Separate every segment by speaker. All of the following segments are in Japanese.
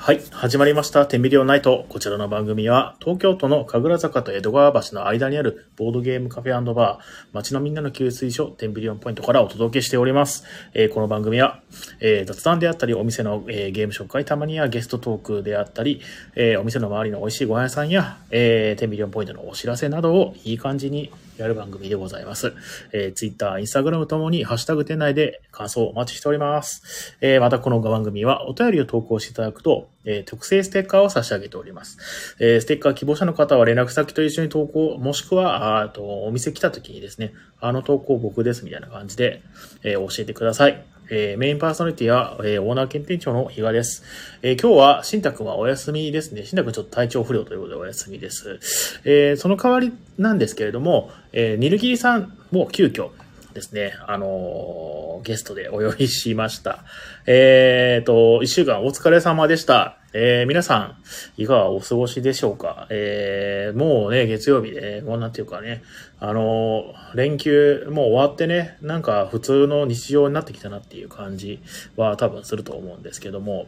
Speaker 1: はい、始まりました。テンビリオンナイト。こちらの番組は、東京都の神楽坂と江戸川橋の間にあるボードゲームカフェ&バー、街のみんなの給水所、テンビリオンポイントからお届けしております。この番組は、雑談であったり、お店の、ゲーム紹介、たまにはゲストトークであったり、お店の周りの美味しいご飯屋さんや、テンビリオンポイントのお知らせなどをいい感じにやる番組でございます。Twitter、Instagram ともにハッシュタグ店内で感想をお待ちしております。またこの番組はお便りを投稿していただくと、特製ステッカーを差し上げております。ステッカー希望者の方は連絡先と一緒に投稿、もしくは、お店来た時にですね、投稿僕ですみたいな感じで、教えてください。メインパーソナリティは、オーナー兼店長の比嘉です。今日は、しんたくんはお休みですね。しんたくんちょっと体調不良ということでお休みです。その代わりなんですけれども、ニルギリさんを急遽ですね、ゲストでお呼びしました。一週間お疲れ様でした。皆さん、いかがお過ごしでしょうか。もうね、月曜日で、もうなんていうかね、連休もう終わってね、なんか普通の日常になってきたなっていう感じは多分すると思うんですけども、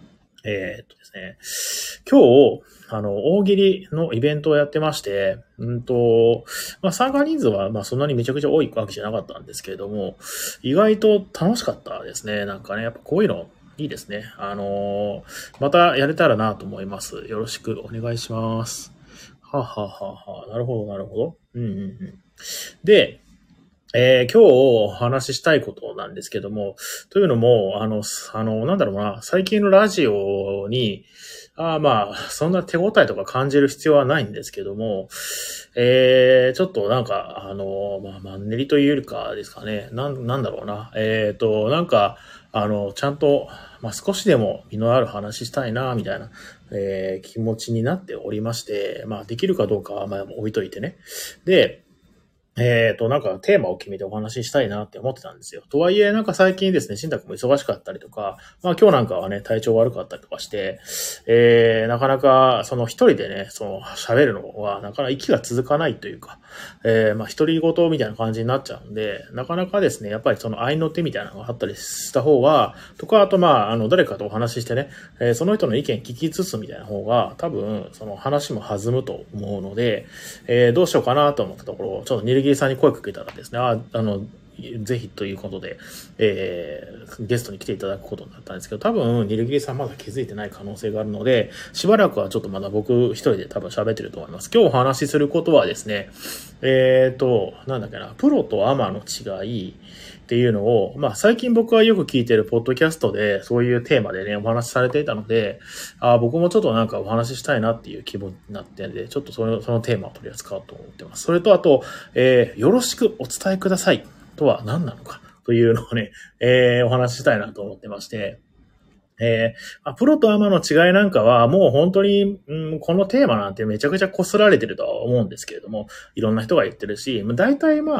Speaker 1: ですね、今日、大喜利のイベントをやってまして、参加人数は、そんなにめちゃくちゃ多いわけじゃなかったんですけれども、意外と楽しかったですね。なんかね、やっぱこういうのいいですね。またやれたらなと思います。よろしくお願いします。はははは。なるほど、なるほど。で、今日お話ししたいことなんですけども、というのも、なんだろうな、最近のラジオに、そんな手応えとか感じる必要はないんですけども、ちょっとなんか、マンネリというよりかですかね、なんだろうな、なんか、ちゃんと、少しでも身のある話したいな、みたいな、気持ちになっておりまして、できるかどうかは、置いといてね。で、なんかテーマを決めてお話ししたいなって思ってたんですよ。とはいえ、なんか最近ですね、新宅も忙しかったりとか、今日なんかはね、体調悪かったりとかして、なかなか、一人でね、喋るのは、なかなか息が続かないというか、独り言みたいな感じになっちゃうんで、なかなかですね、やっぱり合いの手みたいなのがあったりした方が、とか、あと誰かとお話ししてね、その人の意見聞きつつみたいな方が、多分、話も弾むと思うので、どうしようかなと思ったところ、ちょっとニルギリさんに声かけたらですね、ぜひということで、ゲストに来ていただくことになったんですけど、多分、ニルギリさんまだ気づいてない可能性があるので、しばらくはちょっとまだ僕一人で多分喋ってると思います。今日お話しすることはですね、なんだっけな、プロとアマの違いっていうのを、最近僕はよく聞いてるポッドキャストで、そういうテーマでね、お話しされていたので、僕もちょっとなんかお話ししたいなっていう気分になってんで、ちょっとそのテーマを取り扱おうと思ってます。それとあと、よろしくお伝えくださいとは何なのかというのをね、お話ししたいなと思ってまして、プロとアマの違いなんかはもう本当に、このテーマなんてめちゃくちゃこすられてるとは思うんですけれども、いろんな人が言ってるし、大体テン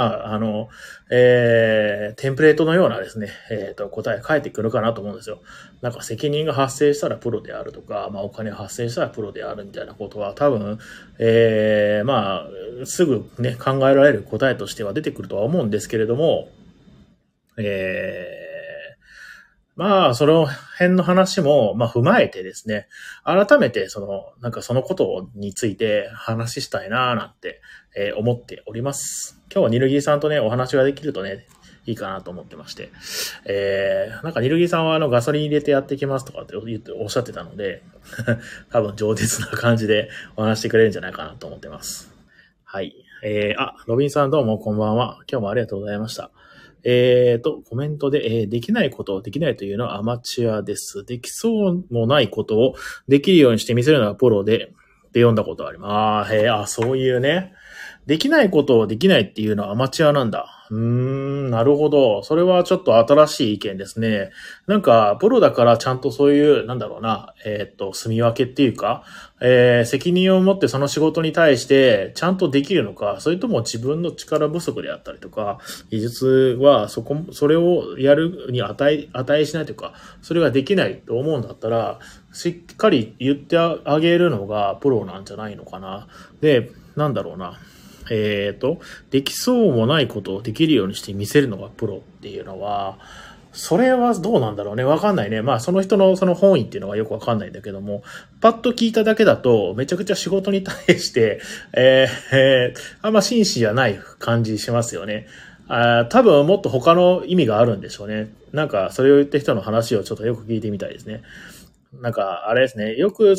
Speaker 1: プレートのようなですね、答え返ってくるかなと思うんですよ。なんか責任が発生したらプロであるとか、お金が発生したらプロであるみたいなことは多分、すぐね、考えられる答えとしては出てくるとは思うんですけれども、その辺の話も、踏まえてですね、改めてなんかそのことについて話したいなーなんて、思っております。今日はニルギーさんとね、お話ができるとね、いいかなと思ってまして、なんかニルギーさんはガソリン入れてやってきますとかっておっしゃってたので、多分饒舌な感じでお話してくれるんじゃないかなと思ってます。はい。ロビンさんどうもこんばんは。今日もありがとうございました。コメントで、できないことをできないというのはアマチュアです。できそうもないことをできるようにして見せるのがプロで読んだことあります。そういうね。できないことをできないっていうのはアマチュアなんだ。なるほど。それはちょっと新しい意見ですね。なんか、プロだからちゃんとそういう、住み分けっていうか、責任を持ってその仕事に対してちゃんとできるのか、それとも自分の力不足であったりとか、技術はそれをやるに値しないというか、それができないと思うんだったら、しっかり言ってあげるのがプロなんじゃないのかな。で、できそうもないことをできるようにして見せるのがプロっていうのは、 それはどうなんだろうね。わかんないね。まあ、その人のその本意っていうのはよくわかんないんだけども、パッと聞いただけだと、めちゃくちゃ仕事に対して、あんま真摯じゃない感じしますよね。多分もっと他の意味があるんでしょうね。なんか、それを言った人の話をちょっとよく聞いてみたいですね。なんか、あれですね。よく、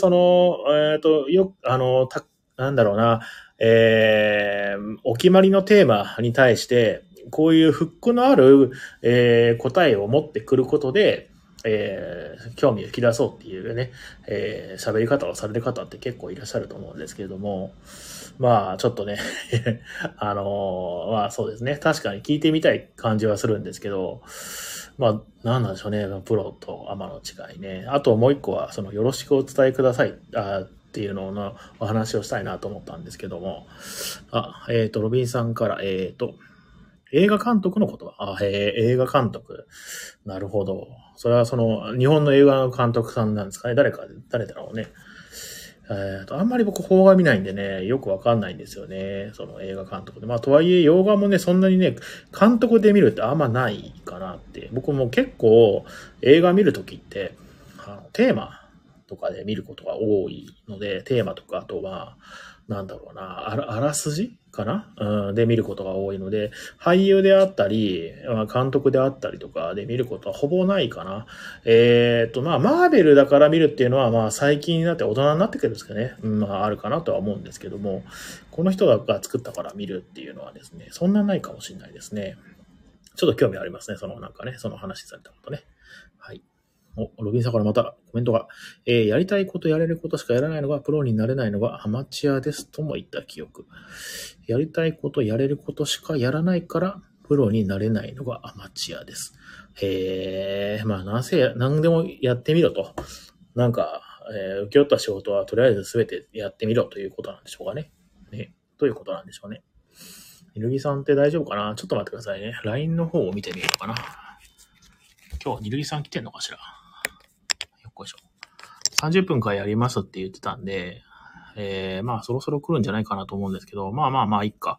Speaker 1: なんだろうな、お決まりのテーマに対して、こういうフックのある、答えを持ってくることで、興味を引き出そうっていうね、喋り方をされる方って結構いらっしゃると思うんですけれども、まあ、ちょっとねまあそうですね。確かに聞いてみたい感じはするんですけど、まあ、なんなんでしょうね。プロとアマの違いね。あともう一個は、よろしくお伝えください。っていうののお話をしたいなと思ったんですけども。ロビンさんから、映画監督の言葉。映画監督。なるほど。それは日本の映画の監督さんなんですかね。誰だろうね。あんまり僕、邦画見ないんでね、よくわかんないんですよね。その映画監督で。まあ、とはいえ、洋画もね、そんなにね、監督で見るってあんまないかなって。僕も結構、映画見るときって、テーマとかで見ることが多いので、テーマとか、あとは、なんだろうな、あらすじかな、で見ることが多いので、俳優であったり、監督であったりとかで見ることはほぼないかな。まあ、マーベルだから見るっていうのは、まあ、最近になって大人になってくるんですかね。まあ、あるかなとは思うんですけども、この人が作ったから見るっていうのはですね、そんなないかもしれないですね。ちょっと興味ありますね。なんかね、その話されたことね。はい。ロビンさんからまたコメントが、やりたいことやれることしかやらないのがプロになれないのがアマチュアですとも言った記憶。やりたいことやれることしかやらないからプロになれないのがアマチュアです。まあ何でもやってみろと。なんか、請け負った仕事はとりあえず全てやってみろということなんでしょうかね。ね。ということなんでしょうね。イルギさんって大丈夫かな？ちょっと待ってくださいね。LINE の方を見てみようかな。今日、イルギさん来てんのかしら？よっこいしょ。30分間やりますって言ってたんで、まあそろそろ来るんじゃないかなと思うんですけど、まあいいか。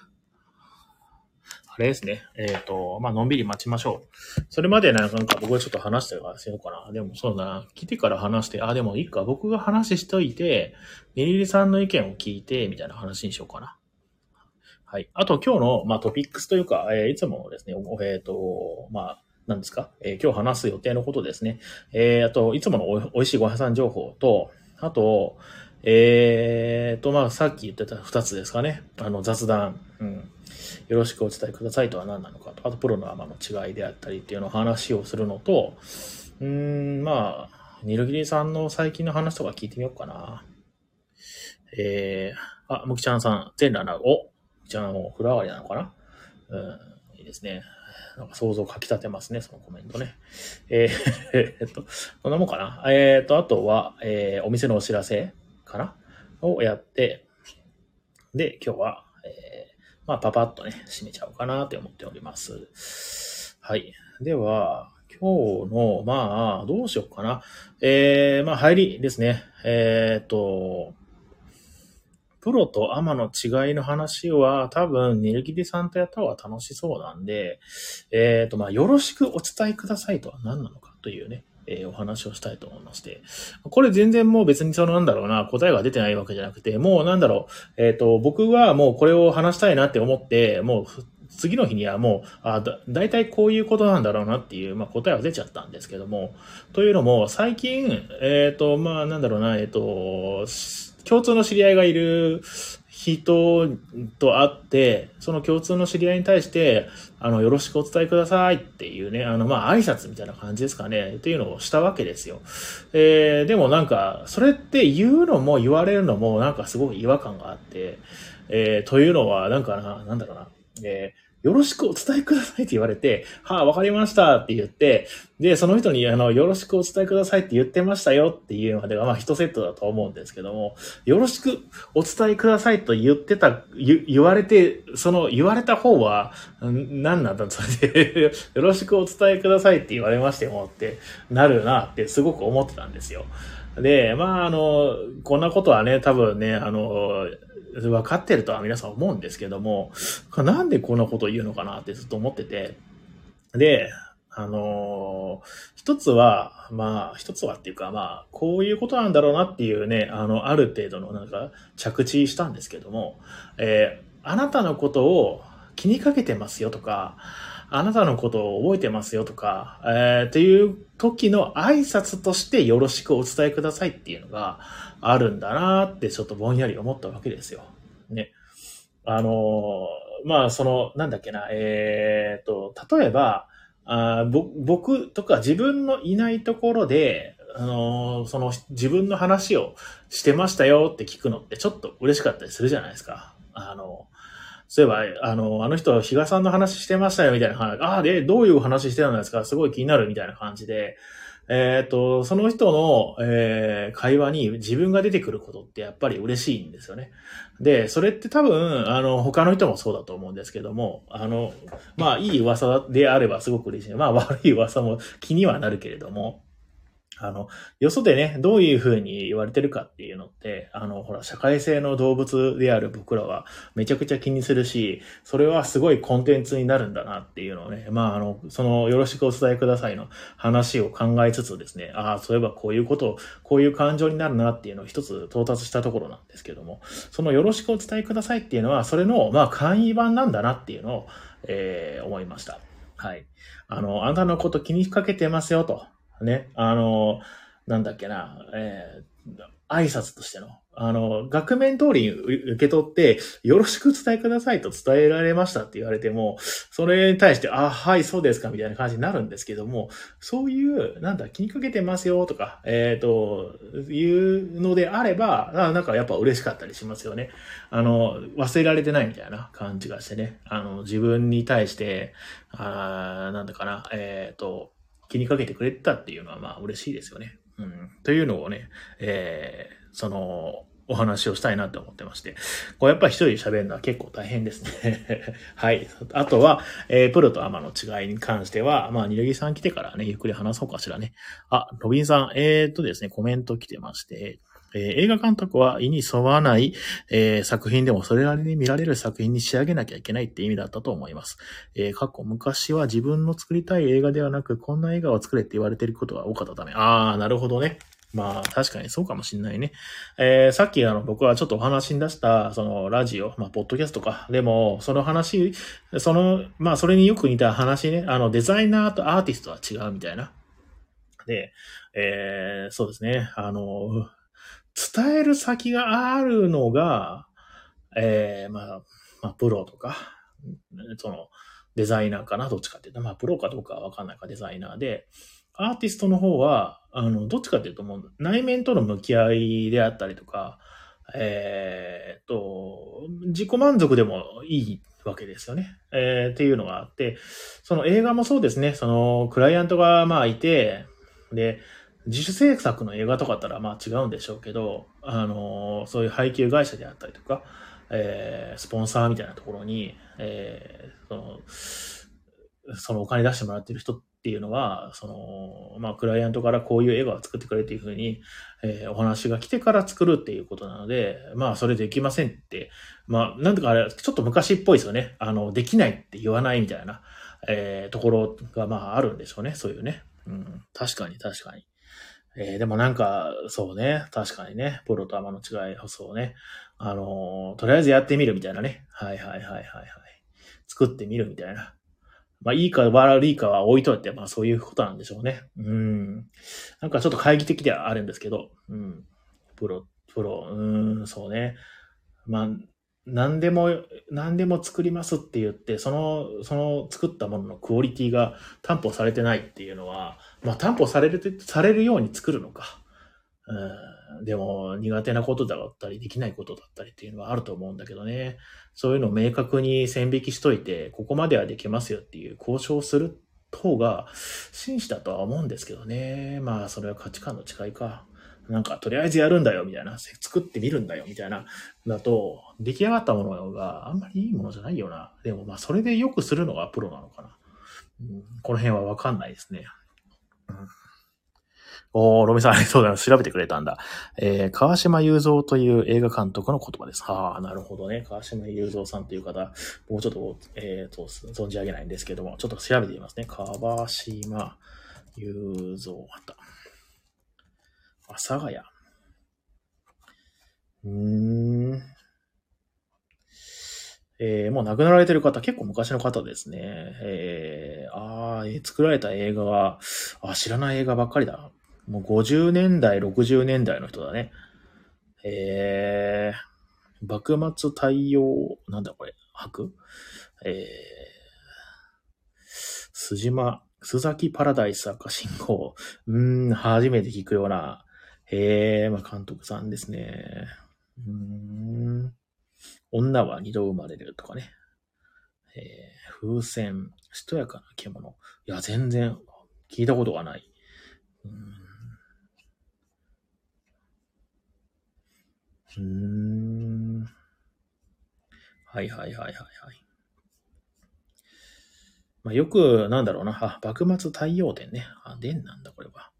Speaker 1: あれですね。まあのんびり待ちましょう。それまでなんか僕がちょっと話してからしようかな。でもそうだな。来てから話して、でもいいか。僕が話しといて、ミリリさんの意見を聞いて、みたいな話にしようかな。はい。あと今日の、まあトピックスというか、いつもですね、まあ、何ですか、今日話す予定のことですね。あと、いつものおいしいご飯屋さん情報と、あと、まあ、さっき言ってた2つですかね。雑談。よろしくお伝えくださいとは何なのかと。あと、プロのアマの違いであったりっていうのを話をするのと、まあ、ニルギリさんの最近の話とか聞いてみようかな。むきちゃんさん、全裸な、じゃあもう風呂上がりなのかな？いいですね。なんか想像かき立てますね、そのコメントね。こんなもんかな。あとは、お店のお知らせかなをやって、で、今日は、まあ、パパッとね、締めちゃおうかなって思っております。はい。では、今日の、まあ、どうしようかな。まあ、入りですね。プロとアマの違いの話は多分、ニルギリさんとやった方が楽しそうなんで、まあ、よろしくお伝えくださいとは何なのかというね、お話をしたいと思いまして。これ全然もう別になんだろうな、答えが出てないわけじゃなくて、もうなんだろう、僕はもうこれを話したいなって思って、もう次の日にはもう、だいたいこういうことなんだろうなっていう、まあ、答えは出ちゃったんですけども、というのも、最近、まあ、なんだろうな、共通の知り合いがいる人と会って、その共通の知り合いに対して、よろしくお伝えくださいっていうね、まあ、挨拶みたいな感じですかね、っていうのをしたわけですよ。でもなんか、それって言うのも言われるのもなんかすごい違和感があって、というのは、なんだろうな、よろしくお伝えくださいって言われて、わかりましたって言って、で、その人に、よろしくお伝えくださいって言ってましたよっていうまでが、まあ、一セットだと思うんですけども、よろしくお伝えくださいと言われて、言われた方は、何なんだそれで、よろしくお伝えくださいって言われましてもってなるなってすごく思ってたんですよ。で、まあ、こんなことはね、多分ね、分かってるとは皆さん思うんですけども、なんでこんなことを言うのかなってずっと思ってて、で、 一つはっていうか、こういうことなんだろうなっていうね、ある程度の着地したんですけども、あなたのことを気にかけてますよとか、あなたのことを覚えてますよとか、っていう時の挨拶としてよろしくお伝えくださいっていうのがあるんだなってちょっとぼんやり思ったわけですよ。ね。あのなんだっけな、例えば、僕とか自分のいないところで、自分の話をしてましたよって聞くのってちょっと嬉しかったりするじゃないですか。そういえば、あの人、比嘉さんの話してましたよみたいな話、で、どういう話してたんですかすごい気になるみたいな感じで、その人の、会話に自分が出てくることってやっぱり嬉しいんですよね。で、それって多分、他の人もそうだと思うんですけども、いい噂であればすごく嬉しい。悪い噂も気にはなるけれども、よそでね、どういう風に言われてるかっていうのって、社会性の動物である僕らはめちゃくちゃ気にするし、それはすごいコンテンツになるんだなっていうのをね、よろしくお伝えくださいの話を考えつつですね、そういえばこういうことを、こういう感情になるなっていうのを一つ到達したところなんですけども、そのよろしくお伝えくださいっていうのは、それの、簡易版なんだなっていうのを、思いました。はい。あなたのこと気にかけてますよと。ね、なんだっけな、挨拶としての、額面通りに受け取って、よろしく伝えくださいと伝えられましたって言われても、それに対して、はい、そうですか、みたいな感じになるんですけども、そういう、気にかけてますよとか、いうのであれば、やっぱ嬉しかったりしますよね。忘れられてないみたいな感じがしてね、自分に対して、気にかけてくれたっていうのは嬉しいですよね。というのをね、お話をしたいなって思ってまして。これやっぱり一人で喋るのは結構大変ですね。はい。あとは、プロとアマの違いに関しては、ニルギさん来てからね、ゆっくり話そうかしらね。ロビンさん、ですね、コメント来てまして、映画監督は意に沿わない、作品でもそれなりに見られる作品に仕上げなきゃいけないって意味だったと思います。昔は自分の作りたい映画ではなく、こんな映画を作れって言われていることが多かったため。なるほどね。確かにそうかもしんないね。さっき僕はちょっとお話に出した、そのラジオ、ポッドキャストか。でも、その話、それによく似た話ね、デザイナーとアーティストは違うみたいな。で、そうですね。伝える先があるのが、プロとか、デザイナーかな、どっちかっていうと、プロかどうかはわかんないか、デザイナーで、アーティストの方は、どっちかっていうと、もう内面との向き合いであったりとか、自己満足でもいいわけですよね。っていうのがあって、その映画もそうですね、そのクライアントがいて、で、自主制作の映画とかだったら違うんでしょうけど、そういう配給会社であったりとか、スポンサーみたいなところに、そのお金出してもらってる人っていうのは、クライアントからこういう映画を作ってくれっていうふうに、お話が来てから作るっていうことなので、それできませんって、なんとかあれ、ちょっと昔っぽいですよね。できないって言わないみたいな、ところがあるんでしょうね。そういうね。確かに確かに。でもそうね、確かにね、プロとアマの違い、そうね。とりあえずやってみるみたいなね。はいはいはいはいはい。作ってみるみたいな。いいか悪いかは置いといて、そういうことなんでしょうね。ちょっと懐疑的ではあるんですけど、プロ、そうね。何でも作りますって言って、その作ったもののクオリティが担保されてないっていうのは、担保されるように作るのか。でも苦手なことだったりできないことだったりっていうのはあると思うんだけどね。そういうのを明確に線引きしといて、ここまではできますよっていう交渉をする方が真摯だとは思うんですけどね。それは価値観の違いか。とりあえずやるんだよみたいな、作ってみるんだよみたいな、だと、出来上がったものがあんまりいいものじゃないよな。でもそれでよくするのがプロなのかな。この辺はわかんないですね。 ロミさんありがとうございます。調べてくれたんだ。川島雄三という映画監督の言葉です。なるほどね。川島雄三さんという方、もうちょっと、存じ上げないんですけども、ちょっと調べてみますね。川島雄三。あった。阿佐ヶ谷。もう亡くなられてる方、結構昔の方ですね。作られた映画は、知らない映画ばっかりだ。もう50年代、60年代の人だね。幕末太陽、なんだこれ、白須崎パラダイス赤信号。初めて聞くような、監督さんですね。女は二度生まれるとかね。風船、しとやかな獣。いや、全然聞いたことがない。はいはいはいはいはい。まあ、よく、なんだろうな。幕末太陽伝ね。伝なんだ、これは。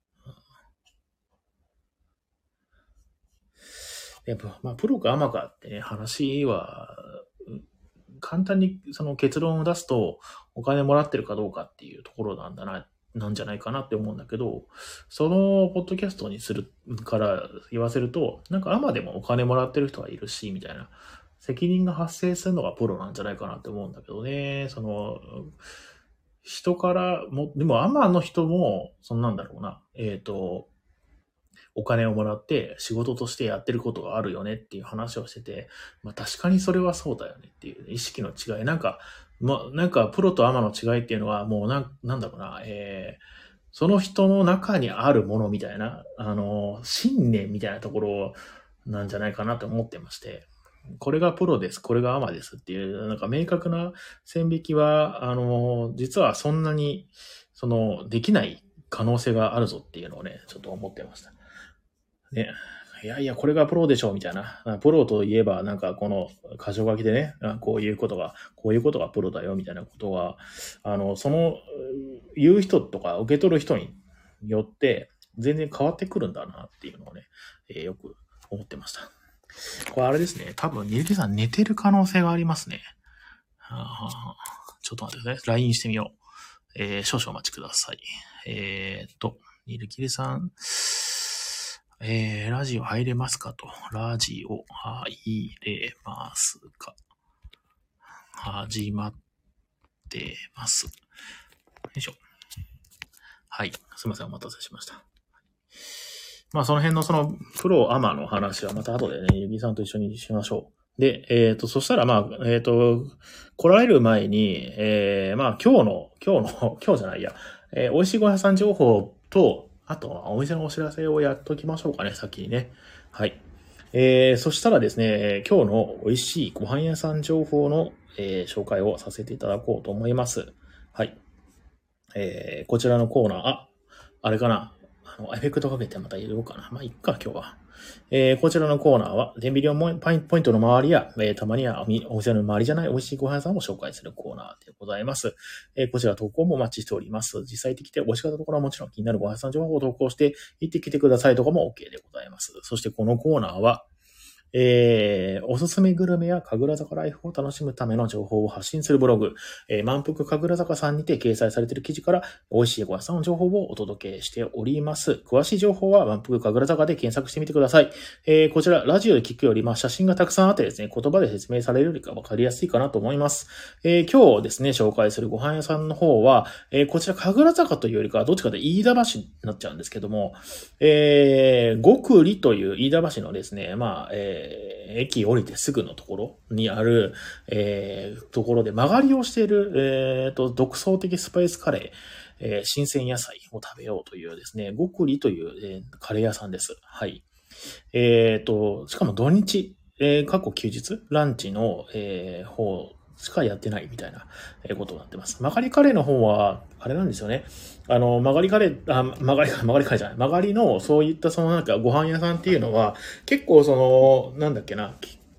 Speaker 1: やっぱ、まあ、プロかアマかってね、話は、簡単にその結論を出すと、お金もらってるかどうかっていうところなんじゃないかなって思うんだけど、そのポッドキャストにするから言わせると、なんかアマでもお金もらってる人はいるし、みたいな。責任が発生するのがプロなんじゃないかなって思うんだけどね。人からも、でもアマの人も、なんだろうな。お金をもらって仕事としてやってることがあるよねっていう話をしてて、まあ確かにそれはそうだよねっていう意識の違い。なんかプロとアマの違いっていうのはもうなんだろうな、その人の中にあるものみたいな、信念みたいなところなんじゃないかなと思ってまして、これがプロです、これがアマですっていう、なんか明確な線引きは、実はそんなに、できない可能性があるぞっていうのをね、ちょっと思ってました。ね。いやいや、これがプロでしょみたいな。プロといえば、なんかこの箇条書きでね、こういうことがプロだよみたいなことは、言う人とか受け取る人によって全然変わってくるんだなっていうのをね、よく思ってました。これあれですね。多分、ニルキさん寝てる可能性がありますね。ちょっと待ってください。LINE してみよう。少々お待ちください。ニルキリさん、ラジオ入れますかと。ラジオ入れますか。始まってます。よいしょ。はい。すいません。お待たせしました。まあ、その辺のプロアマの話はまた後でね、ゆぎさんと一緒にしましょう。で、そしたらまあ、来られる前に、まあ、今日じゃないや、美味しいご飯屋さん情報と、あと、お店のお知らせをやっときましょうかね、先にね。はい。そしたらですね、今日の美味しいご飯屋さん情報の、紹介をさせていただこうと思います。はい。こちらのコーナー、あれかな。エフェクトかけてまた入れようかな。まあ、いっか、今日は。こちらのコーナーは、デンビリオンポイントの周りや、たまにはお店の周りじゃない美味しいご飯屋さんを紹介するコーナーでございます。こちら投稿もお待ちしております。実際的で美味しかったところはもちろん気になるご飯屋さん情報を投稿して行ってきてくださいとかも OK でございます。そしてこのコーナーは、おすすめグルメや神楽坂ライフを楽しむための情報を発信するブログ、満腹神楽坂さんにて掲載されている記事から美味しいご飯さんの情報をお届けしております。詳しい情報は満腹神楽坂で検索してみてください。こちらラジオで聞くより写真がたくさんあってですね、言葉で説明されるよりかわかりやすいかなと思います。今日ですね、紹介するご飯屋さんの方は、こちら神楽坂というよりかはどっちかで飯田橋になっちゃうんですけども、極利という飯田橋のですね、まあ、駅降りてすぐのところにある、ところで曲がりをしている、独創的スパイスカレー、新鮮野菜を食べようというですね、極利という、カレー屋さんです。はい。しかも土日、過去休日、ランチの、方しかやってないみたいなことになってます。曲がりカレーの方は、あれなんですよね。曲がりカレー、曲がりカレーじゃない。曲がりの、そういったなんかご飯屋さんっていうのは、結構なんだっけな、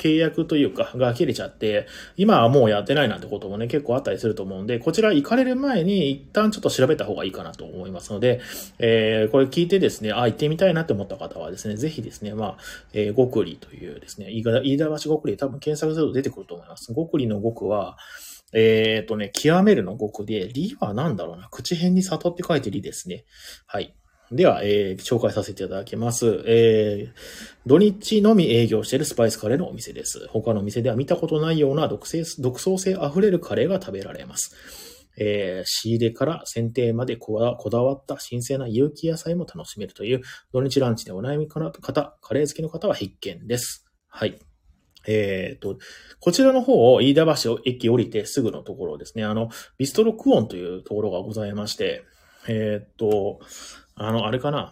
Speaker 1: 契約というか、が切れちゃって、今はもうやってないなんてこともね、結構あったりすると思うんで、こちら行かれる前に一旦ちょっと調べた方がいいかなと思いますので、これ聞いてですね、行ってみたいなって思った方はですね、ぜひですね、極利というですね、飯田橋極利多分検索すると出てくると思います。極利の極は、極めるの極で、利は何だろうな。口辺に里って書いて利ですね。はい。では、紹介させていただきます。土日のみ営業しているスパイスカレーのお店です。他のお店では見たことないような独創性あふれるカレーが食べられます。仕入れから選定までこだわった新鮮な有機野菜も楽しめるという土日ランチでお悩みの方、カレー好きの方は必見です。はい。こちらの方を飯田橋駅降りてすぐのところですね。ビストロクオンというところがございまして、あれかな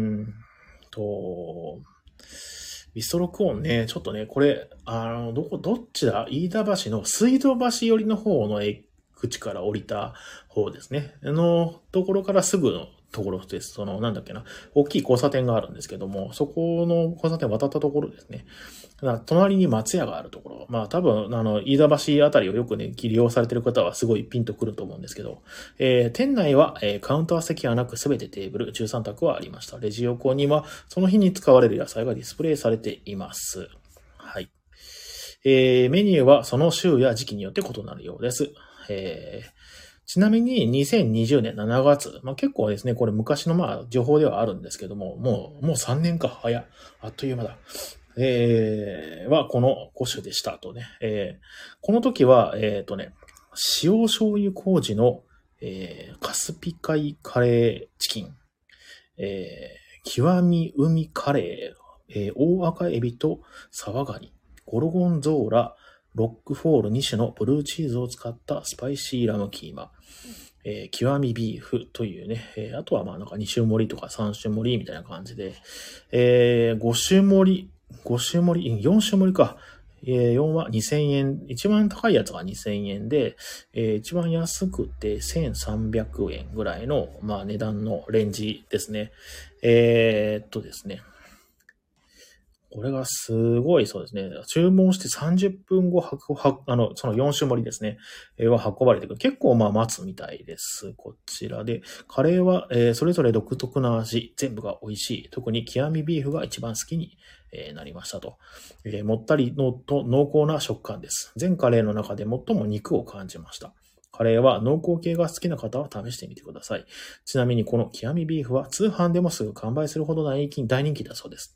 Speaker 1: ビストロクオンね、ちょっとね、これ、どっちだ飯田橋の水道橋寄りの方の口から降りた方ですね。ところからすぐのところです。なんだっけな、大きい交差点があるんですけども、そこの交差点渡ったところですね。隣に松屋があるところ。多分、飯田橋あたりをよくね、利用されている方はすごいピンとくると思うんですけど、店内は、カウンター席はなくすべてテーブル、13択はありました。レジ横には、その日に使われる野菜がディスプレイされています。はい。メニューはその週や時期によって異なるようです。ちなみに2020年7月、結構ですね、これ昔の情報ではあるんですけども、もう3年か、早っ、あっという間だ。はこの5種でしたとね。この時は、塩醤油麹の、カスピ海カレーチキン、極み海カレー、大赤エビとサワガニ、ゴルゴンゾーラ、ロックフォール2種のブルーチーズを使ったスパイシーラムキーマ、極みビーフというね、あとはなんか2種盛りとか3種盛りみたいな感じで、5種盛り、4種盛りか。4は2000円。一番高いやつが2000円で、一番安くて1300円ぐらいの、値段のレンジですね。ですね。これがすごいそうですね。注文して30分後、その4種盛りですね。は運ばれてくる。結構待つみたいです。こちらで。カレーは、それぞれ独特な味。全部が美味しい。特に極みビーフが一番好きになりましたと。もったりのと濃厚な食感です。全カレーの中で最も肉を感じました。カレーは濃厚系が好きな方は試してみてください。ちなみにこの極みビーフは通販でもすぐ完売するほど大人気だそうです。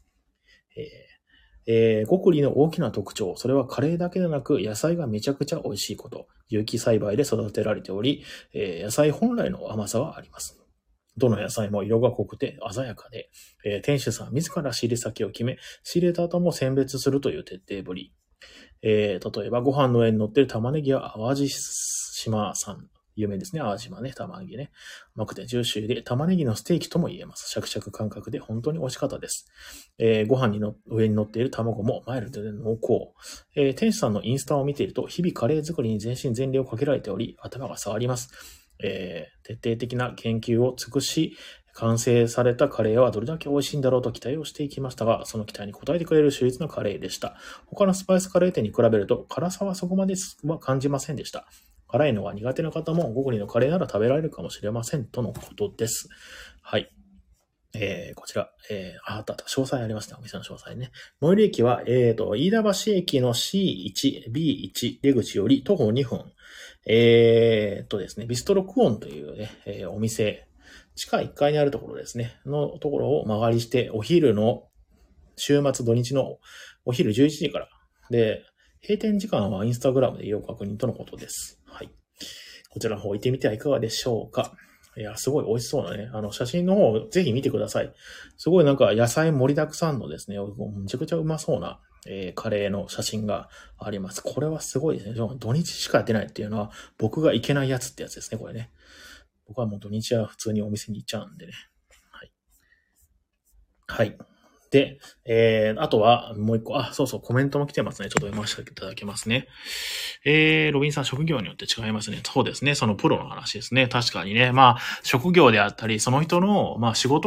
Speaker 1: 極利の大きな特徴、それはカレーだけでなく野菜がめちゃくちゃ美味しいこと。有機栽培で育てられており、野菜本来の甘さはあります。どの野菜も色が濃くて鮮やかで、店主さん自ら仕入れ先を決め、仕入れた後も選別するという徹底ぶり。例えばご飯の上に乗っている玉ねぎは淡路島産。有名ですね。淡路島ね、玉ねぎね。甘くてジューシーで玉ねぎのステーキとも言えます。シャクシャク感覚で本当に美味しかったです。ご飯の上に乗っている卵もマイルドで濃厚。店主さんのインスタを見ていると日々カレー作りに全身全霊をかけられており、頭が下がります。徹底的な研究を尽くし、完成されたカレーはどれだけ美味しいんだろうと期待をしていきましたが、その期待に応えてくれる秀逸なカレーでした。他のスパイスカレー店に比べると辛さはそこまでは感じませんでした。辛いのが苦手な方も極利のカレーなら食べられるかもしれませんとのことです。はい。こちら、あった、詳細ありますね。お店の詳細ね。最寄り駅は、飯田橋駅の C1、B1 出口より徒歩2分。ですね、ビストロクオンというね、お店、地下1階にあるところですね、のところを間借りして、お昼の、週末土日のお昼11時から。で、閉店時間はインスタグラムで要確認とのことです。はい。こちらの方行ってみてはいかがでしょうか。いや、すごい美味しそうなね。写真の方、ぜひ見てください。すごいなんか野菜盛りだくさんのですね、めちゃくちゃうまそうな、カレーの写真があります。これはすごいですね。土日しかやってないっていうのは、僕が行けないやつってやつですね、これね。僕はもう土日は普通にお店に行っちゃうんでね。はい。はい。で、あとはもう一個、そうそう、コメントも来てますね。ちょっと読ませていただきますね。ロビンさん、職業によって違いますね。そうですね。そのプロの話ですね。確かにね。職業であったり、その人の、仕事感と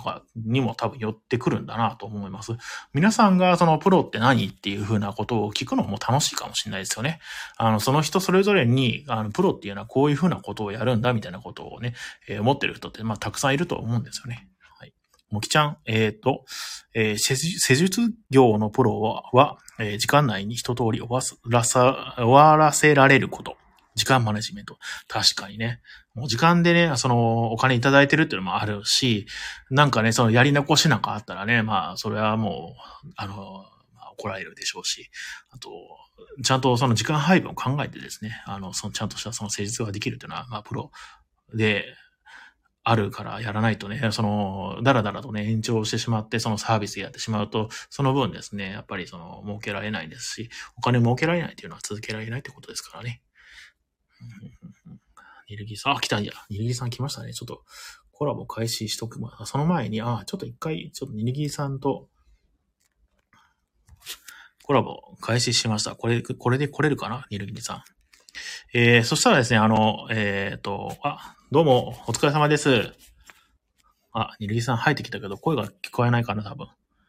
Speaker 1: かにも多分寄ってくるんだなと思います。皆さんがそのプロって何っていう風なことを聞くのも楽しいかもしれないですよね。その人それぞれに、プロっていうのはこういう風なことをやるんだみたいなことをね、持ってる人って、たくさんいると思うんですよね。はい。もきちゃん、施術業のプロは、時間内に一通り終わらせられること。時間マネジメント。確かにね。もう時間でね、お金いただいてるっていうのもあるし、なんかね、やり残しなんかあったらね、それはもう、怒られるでしょうし、あと、ちゃんとその時間配分を考えてですね、ちゃんとしたその施術ができるっていうのは、プロで、あるからやらないとね、だらだらとね、延長してしまって、そのサービスやってしまうと、その分ですね、やっぱり儲けられないですし、お金儲けられないっていうのは続けられないってことですからね。ニルギさん、来たんや。ニルギさん来ましたね。ちょっと、コラボ開始しとく。その前に、ちょっと一回、ちょっとニルギさんと、コラボ開始しました。これで来れるかなニルギさん。そしたらですね、どうも、お疲れ様です。ニルギさん入ってきたけど、声が聞こえないかな、多分。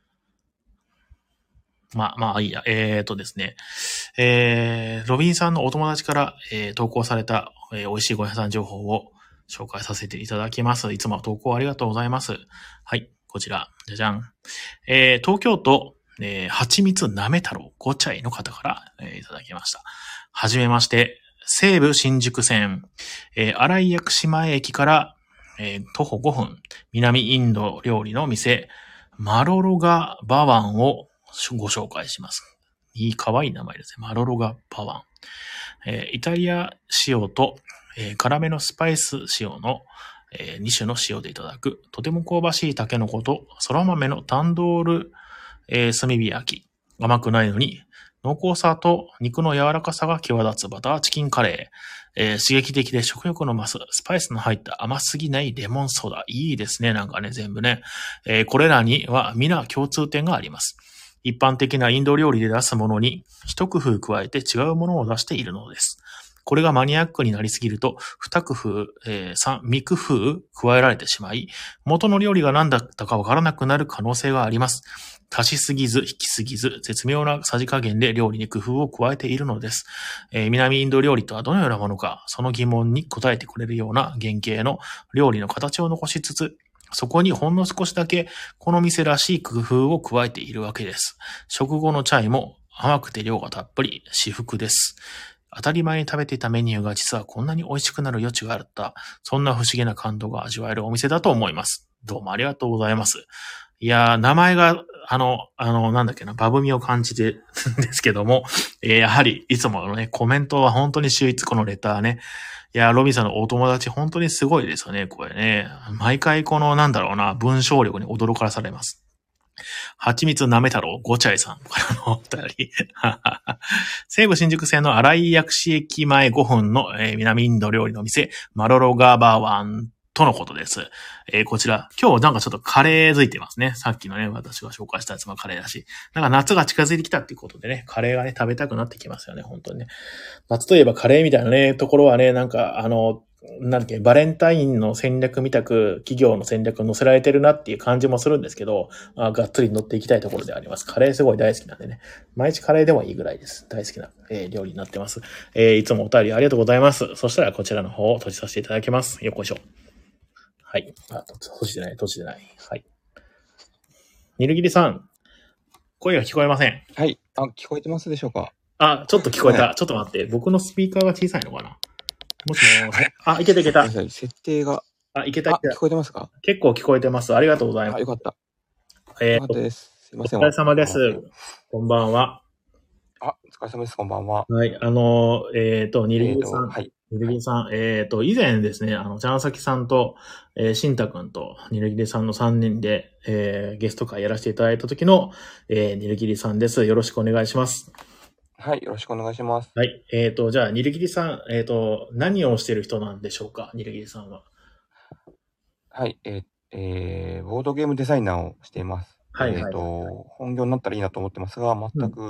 Speaker 1: いいや。ですね。ロビンさんのお友達から、投稿された、美味しいご屋さん情報を紹介させていただきます。いつも投稿ありがとうございます。はい、こちら。じゃじゃん。東京都、蜂蜜なめ太郎5チャイの方から、いただきました。はじめまして、西武新宿線、新井薬師前駅から、徒歩5分、南インド料理の店、マロロガバワンをご紹介します。可愛い名前ですね。マロロガバワン。イタリア塩と、辛めのスパイス塩の、2種の塩でいただく、とても香ばしいタケノコと、そら豆のタンドール、炭火焼き。甘くないのに、濃厚さと肉の柔らかさが際立つバターチキンカレー。刺激的で食欲の増す、スパイスの入った甘すぎないレモンソーダ。いいですね。なんかね、全部ね。これらには皆共通点があります。一般的なインド料理で出すものに一工夫加えて違うものを出しているのです。これがマニアックになりすぎると、二工夫、三工夫加えられてしまい、元の料理が何だったかわからなくなる可能性があります。足しすぎず、引きすぎず、絶妙なさじ加減で料理に工夫を加えているのです。南インド料理とはどのようなものか、その疑問に答えてくれるような原型の料理の形を残しつつ、そこにほんの少しだけこの店らしい工夫を加えているわけです。食後のチャイも甘くて量がたっぷり、至福です。当たり前に食べていたメニューが実はこんなに美味しくなる余地があった。そんな不思議な感動が味わえるお店だと思います。どうもありがとうございます。いやー、名前が、なんだっけな、バブみを感じてですけども、やはり、いつものね、コメントは本当に秀逸、このレターね。いやー、ロビンさんのお友達本当にすごいですよね、これね。毎回この、文章力に驚かされます。蜂蜜なめ太郎5チャイさんからのお二人。西武新宿線の新井薬師駅前5分の、南インド料理の店、マロロガバワンとのことです。こちら、今日なんかちょっとカレーづいてますね。さっきのね、私が紹介したやつもカレーだし。なんか夏が近づいてきたっていうことでね、カレーがね、食べたくなってきますよね、本当にね。夏といえばカレーみたいなね、ところはね、バレンタインの戦略みたく、企業の戦略載せられてるなっていう感じもするんですけど、がっつり乗っていきたいところであります。カレーすごい大好きなんでね。毎日カレーでもいいぐらいです。大好きな、料理になってます。いつもお便りありがとうございます。そしたらこちらの方を閉じさせていただきます。よっこいしょ。はい。閉じてない。はい。ニルギリさん、声が聞こえません。
Speaker 2: はい。聞こえてますでしょうか？
Speaker 1: ちょっと聞こえた。ちょっと待って。僕のスピーカーが小さいのかな？もしもし。いけたいけた。
Speaker 2: 設定が。
Speaker 1: いけた。
Speaker 2: 聞こえてますか？
Speaker 1: 結構聞こえてます。ありがとうございます。
Speaker 2: よかった。
Speaker 1: よかったです。すいません。お疲れ様です。こんばんは。
Speaker 2: お疲れ様です。こんばんは。
Speaker 1: はい。ニルギリさん。はい。ニルギリさん。以前ですね、チャンサキさんと、シンタ君とニルギリさんの3人で、ゲスト会やらせていただいた時の、ニルギリさんです。よろしくお願いします。
Speaker 2: はい。よろしくお願いします。
Speaker 1: はい。じゃあ、ニルギリさん、何をしている人なんでしょうか、ニルギリさんは。
Speaker 2: はい。ボードゲームデザイナーをしています。はい、はい。本業になったらいいなと思ってますが、全く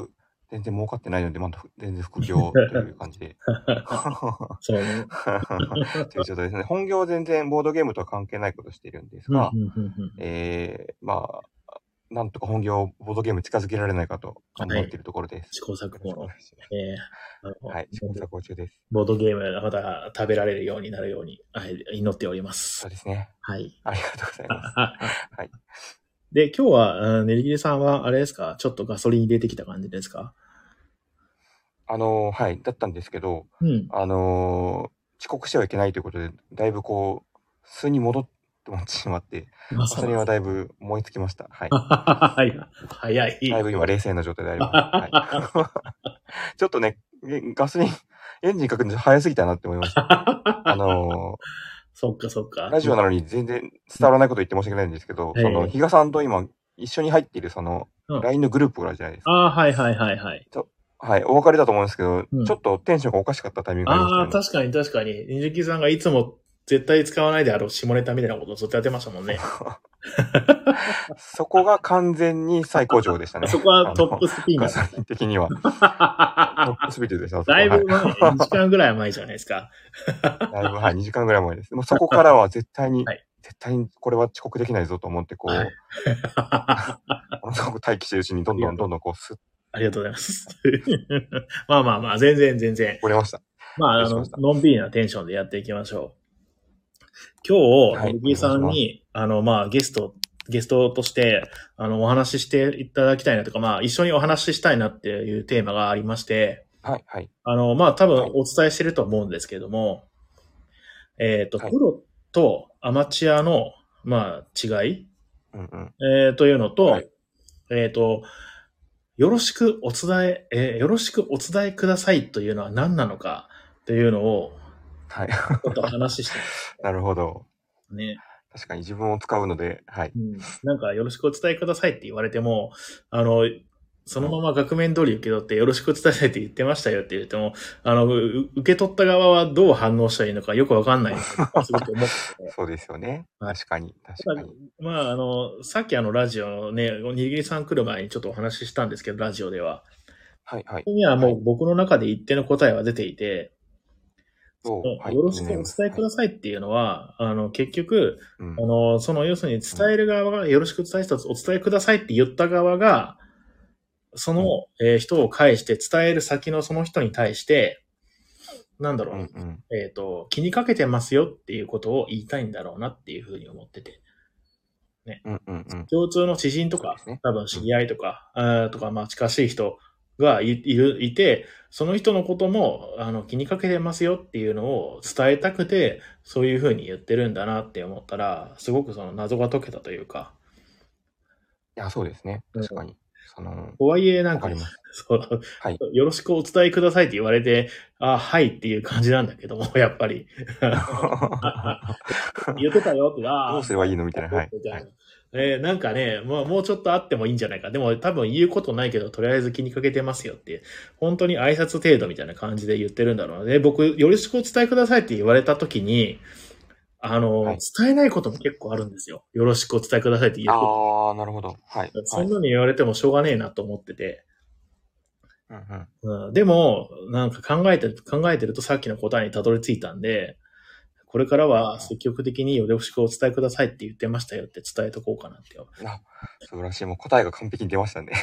Speaker 2: 全然儲かってないので、まだ全然副業という感じで。
Speaker 1: そうね。
Speaker 2: という状態ですね。本業は全然ボードゲームとは関係ないことをしているんですが、まあ、なんとか本業、ボードゲーム近づけられないかと頑張っているところです。
Speaker 1: 試行錯誤の。
Speaker 2: はい、試行錯誤中です。
Speaker 1: ボードゲームがまた食べられるようになるように、はい、祈っております。
Speaker 2: そうですね。
Speaker 1: はい。
Speaker 2: ありがとうございます。はい。
Speaker 1: で、今日は、ねりぎりさんは、あれですか、ちょっとガソリン入れてきた感じですか？
Speaker 2: はい、だったんですけど、遅刻してはいけないということで、だいぶこう、普通に戻ってしまって、ガソリンはだいぶ燃え尽きました。はい。
Speaker 1: 早い。
Speaker 2: だいぶ今冷静な状態であります。はい、ちょっとね、ガソリン、エンジンかけるの早すぎたなって思いました。
Speaker 1: そっかそっか。
Speaker 2: ラジオなのに全然伝わらないこと言って申し訳ないんですけど、比嘉さんと今一緒に入っているLINE のグループがあるじゃないですか。
Speaker 1: はい。
Speaker 2: はい、お別れだと思うんですけど、ちょっとテンションがおかしかったタイミングがありました
Speaker 1: ね。確かに。にじきさんがいつも絶対使わないであろう下ネタみたいなことをずっとやってましたもんね。
Speaker 2: そこが完全に最高潮でしたね。
Speaker 1: そこはトップスピン
Speaker 2: ガソリン的には。トップスピードでした。
Speaker 1: だいぶ前、2時間ぐらい前じゃないですか。
Speaker 2: だいぶ、2時間ぐらい前です。でもそこからは絶対にこれは遅刻できないぞと思って、こう、すごく待機してるうちにどんどんこう、
Speaker 1: ありがとうございます。まあ、全然。
Speaker 2: 折れました。
Speaker 1: のんびりなテンションでやっていきましょう。今日、ねりぎりさんに、ゲストとして、お話ししていただきたいなとか、一緒にお話ししたいなっていうテーマがありまして、
Speaker 2: はい。
Speaker 1: 多分お伝えしてると思うんですけども、プロとアマチュアの、違い、というのと、よろしくお伝えくださいというのは何なのかというのを、ちょっと話して
Speaker 2: なるほど。
Speaker 1: ね。
Speaker 2: 確かに自分を使うので、はい。
Speaker 1: なんかよろしくお伝えくださいって言われても、そのまま額面通り受け取ってよろしくお伝えくださいって言ってましたよって言っても、受け取った側はどう反応したらいいのかよくわかんないすごく思ってて。
Speaker 2: そうですよね。確かに。
Speaker 1: さっきラジオね、にぎりさん来る前にちょっとお話ししたんですけど、ラジオでは。
Speaker 2: はい。
Speaker 1: ここにはもう僕の中で一定の答えは出ていて、よろしくお伝えくださいっていうのは、結局、要するに伝える側が、よろしくお伝えくださいって言った側が、その、人を介して伝える先のその人に対して、気にかけてますよっていうことを言いたいんだろうなっていうふうに思ってて。ね。共通の知人とか、多分知り合いとか、近しい人がいて、その人のことも、気にかけてますよっていうのを伝えたくて、そういうふうに言ってるんだなって思ったら、すごくその謎が解けたというか。
Speaker 2: いや、そうですね。確かに。
Speaker 1: とはいえ、なんか、よろしくお伝えくださいって言われて、はいっていう感じなんだけども、やっぱり。言ってたよって、
Speaker 2: どうすればいいのみたいな。はい。
Speaker 1: なんかね、もうちょっとあってもいいんじゃないか。でも多分言うことないけど、とりあえず気にかけてますよって、本当に挨拶程度みたいな感じで言ってるんだろうな。で、僕、よろしくお伝えくださいって言われたときに、伝えないことも結構あるんですよ。よろしくお伝えくださいって言って。
Speaker 2: なるほど。はい。
Speaker 1: そんなに言われてもしょうがねえなと思ってて。でも、なんか考えてるとさっきの答えにたどり着いたんで、これからは積極的によろしくお伝えくださいって言ってましたよって伝えとこうかなって。
Speaker 2: 素晴らしい。もう答えが完璧に出ましたね。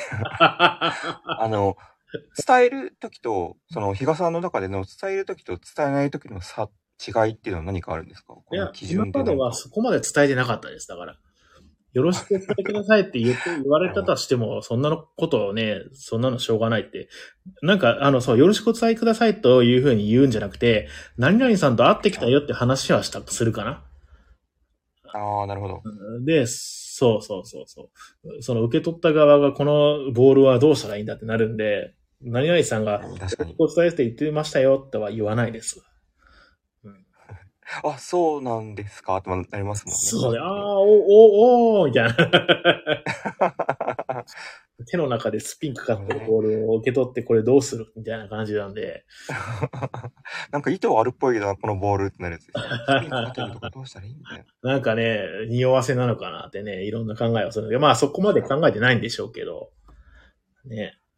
Speaker 2: 伝えるときと、比嘉さんの中での伝えるときと伝えないときの違いっていうのは何かあるんですか？
Speaker 1: いや、今まではそこまで伝えてなかったです。だから。よろしくお伝えくださいって言われたとしても、そんなのことをね、そんなのしょうがないって。なんか、よろしくお伝えくださいというふうに言うんじゃなくて、何々さんと会ってきたよって話はするかな。
Speaker 2: なるほど。
Speaker 1: で、そう。その受け取った側がこのボールはどうしたらいいんだってなるんで、何々さんがお伝えして言ってましたよとは言わないです。
Speaker 2: そうなんですかってなりますもんね。
Speaker 1: そうね。おーみたいな。手の中でスピンかかってるボールを受け取ってこれどうするみたいな感じなんで。
Speaker 2: なんか意図あるっぽいな、このボールってなるやつですね。スピンかかってるとかどうしたらいいみたいな。
Speaker 1: なんかね、匂わせなのかなってね、いろんな考えをするんだけど、そこまで考えてないんでしょうけど。ね。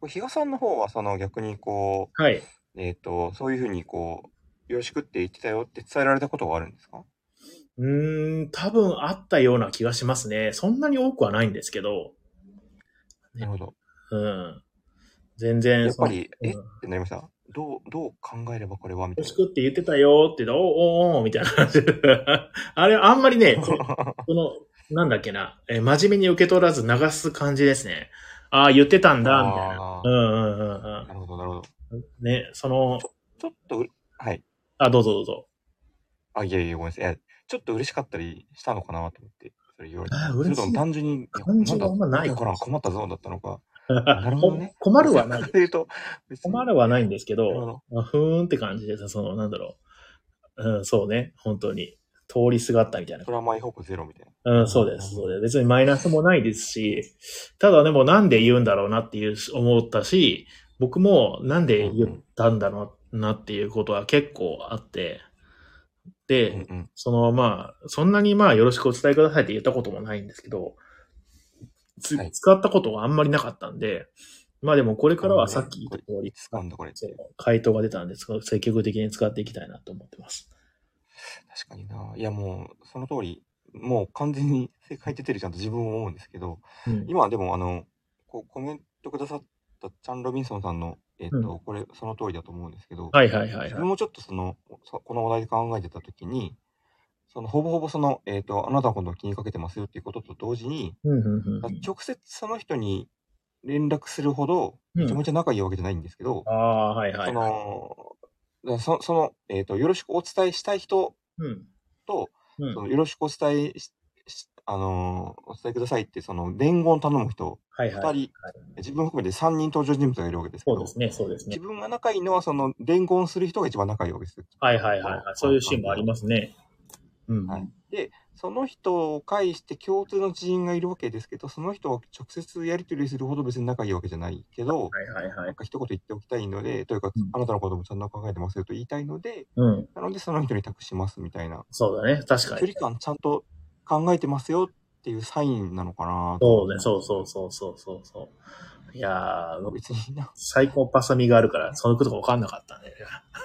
Speaker 2: 比嘉さんの方は、逆にこ
Speaker 1: はい。
Speaker 2: う、そういうふうにこう、よろしくって言ってたよって伝えられたことがあるんですか？
Speaker 1: 多分あったような気がしますね。そんなに多くはないんですけど、ね、
Speaker 2: なるほど。
Speaker 1: うん。全然、
Speaker 2: やっぱり、
Speaker 1: うん、よ
Speaker 2: ってなりました？どう考えればこれはみたいな。
Speaker 1: ろしくって言ってたよって言ったら、おー、みたいな感じで。あれ、あんまりね、なんだっけな、真面目に受け取らず流す感じですね。ああ、言ってたんだ、みたいな。
Speaker 2: ああ、
Speaker 1: うんうんうん
Speaker 2: なるほど、なるほど。
Speaker 1: うん。ね、
Speaker 2: ちょっとはい。
Speaker 1: あ、どうぞどうぞ。
Speaker 2: あ、いやいや、ごめんなさい。いや、ちょっと嬉しかったりしたのかなと思って、それ言われた時。それとも
Speaker 1: 嬉しい
Speaker 2: 単純に、いや、なんだ、
Speaker 1: 感じはあんま
Speaker 2: わけ
Speaker 1: ないかもし
Speaker 2: わからん困ったゾーンだったのか。
Speaker 1: れない。
Speaker 2: なるほどね。
Speaker 1: 困る
Speaker 2: そう
Speaker 1: はないです。
Speaker 2: 言うと、別に。
Speaker 1: 困るはないんですけど、
Speaker 2: なるほど。
Speaker 1: ふーんって感じです。なんだろう。うん、そうね。本当に。通りすがったみたいな。
Speaker 2: プラマイホープゼロみたいな。
Speaker 1: うん、そうです。そうです。別にマイナスもないですし、ただでもなんで言うんだろうなっていう思ったし、僕もなんで言っ
Speaker 2: うんうん。
Speaker 1: たんだろうなっていうことは結構あって、
Speaker 2: うん
Speaker 1: で、
Speaker 2: うん。
Speaker 1: そんなによろしくお伝えくださいって言ったこともないんですけど、
Speaker 2: はい。
Speaker 1: 使ったことがあんまりなかったんで、でもこれからはさっき言っ
Speaker 2: これ、
Speaker 1: た通り、
Speaker 2: いつ使うんだこれっ
Speaker 1: そう
Speaker 2: て。
Speaker 1: 回答が出たんですが、積極的に使っていきたいなと思ってます。
Speaker 2: 確かにな。いや、もう、その通り、もう完全に正解出てるじゃんと自分も思うんですけど、
Speaker 1: うん。
Speaker 2: 今でもコメントくださったチャン・ロビンソンさんの、
Speaker 1: うん。
Speaker 2: これ、その通りだと思うんですけど、
Speaker 1: はいはいはいはい。
Speaker 2: 自分もちょっとこの話題で考えてたときに、ほぼほぼあなたのことを気にかけてますよっていうことと同時に、
Speaker 1: うん、うん、うん。
Speaker 2: 直接その人に連絡するほど、めちゃ
Speaker 1: うん。
Speaker 2: めちゃ仲いいわけじゃないんですけど、
Speaker 1: ああ、はいはい
Speaker 2: そ
Speaker 1: はい。
Speaker 2: の、よろしくお伝えしたい人
Speaker 1: うん。
Speaker 2: と、
Speaker 1: うん。
Speaker 2: よろしくお伝えし、お伝えくださいって、伝言を頼む人、
Speaker 1: はいはい。
Speaker 2: 2人、自分含めて3人登場人物がいるわけですけど、
Speaker 1: そうですね、そうですね。
Speaker 2: 自分が仲いいのは、伝言する人が一番仲いいわけですよ。
Speaker 1: はいはいはいはい。
Speaker 2: こ
Speaker 1: そういうシーンもあり
Speaker 2: の関係だと。
Speaker 1: ますね。うん。
Speaker 2: はい。で、その人を介して共通の知人がいるわけですけど、その人を直接やり取りするほど別に仲いいわけじゃないけど、
Speaker 1: はいはいはい。
Speaker 2: なんか一言言っておきたいので、というか、
Speaker 1: うん。
Speaker 2: あなたのこともちゃんと考えてますよと言いたいので、
Speaker 1: うん。
Speaker 2: なのでその人に託しますみたいな、
Speaker 1: そうだね。確かに。
Speaker 2: 距離感ちゃんと考えてますよっていうサインなのかなと思
Speaker 1: そうね、そう
Speaker 2: ったんですよね。
Speaker 1: そうそうそうそうそう。いやー、
Speaker 2: 別にな。
Speaker 1: サイコパスミがあるから、そういうことが分かんなかったね。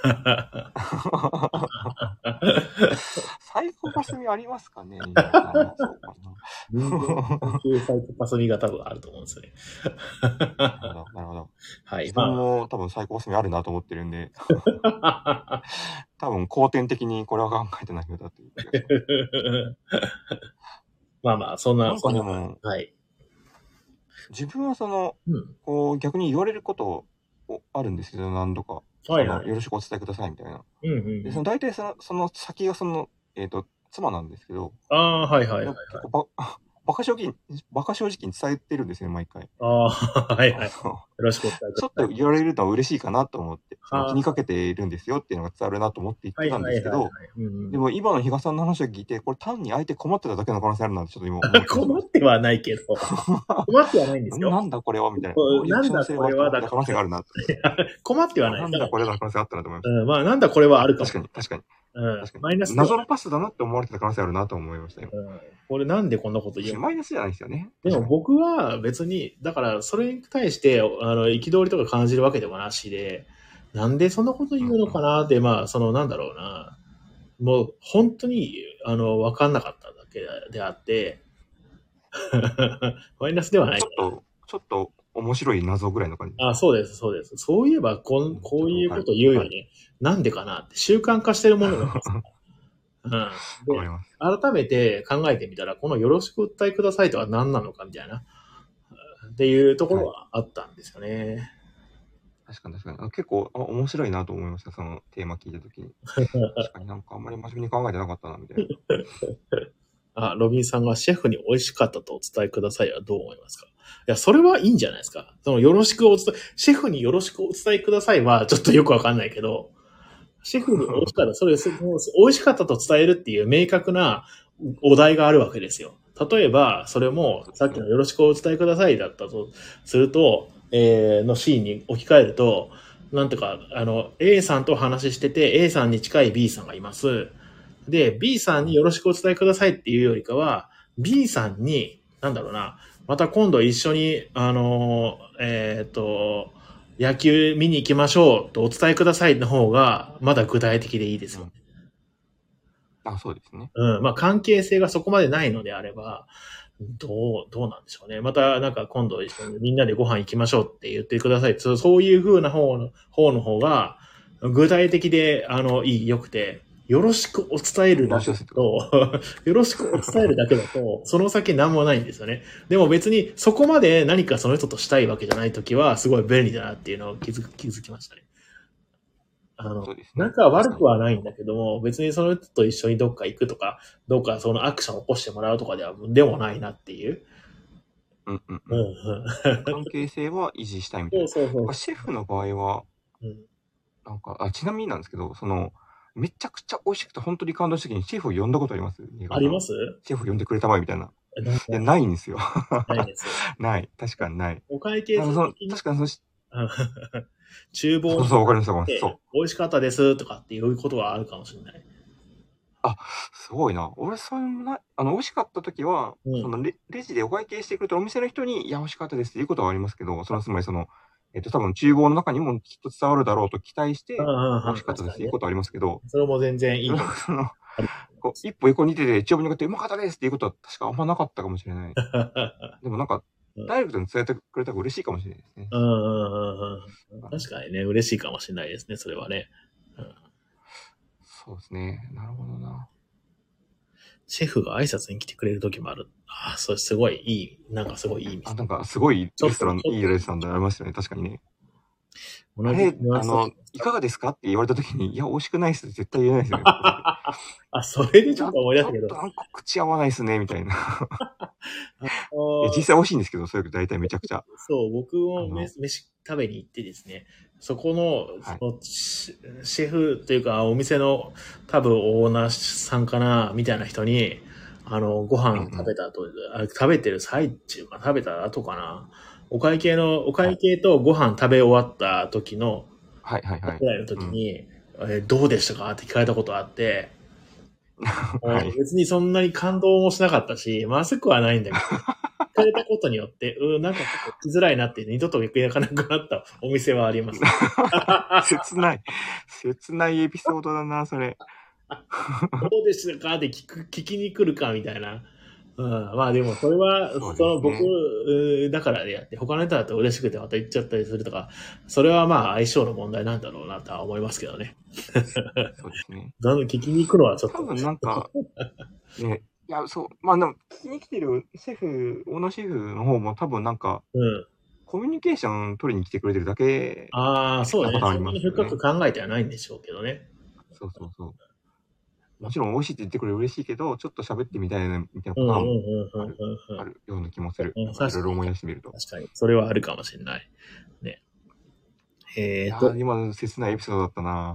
Speaker 2: サイコパス味ありますかね、皆さん。そうか
Speaker 1: 人間関
Speaker 2: な。
Speaker 1: 係サイコパスミが多分あると思うんですよね。
Speaker 2: なるほど、なるほど。
Speaker 1: はい、
Speaker 2: 自分も多分サイコパス味あるなと思ってるんで、多分後天的にこれは考えてないようだという気がします。
Speaker 1: そんな、
Speaker 2: なんかでも、
Speaker 1: はい。
Speaker 2: 自分は
Speaker 1: うん。
Speaker 2: 逆に言われることあるんですけど、何度か。
Speaker 1: はいはい。
Speaker 2: よろしくお伝えくださいみたいな。
Speaker 1: うんうんう
Speaker 2: で、
Speaker 1: ん。
Speaker 2: 大体その先が妻なんですけど、
Speaker 1: ああ、はいはいはいはい。
Speaker 2: 結構バカ正直に伝えてるんですね、毎回。
Speaker 1: ああ、はいはい。よ
Speaker 2: の
Speaker 1: ろしくお伝えく
Speaker 2: ちょっ
Speaker 1: ださい。
Speaker 2: と言われるのは嬉しいかなと思って、気に
Speaker 1: は
Speaker 2: かけているんですよっていうのが伝わるなと思って言っ
Speaker 1: はい
Speaker 2: てたん
Speaker 1: はいはいはい。
Speaker 2: ですけど、
Speaker 1: うんうん。
Speaker 2: でも今の比嘉さんの話を聞いて、これ単に相手困ってただけの可能性あるなってちょっと今思う気がしまし
Speaker 1: 困ってはないけど、困ってはないんで
Speaker 2: た。
Speaker 1: すよ。
Speaker 2: なんだこれはみたいな。どうリアクション
Speaker 1: なんだ
Speaker 2: すればいいと思って
Speaker 1: これはだか
Speaker 2: た可能性があるなって。
Speaker 1: ら、困ってはない。
Speaker 2: なんだこれだの可能性があったなと思いまし
Speaker 1: なんだこれは
Speaker 2: た。
Speaker 1: あるかも。
Speaker 2: 確かに、確かに。確かに。
Speaker 1: マイナスではない。
Speaker 2: 謎のパスだなって思われてた可能性あるなと思いましたよ。
Speaker 1: これなんでこんなこと言うの？
Speaker 2: マイナスじゃないですよね。
Speaker 1: でも
Speaker 2: 確かに。
Speaker 1: 僕は別に、だからそれに対して、憤りとか感じるわけでもなしで、なんでそんなこと言うのかなって、なんだろうな。もう本当に、わかんなかっただけであって、マイナスではない。
Speaker 2: ちょっと面白い謎ぐらいの感じです
Speaker 1: あ、
Speaker 2: か？
Speaker 1: そうです、そうです。そういえばこういうこと言うよね。なんでかなって習慣化してるものなんですよ。
Speaker 2: わかり
Speaker 1: で、
Speaker 2: ます。
Speaker 1: 改めて考えてみたら、このよろしくお伝えくださいとは何なのかみたいな、っていうところ
Speaker 2: はい。
Speaker 1: はあったんですよね。
Speaker 2: 確かに確かに。結構面白いなと思いました、そのテーマ聞いたときに。確かになんかあんまり真面目に考えてなかったな、みたいな。
Speaker 1: ロビンさんがシェフに美味しかったとお伝えくださいはどう思いますか？いや、それはいいんじゃないですか。シェフによろしくお伝えくださいはちょっとよくわかんないけど、シェフに美味しかった、美味しかったと伝えるっていう明確なお題があるわけですよ。例えば、それも、さっきのよろしくお伝えくださいだったとすると、のシーンに置き換えると、なんとか、A さんと話してて、A さんに近い B さんがいます。で、B さんによろしくお伝えくださいっていうよりかは、B さんになんだろうな、また今度一緒に、野球見に行きましょうとお伝えくださいの方が、まだ具体的でいいですよね。
Speaker 2: そうですね。
Speaker 1: まあ関係性がそこまでないのであれば、どうなんでしょうね。またなんか今度一緒にみんなでご飯行きましょうって言ってください。そういう風な方の方が、具体的で、良くて、よろしくお伝えるだけだと、よろしくお伝えるだけだと、その先何もないんですよね。でも別にそこまで何かその人としたいわけじゃないときは、すごい便利だなっていうのを気づきましたね。仲悪くはないんだけども、別にその人と一緒にどっか行くとか、どっかそのアクションを起こしてもらうとかでもないなっていう。
Speaker 2: 関係性は維持したいみたいな。シェフの場合は、なんか、ちなみになんですけど、めちゃくちゃ美味しくて本当に感動した時にシェフを呼んだことあります？
Speaker 1: あります？
Speaker 2: シェフ呼んでくれたまえみたいな。いや、ないんですよ。
Speaker 1: ないですよ。
Speaker 2: ない。確かにない。
Speaker 1: お会計
Speaker 2: 確かに
Speaker 1: 厨房
Speaker 2: そう、わかりました、わかりました。そう。
Speaker 1: 美味しかったですとかっていうことはあるかもしれない。
Speaker 2: すごいな。俺、そういうのない。美味しかった時は、レジでお会計してくれたお店の人に、いや、美味しかったですっていうことはありますけど、つまり多分厨房の中にもきっと伝わるだろうと期待して、美味しかったですっていうことはありますけど、
Speaker 1: それも全然いい。
Speaker 2: 一歩横に出て、厨房に向かってうまかったですっていうことは確かあんまなかったかもしれない。でもなんか、ダイレクトに伝えてくれた方が嬉しいかもしれないですね。
Speaker 1: 確かにね、嬉しいかもしれないですね、それはね。
Speaker 2: そうですね。なるほどな。
Speaker 1: シェフが挨拶に来てくれる時もある。それすごいいい、なんかすごいいい店。
Speaker 2: なんかすごいレストラン、いいレストランでありましたね。確かにね。いかがですかって言われた時に、いや、美味しくないっすって絶対言えないですよね。
Speaker 1: それでちょっと思い出したけど。
Speaker 2: ちょっとなんか口合わないっすね、みたいな。実際美味しいんですけど、そういうの大体めちゃくちゃ。
Speaker 1: そう、僕も飯食べに行ってですね、そこの、シェフというか、お店の多分オーナーさんかな、みたいな人に、ご飯食べた後、食べてる最中か、食べた後かな。お会計とご飯食べ終わった時の、ぐらいの時に、どうでしたかって聞かれたことあって、別にそんなに感動もしなかったし、まずくはないんだけど、聞かれたことによって、なんかちょっと来づらいなって二度と行かなくなったお店はあります。
Speaker 2: 切ないエピソードだな、それ。
Speaker 1: どうでしたかって聞きに来るかみたいな。まあでもそれは、僕だからでやって、他の人だと嬉しくてまた行っちゃったりするとか、それはまあ相性の問題なんだろうなとは思いますけどね。
Speaker 2: そうですね。
Speaker 1: 聞きに行くのはちょっと。
Speaker 2: 多分なんか、ね、いや、そう、まあでも、聞きに来てるオーナーシェフの方も多分なんか、コミュニケーション取りに来てくれてるだけ。
Speaker 1: そうね。そんなに深く考えてはないんでしょうけどね。
Speaker 2: そうそうそう。もちろん美味しいって言ってくれ嬉しいけど、ちょっと喋ってみたいな、みたいなこともあるような気もする。いろいろ思い出してみると。
Speaker 1: 確かに。それはあるかもしれない。ね。
Speaker 2: 今の切ないエピソードだったな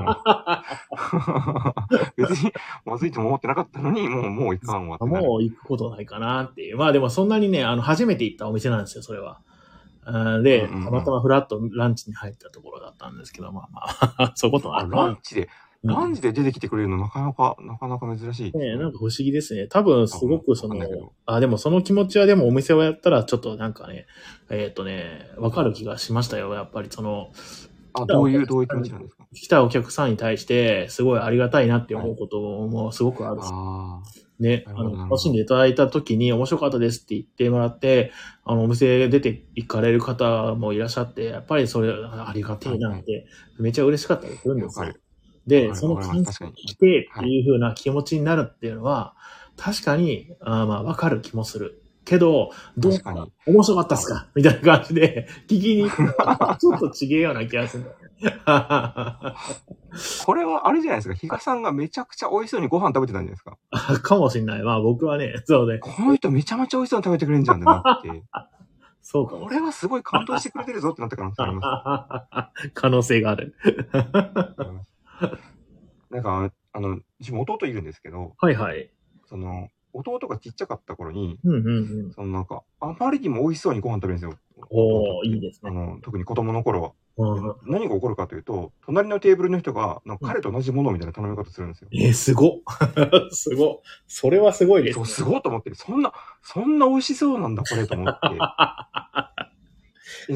Speaker 2: 別に、まずいとも思ってなかったのに、もう行かんわってなる。
Speaker 1: もう行くことないかなっていう。まあでもそんなにね、初めて行ったお店なんですよ、それは。で、たまたまフラッとランチに入ったところだったんですけど、まあ、そういうことは
Speaker 2: ランチで出てきてくれるのなかなか珍しい。
Speaker 1: なんか不思議ですね。多分すごくでもその気持ちはでもお店をやったらちょっとなんかね、わかる気がしましたよ。やっぱり
Speaker 2: どういう気持ちなんですか？
Speaker 1: 来たお客さんに対して、すごいありがたいなって思うこともすごくあるし。ね、楽しんでいただいた時に面白かったですって言ってもらって、お店出て行かれる方もいらっしゃって、やっぱりそれありがたいなって、めっちゃ嬉しかったりするんですよ。で、その感想が来てっていう風な気持ちになるっていうのは、確かに、わかる気もする。けど、どうか面白かったっすかみたいな感じで、聞きに行くのは、ちょっと違えような気がするんだよね。
Speaker 2: これはあれじゃないですか。比嘉さんがめちゃくちゃ美味しそうにご飯食べてたんじゃないですか。
Speaker 1: かもしんない。まあ僕はね、そうね。
Speaker 2: この人めちゃめちゃ美味しそうに食べてくれるんじゃんってなって。
Speaker 1: そうか。
Speaker 2: これはすごい感動してくれてるぞってなった可能性あります。
Speaker 1: 可能性がある。
Speaker 2: なんか、自分弟いるんですけど。
Speaker 1: はいはい。
Speaker 2: 弟がちっちゃかった頃に、
Speaker 1: なん
Speaker 2: か、あまりにも美味しそうにご飯食べるんですよ。
Speaker 1: いいですね。
Speaker 2: 特に子供の頃は。 何が起こるかというと、隣のテーブルの人が、彼と同じものみたいな頼み方するんですよ。
Speaker 1: すごっ。すごっ。それはすごいです
Speaker 2: ね。そう、すごいと思って、そんな美味しそうなんだ、これと思って。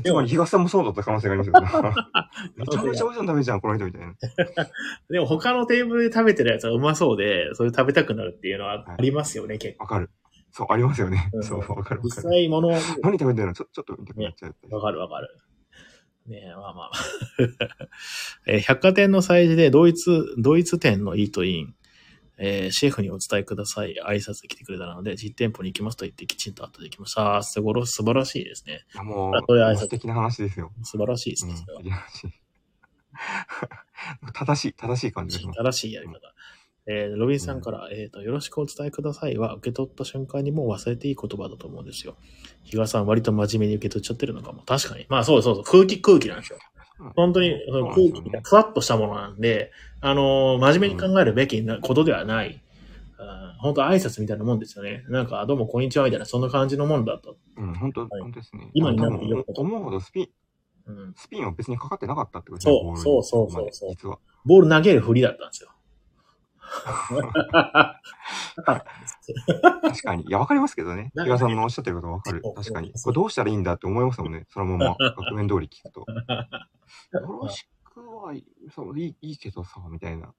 Speaker 2: つまり、東さんもそうだった可能性がありますよね。めちゃめちゃ美味しそうな食べじゃん、この人みたいな。
Speaker 1: でも他のテーブルで食べてるやつはうまそうで、それ食べたくなるっていうのはありますよね、結構。
Speaker 2: わかる。そう、ありますよね。そう、わかる。
Speaker 1: 実際物を。
Speaker 2: 何食べてるのちょっと見たくなっちゃう。
Speaker 1: わかる。ねえ、まあ。百貨店の催事でドイツ店のイートイン、シェフにお伝えください。挨拶来てくれたので、実店舗に行きますと言ってきちんと後で行きました。素晴らしいですね。
Speaker 2: もう、素敵な話ですよ。
Speaker 1: 素晴らしいですね。
Speaker 2: 素敵な話。正しい感じがします。
Speaker 1: 正しいやり方。ロビンさんから、よろしくお伝えくださいは、受け取った瞬間にもう忘れていい言葉だと思うんですよ。比嘉さん割と真面目に受け取っちゃってるのかも。確かに。まあそう。空気なんですよ。本当に、空気がふわっとしたものなんで、真面目に考えるべきことではない。本当挨拶みたいなもんですよね。なんか、どうもこんにちはみたいな、そんな感じのもんだと。
Speaker 2: 本当ですね。
Speaker 1: 今になってよ
Speaker 2: 思うほどスピンは別にかかってなかったってことですね。
Speaker 1: そう。
Speaker 2: 実は。
Speaker 1: ボール投げる振りだったんですよ。
Speaker 2: 確かに。いや、わかりますけどね。比嘉さんのおっしゃってることわかる。確かに。これどうしたらいいんだって思いますもんね。そのまま、額面通り聞くと。よろしくはいいけどさ、みたいな。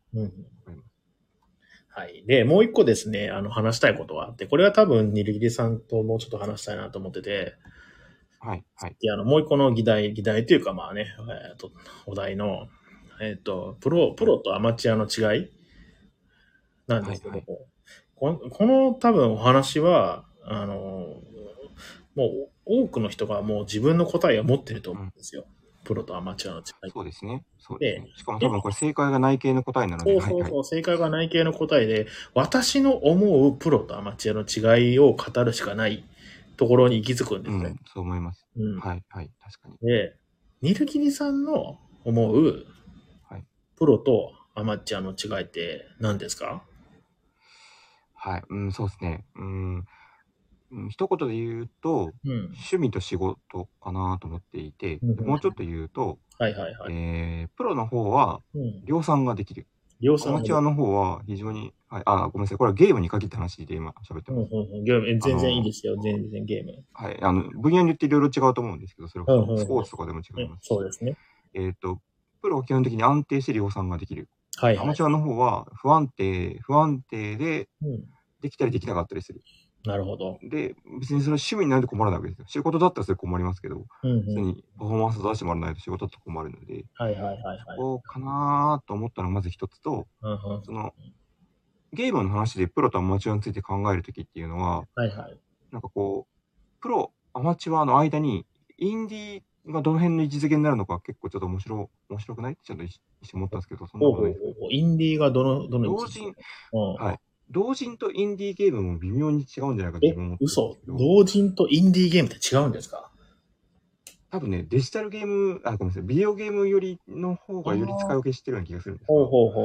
Speaker 1: はい。で、もう一個ですね、話したいことがあって、これは多分、ニルギリさんともうちょっと話したいなと思ってて、
Speaker 2: はい。
Speaker 1: もう一個の議題というか、まあね、お題の、プロとアマチュアの違いなんですけども、この多分お話は、もう多くの人がもう自分の答えを持ってると思うんですよ。プロとアマチュアの違い。
Speaker 2: そうですね。しかも多分これ正解が内径の答えなので。
Speaker 1: 正解が内径の答えで、私の思うプロとアマチュアの違いを語るしかないところに行き着くんですね。
Speaker 2: そう思います。はい、確かに。
Speaker 1: で、ニルギリさんの思う、プロとアマチュアの違いって何ですか？
Speaker 2: はい、そうですね。一言で言うと、趣味と仕事かなと思っていて、もうちょっと言うと、プロの方は量産ができる。アマチュアの方は非常に、ごめんなさい。これはゲームに限った話で今喋ってます。
Speaker 1: 全然いいですよ。全然ゲーム。
Speaker 2: はい。分野によっていろいろ違うと思うんですけど、それこそスポーツとかでも違いますし。
Speaker 1: そうですね。
Speaker 2: プロは基本的に安定して量産ができる。アマチュアの方は不安定で、できたりできなかったりする。
Speaker 1: なるほど。
Speaker 2: で、別にそれ趣味になると困らないわけですよ。仕事だったらそれ困りますけど、普通にパフォーマンス出してもらわないと仕事だと困るので、そこかなと思ったのがまず一つと、その、ゲームの話でプロとアマチュアについて考えるときっていうのは、なんかこう、プロ、アマチュアの間に、インディーがどの辺の位置づけになるのか結構ちょっと面白くないってちょっと一瞬思ったんですけど、そんなことないですか？
Speaker 1: インディーがどの位置？
Speaker 2: はい。同人とインディーゲームも微妙に違うんじゃないかと自分思ってるんですけど。
Speaker 1: 同人とインディーゲームって違うんですか？
Speaker 2: 多分ね、デジタルゲーム、ごめんなさい、ビデオゲームよりの方がより使い分けしてるような気がするんです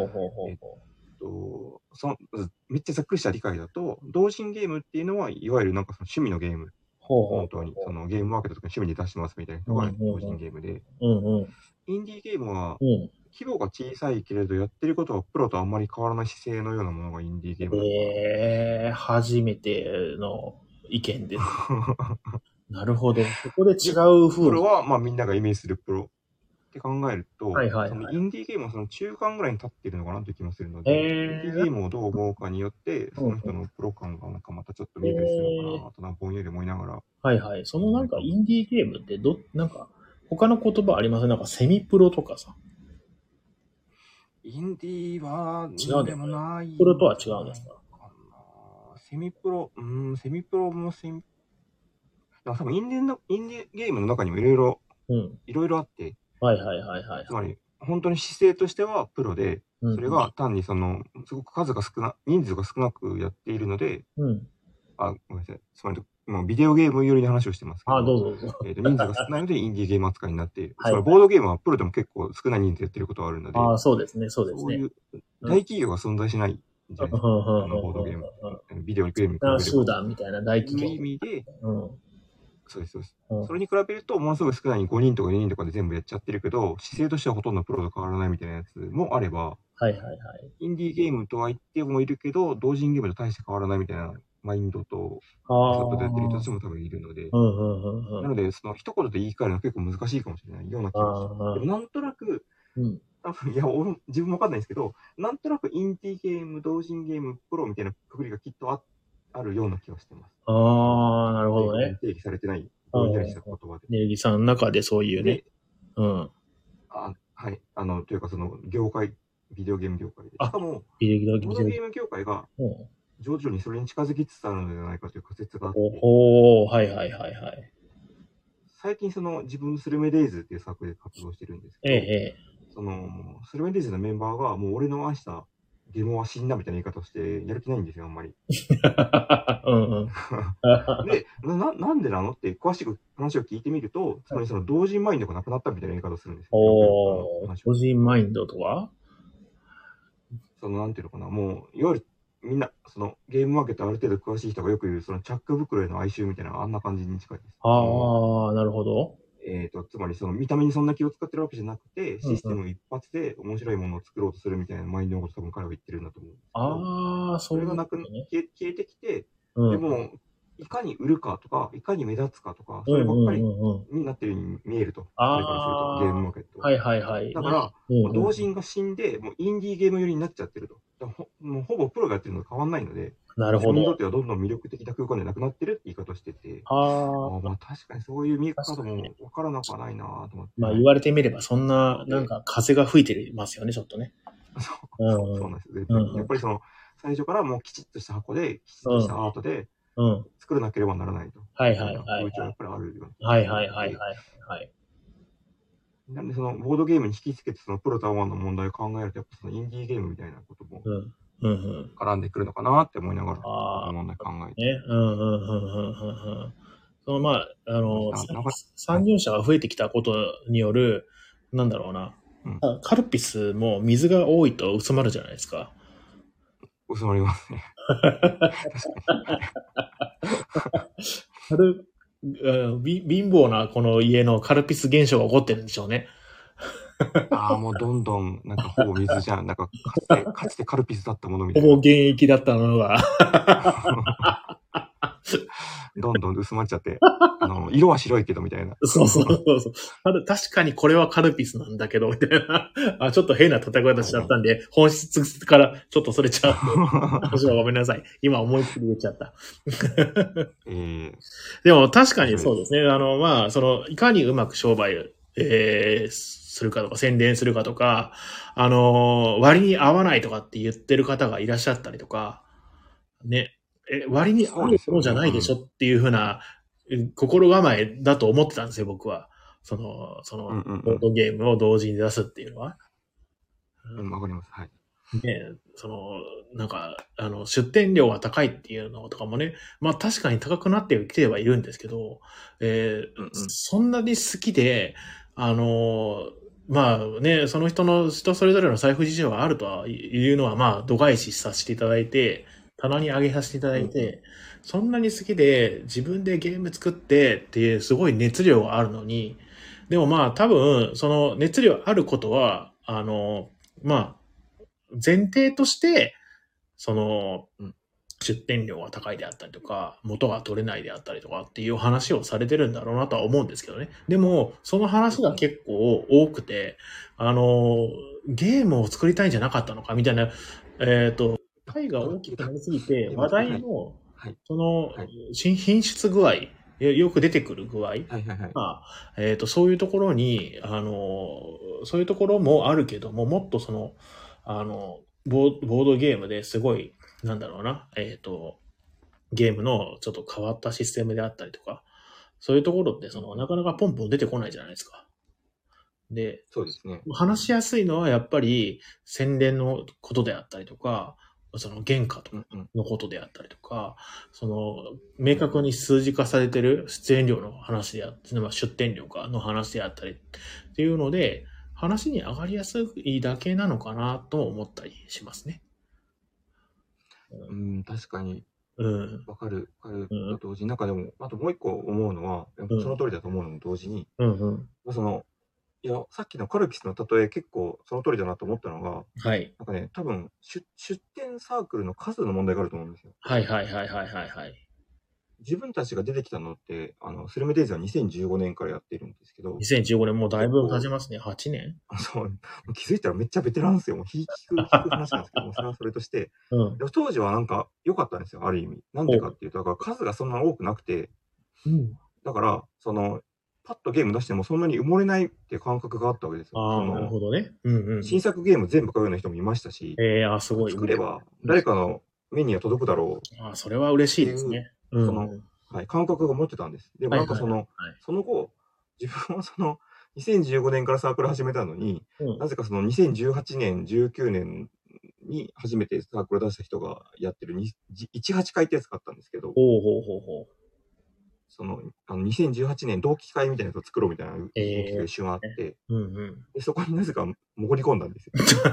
Speaker 2: めっちゃざっくりした理解だと、同人ゲームっていうのは、いわゆるなんかその趣味のゲーム。本当に、そのゲームマーケットとか趣味で出してますみたいな人が同人ゲームで、インディーゲームは、規模が小さいけれど、やってることはプロとあんまり変わらない姿勢のようなものがインディーゲームだ
Speaker 1: 初めての意見です。なるほど。ここで違う風に。
Speaker 2: プロは、まあみんながイメージするプロって考えると、そのインディーゲームはその中間ぐらいに立ってるのかなという気もするので、インディーゲームをどう思うかによって、その人のプロ感がなんかまたちょっと見えたりするのかなと、なんかぼんやり思いながら。
Speaker 1: そのなんかインディーゲームってなんか他の言葉あります？なんかセミプロとかさ。
Speaker 2: インディーは、
Speaker 1: 違うんでもない。プロとは違うんですか？
Speaker 2: セミプロも多分インディーゲームの中にもいろいろあって、つまり、本当に姿勢としてはプロで、それが単にすごく人数が少なくやっているので、ごめんなさい。つまり、もうビデオゲームよりに話をしてますけど、
Speaker 1: どうぞ。
Speaker 2: 人数が少ないのでインディーゲーム扱いになっている。それボードゲームはプロでも結構少ない人数やってることがあるので、
Speaker 1: そうですね。
Speaker 2: そういう大企業が存在しないじゃないですか。ボードゲーム。ビデオゲームに比べれば。
Speaker 1: 集団みたいな大企業。
Speaker 2: そういう意味で、 そうです、そうです。
Speaker 1: うん、
Speaker 2: それに比べると、ものすごい少ない5人とか4人とかで全部やっちゃってるけど、姿勢としてはほとんどプロと変わらないみたいなやつもあれば、
Speaker 1: はいはいはい。
Speaker 2: インディーゲームとは言ってもいるけど、同人ゲームと大して変わらないみたいなマインドと、
Speaker 1: あ
Speaker 2: メソッドでやってる人た
Speaker 1: あ、
Speaker 2: ちも多分いるので、
Speaker 1: うんうんうんうん。
Speaker 2: なので、その一言で言い換えるのは結構難しいかもしれないような気がします。でもなんとなく、
Speaker 1: うん。
Speaker 2: 多分、いや、俺も自分もわかんないですけど、なんとなくインディーゲーム、同人ゲーム、プロみたいなくくりがきっとあるような気がしてます。
Speaker 1: ああ、なるほどね。
Speaker 2: 明確に定義されてない、
Speaker 1: うん。
Speaker 2: ぼんやりした言葉で。
Speaker 1: ネギさんの中でそういうね。
Speaker 2: で、
Speaker 1: うん。
Speaker 2: はい、というかその業界、ビデオゲーム業界で。し
Speaker 1: あ、
Speaker 2: かも、
Speaker 1: ビデオ
Speaker 2: ボードゲーム業界が
Speaker 1: うん。
Speaker 2: 徐々にそれに近づきつつあるのではないかという仮説があって、
Speaker 1: おー、はいはいはいはい。
Speaker 2: 最近その自分スルメデイズっていうサークルで活動してるんですけ
Speaker 1: ええ、
Speaker 2: ど、
Speaker 1: ええ。
Speaker 2: そのスルメデイズのメンバーがもう俺の愛したゲームは死んだみたいな言い方をしてやる気ないんですよ、あんまり。
Speaker 1: うんうん。
Speaker 2: で、なんでなのって詳しく話を聞いてみると、つまりその同人マインドがなくなったみたいな言い方をするんですよ。よくよく
Speaker 1: おー、個
Speaker 2: 話を聞くと。
Speaker 1: 人マインドとは
Speaker 2: そのなんていうのかな、もう、いわゆるみんな、そのゲームマーケットある程度詳しい人がよく言う、そのチャック袋への哀愁みたいな、あんな感じに近いです。
Speaker 1: ああ、なるほど。
Speaker 2: つまりその見た目にそんな気を使ってるわけじゃなくて、
Speaker 1: うんうん。
Speaker 2: システム一発で面白いものを作ろうとするみたいなマインドのこと多分彼は言ってるんだと思うんですけど、
Speaker 1: ああ、そういう
Speaker 2: それが
Speaker 1: ことね。
Speaker 2: 消えてきて、
Speaker 1: うん。
Speaker 2: でも、いかに売るかとか、いかに目立つかとか、
Speaker 1: うんう
Speaker 2: そればっかり
Speaker 1: んうんうん。
Speaker 2: になってるように見えると。彼からすると、ゲーム
Speaker 1: ああ、
Speaker 2: マーケットは。
Speaker 1: はいはいはい。ね。
Speaker 2: だから、
Speaker 1: うんうん。
Speaker 2: もう同人が死んで、もうインディーゲーム寄りになっちゃってると。もうほぼプロがやってるのと変わんないので、自
Speaker 1: なるほど。
Speaker 2: 分にとってはどんどん魅力的な空間でなくなってるって言い方をしてて、
Speaker 1: ああ、
Speaker 2: まあ確かにそういう見え方
Speaker 1: 確かにね。
Speaker 2: もわからなくはないなと思って、
Speaker 1: まあ
Speaker 2: はい。
Speaker 1: 言われてみればそんな、なん
Speaker 2: で、
Speaker 1: か風が吹いてますよね、ちょっとね。うんうん。
Speaker 2: そうなんですよ、絶対に。
Speaker 1: うんうん。
Speaker 2: やっぱりその、最初からもうきちっとした箱で、きちっとした
Speaker 1: うん。
Speaker 2: アートで
Speaker 1: うん。
Speaker 2: 作らなければならないと
Speaker 1: はいはい
Speaker 2: いうような
Speaker 1: はいはい。
Speaker 2: 風潮はやっぱりあるような気が
Speaker 1: はい
Speaker 2: してい
Speaker 1: はいはい
Speaker 2: て、
Speaker 1: はいはい。
Speaker 2: なんでそのボードゲームに引き付けてそのプロとワンの問題を考えると、やっぱそのインディーゲームみたいなことも
Speaker 1: うん。うんうん。
Speaker 2: 絡んでくるのかなって思いながら、ちょっと
Speaker 1: ああ、
Speaker 2: 問題考えて
Speaker 1: ね。うんうんうんうんうんうん。そのまあ、
Speaker 2: ました。はい。
Speaker 1: 参入者が増えてきたことによる、なんだろうな。
Speaker 2: うん。
Speaker 1: カルピスも水が多いと薄まるじゃないですか。
Speaker 2: 収まりますね。
Speaker 1: カル貧乏なこの家のカルピス現象が起こってるんでしょうね。
Speaker 2: ああ、もうどんどん、なんかほぼ水じゃん。なんかかつてカルピスだったものみたいな。
Speaker 1: ほぼ現役だったのが。
Speaker 2: どんどん薄まっちゃって、色は白いけどみたいな。
Speaker 1: そうそうそうそう。確かにこれはカルピスなんだけど、みたいな。ちょっと変な叩き方しちゃったんで、本質からちょっとそれちゃう。話はごめんなさい。今思いっきり言っちゃった。でも確かにそうですね。まあ、いかにうまく商売、するかとか、宣伝するかとか、割に合わないとかって言ってる方がいらっしゃったりとか、ね。割に合うものじゃないでしょっていうふうな、心構えだと思ってたんですよ、僕は。ボードゲームを同時に出すっていうのは。
Speaker 2: わかります。はい。
Speaker 1: ね、なんか、出店料が高いっていうのとかもね、まあ確かに高くなってきてはいるんですけど、そんなに好きで、まあね、その人それぞれの財布事情があるとはいうのは、まあ、度外視させていただいて、棚に上げさせていただいて、そんなに好きで自分でゲーム作ってっていうすごい熱量があるのに、でもまあ多分、その熱量あることは、まあ、前提として、出店料が高いであったりとか、元が取れないであったりとかっていう話をされてるんだろうなとは思うんですけどね。でも、その話が結構多くて、ゲームを作りたいんじゃなかったのかみたいな、パイが大きくなりすぎて、話題の、品質具合、よく出てくる具合、そういうところに、そういうところもあるけども、もっとボードゲームですごい、なんだろうな、ゲームのちょっと変わったシステムであったりとか、そういうところってなかなかポンポン出てこないじゃないですか。で、
Speaker 2: そうですね。
Speaker 1: 話しやすいのはやっぱり宣伝のことであったりとか、原価とかのことであったりとか、明確に数字化されてる出演料の話であったり、出店料の話であったりっていうので、話に上がりやすいだけなのかなと思ったりしますね。
Speaker 2: 確かに。 わかると同時に、なんかでも、あともう一個思うのは、その通りだと思うのも同時に、いや、さっきのカルピスの例え結構その通りだなと思ったのが、
Speaker 1: はい。
Speaker 2: なんかね、多分、出展サークルの数の問題があると思うんですよ。
Speaker 1: はいはいはいはいはいはい。
Speaker 2: 自分たちが出てきたのって、スルメデイズは2015年からやってるんですけど、
Speaker 1: 2015年もうだいぶ経
Speaker 2: 結構、
Speaker 1: ちますね。8年
Speaker 2: そう、気づいたらめっちゃベテランですよ。もう引く話なんですけども、それはそれとして、
Speaker 1: うん。
Speaker 2: でも当時はなんか良かったんですよ、ある意味。なんでかっていうと、だから数がそんな多くなくて、
Speaker 1: うん。
Speaker 2: だから、パッとゲーム出してもそんなに埋もれないっていう感覚があったわけですよ。
Speaker 1: ああ、なるほどね。うんうん。
Speaker 2: 新作ゲーム全部買うような人もいましたし、
Speaker 1: すごい。
Speaker 2: 作れば誰かの目には届くだろう
Speaker 1: ああ、それは嬉し
Speaker 2: っていう、
Speaker 1: いですね。うん
Speaker 2: その、
Speaker 1: うん。
Speaker 2: はい、感覚が持ってたんです。でも
Speaker 1: はいはいはい。
Speaker 2: その後、自分は2015年からサークル始めたのに、
Speaker 1: うん。
Speaker 2: なぜか2018年、19年に初めてサークル出した人がやってる18回ってやつがあったんですけど、
Speaker 1: ほうほうほうほう。
Speaker 2: 2018年同期会みたいなやつを作ろうみたいな動きが一瞬あっ
Speaker 1: ね
Speaker 2: て、
Speaker 1: うんうん。
Speaker 2: でそこになぜか潜り込んだんですよ。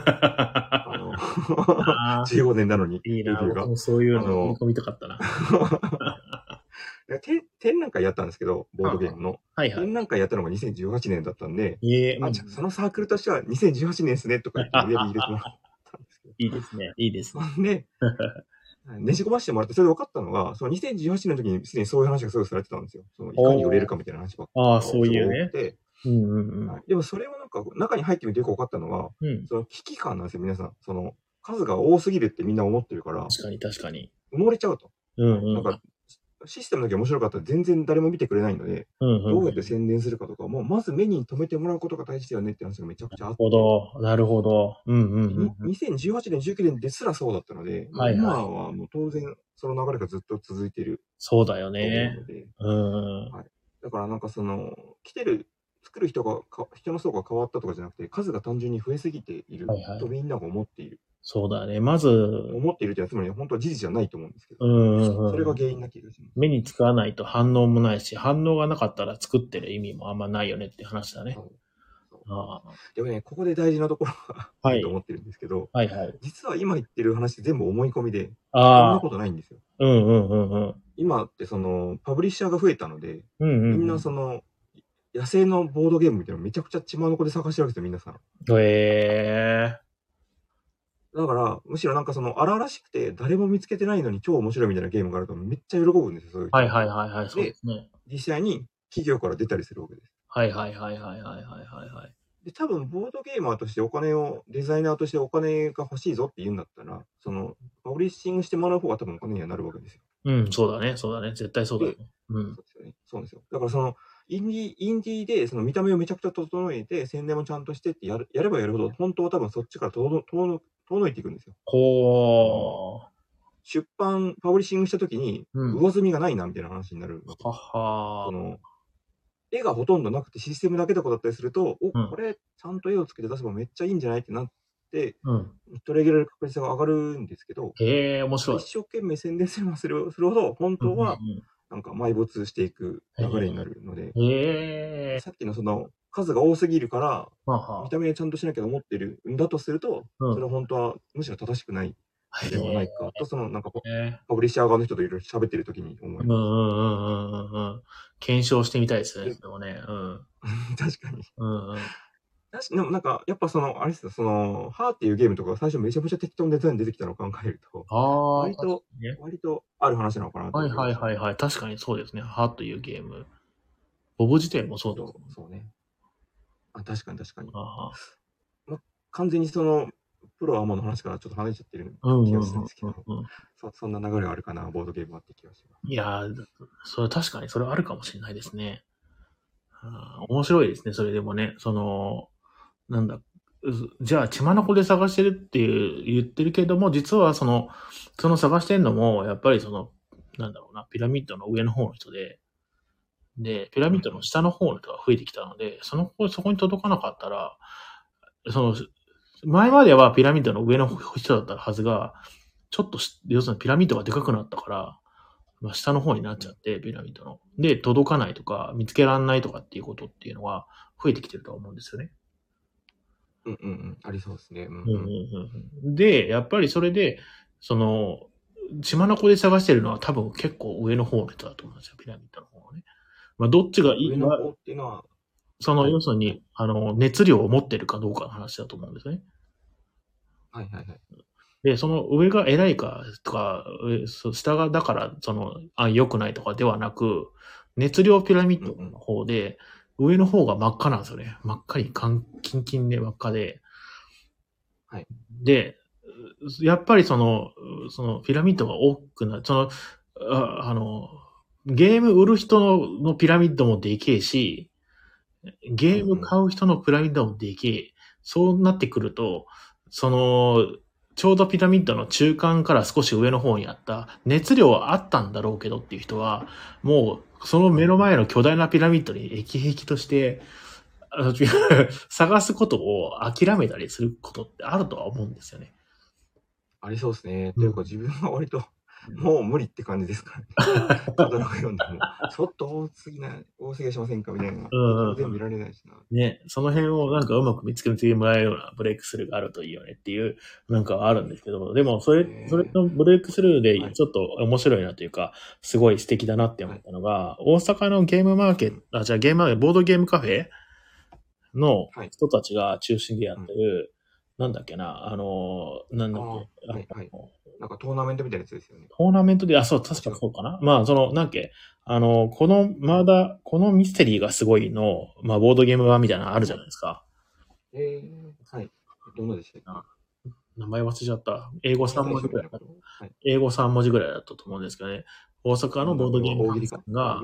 Speaker 1: ああ、
Speaker 2: 15年なのに、
Speaker 1: いいな。
Speaker 2: レビューが。
Speaker 1: 僕もそういうの組み込みたかったな。
Speaker 2: 展覧会やったんですけど、ボードゲームの。
Speaker 1: はいはい。
Speaker 2: 展覧会やったのが2018年だったんで、
Speaker 1: うん。
Speaker 2: じゃあそのサークルとしては2018年ですねとか言って無理やり入れてもらったんですけど。
Speaker 1: いいですね。いいですね。
Speaker 2: そんで、ねじ込ましてもらって、それで分かったのが、その2018年の時にすでにそういう話がすごいされてたんですよ。いかに売れるかみたいな話ばっか
Speaker 1: ああ、
Speaker 2: がすごい
Speaker 1: そういうね。
Speaker 2: 多くて。
Speaker 1: うんうんうん。
Speaker 2: でもそれをなんか、中に入ってみてよく分かったのが、
Speaker 1: うん。
Speaker 2: その危機感なんですよ、皆さん。数が多すぎるってみんな思ってるから、
Speaker 1: 確かに確かに。
Speaker 2: 埋もれちゃうと。
Speaker 1: うんうん。
Speaker 2: なんか、システムだけ面白かったら全然誰も見てくれないので、どうやって宣伝するかとかも、まず目に留めてもらうことが大事だよねって話がめちゃくちゃあって。
Speaker 1: なるほど。うんうんうん。
Speaker 2: 2018年、19年ですらそうだったので、もう今はもう当然その流れがずっと続いている
Speaker 1: そうだよ
Speaker 2: と思う
Speaker 1: ね。
Speaker 2: ので、
Speaker 1: はい。
Speaker 2: だからなんか作る人の層が変わったとかじゃなくて、数が単純に増えすぎているとみんなが思っている。
Speaker 1: そうだね。まず、
Speaker 2: 思っているというのは、つまり本当は事実じゃないと思うんですけど、それが原因な気がします。
Speaker 1: 目につかないと反応もないし、反応がなかったら作ってる意味もあんまないよねって話だね。
Speaker 2: でもね、ここで大事なところがあると思ってるんですけど、実は今言ってる話って全部思い込みで、そんなことないんですよ。今ってパブリッシャーが増えたので、みんな野生のボードゲームみたいなのめちゃくちゃ血眼で探してるわけですよ、皆さん。だから、むしろなんか荒々しくて、誰も見つけてないのに超面白いみたいなゲームがあるとめっちゃ喜ぶんですよ、そういう人。で、実際に企業から出たりするわけです。で、多分、ボードゲーマーとしてデザイナーとしてお金が欲しいぞって言うんだったら、パブリッシングしてもらう方が多分お金にはなるわけですよ。
Speaker 1: うん、そうだね、そうだね。絶対そうだね。
Speaker 2: うん。そうですよね。そうですよ。だからインディーで見た目をめちゃくちゃ整えて、宣伝もちゃんとしてってやればやるほど、本当は多分そっちから遠いていくんですよ。パブリッシングした時に、上積みがないなみたいな話になるわけ。絵がほとんどなくてシステムだけとかだったりすると、これちゃんと絵をつけて出せばめっちゃいいんじゃないってなって、取り上げられる確率が上がるんですけど、
Speaker 1: 面白い。
Speaker 2: 一生懸命宣伝すればするほど、本当は、なんか埋没していく流れになるので、さっきの数が多すぎるから、見た目ちゃんとしなきゃと思ってるんだとすると、それは本当はむしろ正しくないではないかと、なんかパブリッシャー側の人といろいろ喋ってる時に思い
Speaker 1: ます。検証してみたいですね、でもね。
Speaker 2: 確かに。でもなんか、やっぱあれですよ、ハーっていうゲームとか最初めちゃめちゃ適当なデザイン出てきたのを考えると、割とある話なのかなと。
Speaker 1: 確かにそうですね。ハーというゲーム。ボブ自体もそうですね。
Speaker 2: そうね。確かに。完全にプロアマの話からちょっと離れちゃってる気がするんですけど、そんな流れがあるかな、ボードゲームはって気がします。
Speaker 1: いやー、確かにそれはあるかもしれないですね。面白いですね、それでもね。なんだ、じゃあ、血眼で探してるって言ってるけども、実はその探してんのも、やっぱりなんだろうな、ピラミッドの上の方の人で、ピラミッドの下の方の人が増えてきたので、そこに届かなかったら、前まではピラミッドの上の人だったはずが、ちょっと、要するにピラミッドがでかくなったから、下の方になっちゃって、ピラミッドの。で、届かないとか、見つけられないとかっていうことっていうのは増えてきてると思うんですよね。
Speaker 2: ありそうですね。
Speaker 1: で、やっぱりそれで、 血眼で探してるのは多分結構上の方の人だと思うんですよ、ピラミッドの方はね。まあ、どっちがいい
Speaker 2: 上の方っていうのは、
Speaker 1: 要するに、熱量を持ってるかどうかの話だと思うんですね。
Speaker 2: はいはいはい。
Speaker 1: で、その上が偉いかとか、下がだから、良くないとかではなく、熱量ピラミッドの方で、上の方が真っ赤なんですよね。真っ赤にキンキンで真っ赤で。
Speaker 2: はい。
Speaker 1: で、やっぱりそのピラミッドが多くなる、ゲーム売る人のピラミッドもでけえし、ゲーム買う人のピラミッドもでけえ。そうなってくると、ちょうどピラミッドの中間から少し上の方にあった熱量はあったんだろうけどっていう人は、もうその目の前の巨大なピラミッドに駅壁として探すことを諦めたりすることってあるとは思うんですよね。
Speaker 2: ありそうですね。というか自分は割ともう無理って感じですからね。カタログ読んでも、ちょっと多すぎやしませんかみたいな。全部見られないしな。
Speaker 1: ね、その辺をなんかうまく見つけてもらえるようなブレイクスルーがあるといいよねっていうなんかはあるんですけど、でもそれのブレイクスルーでちょっと面白いなというか、すごい素敵だなって思ったのが、大阪のゲームマーケット、ボードゲームカフェの人たちが中心でやってる、なんだっけな、なんだっけ、
Speaker 2: なんかトーナメントみたいなやつですよね。
Speaker 1: トーナメントで、確かそうかな。まあ、なんだっけ、このミステリーがすごいの、まあ、ボードゲーム版みたいなのあるじゃないですか。
Speaker 2: はい。どんなでしたっ
Speaker 1: け？名前忘れちゃった。英語3文字ぐらいだった。英語3文字ぐらいだったと思うんですけどね。大阪のボードゲームさんが、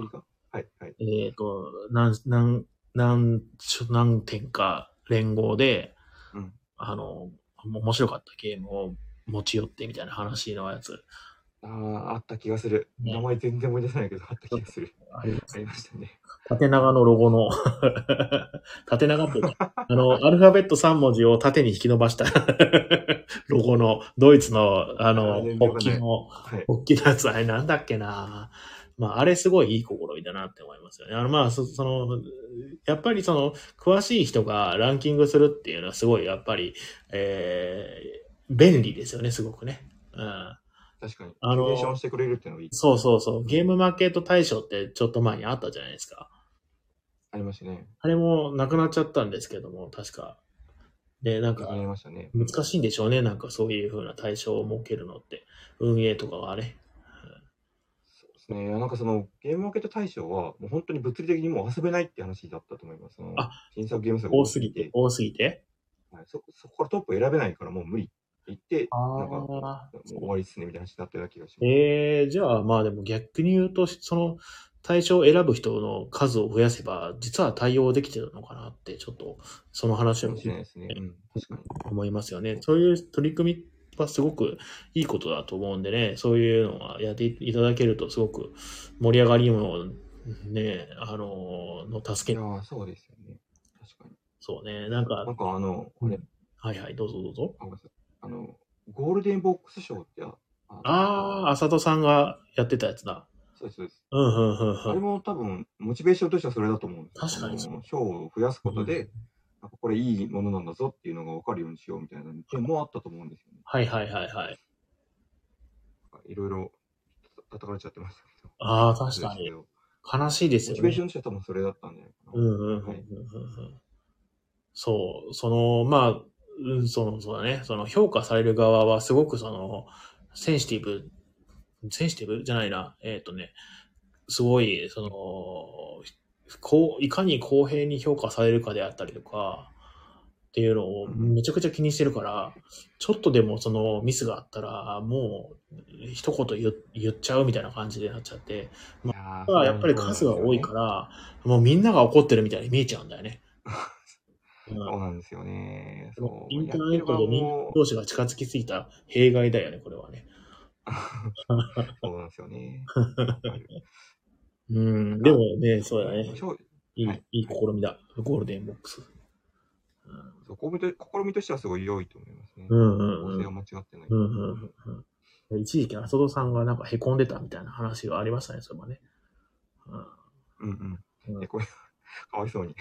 Speaker 1: 何点か連合で、面白かったゲームを持ち寄ってみたいな話のやつ。
Speaker 2: あった気がする。名前全然思い出せないけど、あった気がする。ありましたね。
Speaker 1: 縦長のロゴの縦長っていうか、アルファベット3文字を縦に引き伸ばしたロゴの、ドイツの、国旗のやつ、あれなんだっけな。まあ、あれすごいいい試みだなって思いますよね。まあ、やっぱり詳しい人がランキングするっていうのはすごい、やっぱり、便利ですよね、すごくね。
Speaker 2: 確かに。キュレーションしてくれるっていうのがいい。
Speaker 1: そう。ゲームマーケット大賞ってちょっと前にあったじゃないですか。
Speaker 2: ありましたね。
Speaker 1: あれもなくなっちゃったんですけども、確か。で、なんか、難しいんでしょうね。なんかそういう風な対象を設けるのって。運営とかがね。
Speaker 2: そうですね。なんかゲームマーケット大賞は、もう本当に物理的にもう遊べないって話だったと思います。新作ゲーム数が
Speaker 1: 多すぎて
Speaker 2: はい、そこからトップ選べないからもう無理って言って、なんか、もう終わりっすねみたいな話だったような気がします。
Speaker 1: じゃあまあでも逆に言うと、対象を選ぶ人の数を増やせば、実は対応できてるのかなって、ちょっと、その話を思いますよね。そういう取り組みはすごくいいことだと思うんでね、そういうのはやっていただけるとすごく盛り上がりもね、の助け。
Speaker 2: そうですよね。確かに。
Speaker 1: そうね、なんか
Speaker 2: あれ。
Speaker 1: はいはい、どうぞどうぞ。
Speaker 2: ゴールデンボックス賞って
Speaker 1: 浅戸さんがやってたやつだ。
Speaker 2: そうです。
Speaker 1: あ
Speaker 2: れも多分、モチベーションとしてはそれだと思うんです。
Speaker 1: 確かに
Speaker 2: 賞を増やすことで、なんかこれいいものなんだぞっていうのが分かるようにしようみたいな点もあったと思うんですよね。
Speaker 1: はい。
Speaker 2: いろいろ叩かれちゃってましたけど。
Speaker 1: 確かに。悲しいですよね。
Speaker 2: モチベーションとしては多分それだったんじゃないかな。
Speaker 1: そう、まあ、そうだね。評価される側はすごくセンシティブじゃないな。すごい、いかに公平に評価されるかであったりとか、っていうのをめちゃくちゃ気にしてるから、ちょっとでもミスがあったら、もう一言言っちゃうみたいな感じでなっちゃって、まあ、やっぱり数が多いから、もうみんなが怒ってるみたいに見えちゃうんだよね。
Speaker 2: そうなんですよね。
Speaker 1: インターネットで人間同士が近づきすぎた弊害だよね、これはね。
Speaker 2: そうなんですよね。
Speaker 1: でもね、そうだね。いい試みだ、ゴールデンボックス。
Speaker 2: 試みとしてはすごい良いと思いますね。構成は間違ってない。
Speaker 1: 一時期、浅戸さんがなんか凹んでたみたいな話がありましたね、それはね。
Speaker 2: これ、かわいそうに。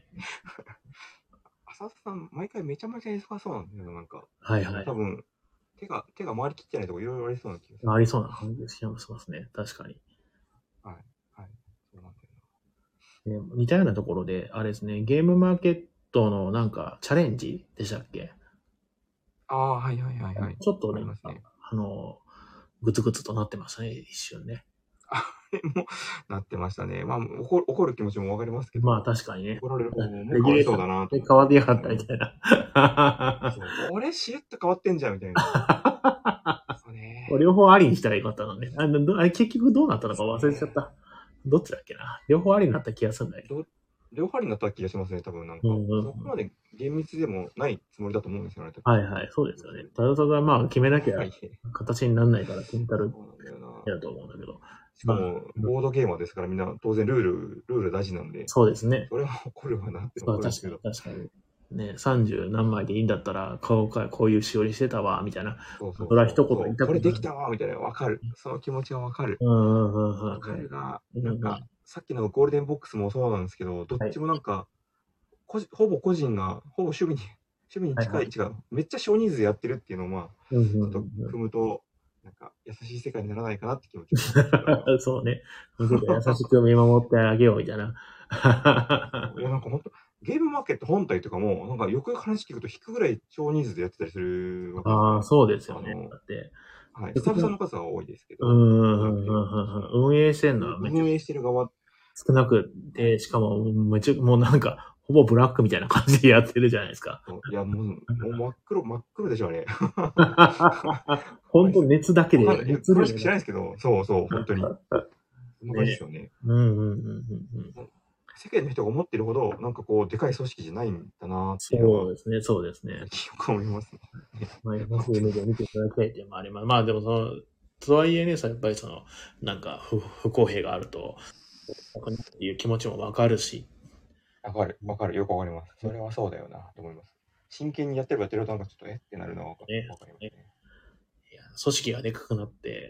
Speaker 2: 浅戸さん、毎回めちゃめちゃ忙しそうなんだよ、なんか。多分、 手が回りきってないとこいろいろありそうな気がする。
Speaker 1: ありそうな感じがしますね。確かに。
Speaker 2: はい。はい。そうなんだよ
Speaker 1: 似たようなところで、あれですね、ゲームマーケットのなんかチャレンジでしたっけ？
Speaker 2: な。はいはいはいはい。
Speaker 1: ちょっとね、
Speaker 2: ありますね。
Speaker 1: グツグツとなってましたね、一瞬ね。
Speaker 2: あれもなってましたね。まあ、怒る気持ちもわかりますけど。
Speaker 1: まあ確かにね。
Speaker 2: 怒られる方も
Speaker 1: レギュレーショ
Speaker 2: かわいそうだなと思って。
Speaker 1: ンで変わってやがったみたいな。
Speaker 2: そう。俺、しれっと変わってんじゃん、みたいな。そうね。
Speaker 1: 両方ありにしたらよかったのね。あれ結局どうなったのか忘れちゃった。どっちだっけな。両方ありになった気がするんだけど。
Speaker 2: 両方ありになった気がしますね、多分なんか。そこまで厳密でもないつもりだと思うんですよね。
Speaker 1: はいはい、そうですよね。ただただまあ決めなきゃ形にならないから決めたるやと思うんだけど。
Speaker 2: しかも、ボードゲーマーですからみんな当然ルール大事なんで。
Speaker 1: そうですね。
Speaker 2: それは怒るわなって思うんですけど。
Speaker 1: 確かに。ね、30何枚でいいんだったら、こういうしおりしてたわ、みたいな。
Speaker 2: そ
Speaker 1: れは一言言いたくない。
Speaker 2: これできたわ、みたいな。わかる。その気持ちはわかる。わかるが、なんか、さっきのゴールデンボックスもそうなんですけど、どっちもなんか、ほぼ個人が、ほぼ趣味に近い、違う。めっちゃ少人数でやってるっていうのを、まあ、ちょっと組むと、なんか、優しい世界にならないかなって気持ちが。
Speaker 1: そうね。優しく見守ってあげよう、みたいな。
Speaker 2: いや、なんか本当ゲームマーケット本体とかも、なんかよく話聞くと引くぐらい少人数でやってたりするわけですね。
Speaker 1: そうですよね。だって。
Speaker 2: はい。スタッフさんの数は多いですけど。
Speaker 1: 運営してるのは
Speaker 2: 運営してる側。
Speaker 1: 少なくて、しかも、もうなんか、ほぼブラックみたいな感じでやってるじゃないですか。
Speaker 2: いや、もう真っ黒でしょ、あれ。
Speaker 1: 本当熱だけで。
Speaker 2: 詳しく知らないですけど、そう、本当に。そんな感じですよね。世間の人が思ってるほど、なんかこう、でかい組織じゃないんだなっていうのは。
Speaker 1: そうですね。
Speaker 2: よく思いますね。
Speaker 1: まあ、優しい目で見ていただきたいっていうのもあります。まあでもとはいえね、やっぱりなんか不公平があると、っていう気持ちもわかるし。
Speaker 2: わかる。よくわかります。それはそうだよな、と思います。真剣にやってるとなんかちょっとってなるのはわかりますね。
Speaker 1: いや、組織がでかくなって、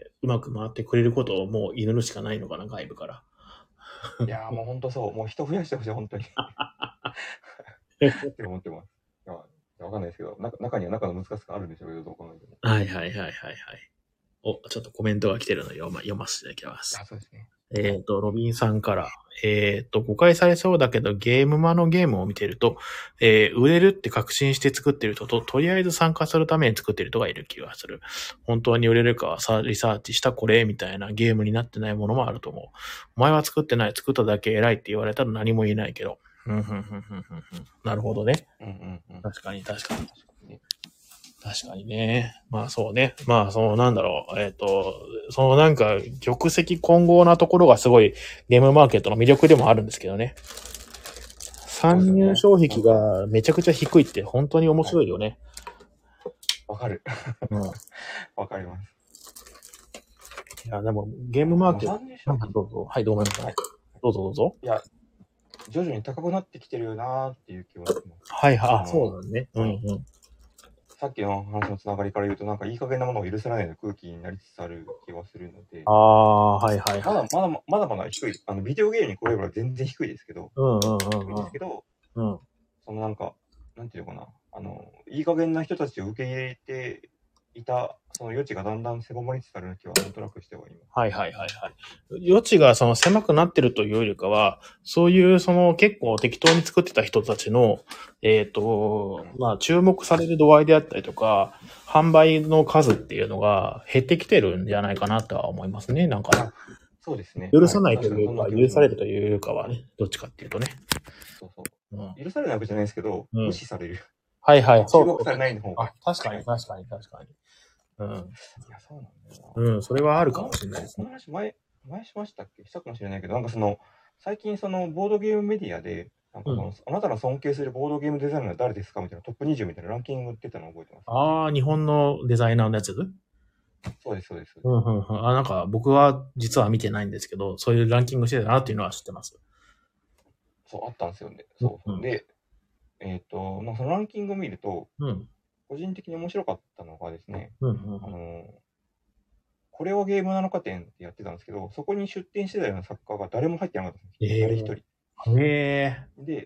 Speaker 1: うまく回ってくれることをもう祈るしかないのかな、外部から。
Speaker 2: いやーもう本当そう。もう人増やしてほしい、本当に。って思ってます。いや、わかんないですけど、中には中の難しさがあるんでしょうけど、どう考えても。
Speaker 1: はい。ちょっとコメントが来てるので読ませていただきます。
Speaker 2: そうですね。
Speaker 1: ロビンさんから、誤解されそうだけど、ゲームマのゲームを見てると、売れるって確信して作ってる人と、とりあえず参加するために作ってる人がいる気がする。本当に売れるかはリサーチしたこれみたいなゲームになってないものもあると思う。お前は作ってない、作っただけ偉いって言われたら何も言えないけど。なるほどね。確かに。確かにね。まあそうね。まあなんだろう。なんか玉石混合なところがすごいゲームマーケットの魅力でもあるんですけどね。参入障壁がめちゃくちゃ低いって本当に面白いよね。
Speaker 2: わかる。わかります。
Speaker 1: いや、でもゲームマーケット。どうぞ。はい、どうぞ。
Speaker 2: いや、徐々に高くなってきてるよなーっていう気はします。
Speaker 1: はい、そうだね。
Speaker 2: さっきの話のつながりから言うと、なんかいい加減なものを許さないような空気になりつつある気がするので。まだまだ低い。ビデオゲームに比べれば全然低いですけど。そのなんか、なんていうのかな。いい加減な人たちを受け入れていた、その余地がだんだん狭まりつつある気はなんとなくしてはいます。
Speaker 1: はい。余地が狭くなってるというよりかは、そういう結構適当に作ってた人たちの、まあ注目される度合いであったりとか、販売の数っていうのが減ってきてるんじゃないかなとは思いますね、なんか。
Speaker 2: そうですね。
Speaker 1: 許さないというか、許されるというかはね、どっちかっていうとね。
Speaker 2: 許されないわけじゃないですけど、無視される。
Speaker 1: はい。
Speaker 2: 注目されないの方が。
Speaker 1: 確かに。
Speaker 2: いや、そうなん
Speaker 1: だよな。それはあるかもしれないです
Speaker 2: ね。この話前しましたっけ？したかもしれないけど、なんか最近ボードゲームメディアで、なんかあなたの尊敬するボードゲームデザイナーは誰ですかみたいなトップ20みたいなランキング出たの覚えてます。
Speaker 1: 日本のデザイナーのやつ？
Speaker 2: そうです。
Speaker 1: なんか僕は実は見てないんですけど、そういうランキングしてたなっていうのは知ってます。
Speaker 2: そう、あったんですよね。で、そのランキングを見ると、個人的に面白かったのがですね、これはゲームなのか展ってやってたんですけど、そこに出展してたような作家が誰も入ってなかったんですよ。誰一人。
Speaker 1: で、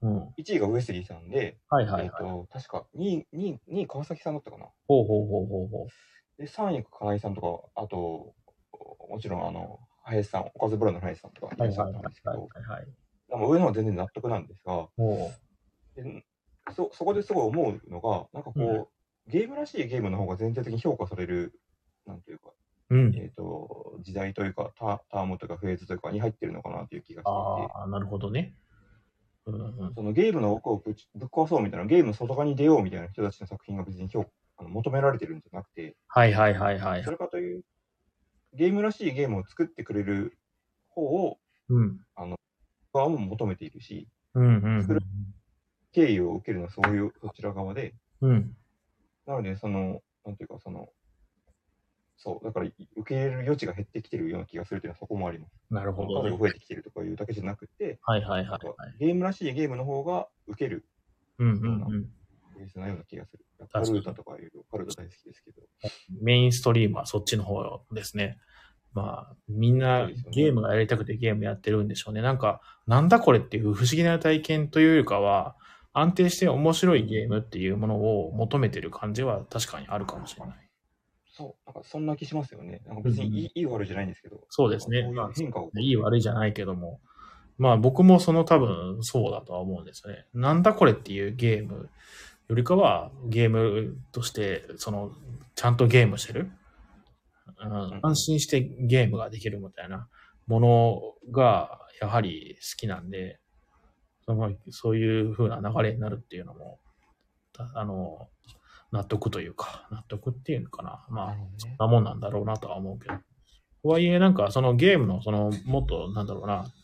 Speaker 1: うん。
Speaker 2: 1位がウエスリーさんで、
Speaker 1: はいはいはい。
Speaker 2: 確か2位川崎さんだったかな。
Speaker 1: ほうほうほうほうほ
Speaker 2: で、3位金井さんとか、あと、もちろん林さん、おかずブランドの林さんとかい
Speaker 1: う。は
Speaker 2: らっしゃった
Speaker 1: いはいはい
Speaker 2: んですけど、
Speaker 1: はいはい。
Speaker 2: でも上の方は全然納得なんですが、
Speaker 1: ほ
Speaker 2: でそこですごい思うのが、なんか
Speaker 1: う。うん。
Speaker 2: こう、ゲームらしいゲームの方が全体的に評価される、なんというか、
Speaker 1: うん。
Speaker 2: 時代というか、タームというかフェーズというかに入ってるのかなという気がしていて、
Speaker 1: ああ、なるほどね。うんうん。
Speaker 2: そのゲームの奥をぶっ壊そうみたいな、ゲームの外側に出ようみたいな人たちの作品が別に求められてるんじゃなくて、
Speaker 1: はいはいはいはい。
Speaker 2: どちらかというゲームらしいゲームを作ってくれる方を、
Speaker 1: うん。
Speaker 2: 側も求めているし、
Speaker 1: うんうんうん。
Speaker 2: 作る敬意を受けるのはそういうそちら側で、
Speaker 1: うん。
Speaker 2: なので、なんていうか、そう、だから受け入れる余地が減ってきてるような気がするというのはそこもあります。
Speaker 1: なるほどね。
Speaker 2: 数が増えてきてるとかいうだけじゃなくて、
Speaker 1: はいはいはい
Speaker 2: なんか
Speaker 1: はい。
Speaker 2: ゲームらしいゲームの方が受ける
Speaker 1: うんうん
Speaker 2: ような
Speaker 1: うん。
Speaker 2: ベースなような気がする。カ
Speaker 1: 確かに。
Speaker 2: ルータとかいうカルータ大好きですけど。
Speaker 1: メインストリームはそっちの方ですね。まあ、みんな
Speaker 2: そうですよね。
Speaker 1: ゲームがやりたくてゲームやってるんでしょうね。なんか、なんだこれっていう不思議な体験というよりかは、安定して面白いゲームっていうものを求めてる感じは確かにあるかもしれない。
Speaker 2: そう、なんかそんな気しますよね。なんか別にいい悪いじゃないんですけど、
Speaker 1: そうですね。
Speaker 2: そういう
Speaker 1: まあ、
Speaker 2: 変化が起こ
Speaker 1: いい
Speaker 2: ってる。
Speaker 1: 悪いじゃないけども、まあ僕もその多分そうだとは思うんですよね。なんだこれっていうゲームよりかは、ゲームとして、ちゃんとゲームしてる。安心してゲームができるみたいなものがやはり好きなんで、そういう風な流れになるっていうのも、あの、納得というか、納得っていうのかな。まあ、そんなもんなんだろうなとは思うけど。とはいえ、なんかそのゲームの、もっと、なんだろうな、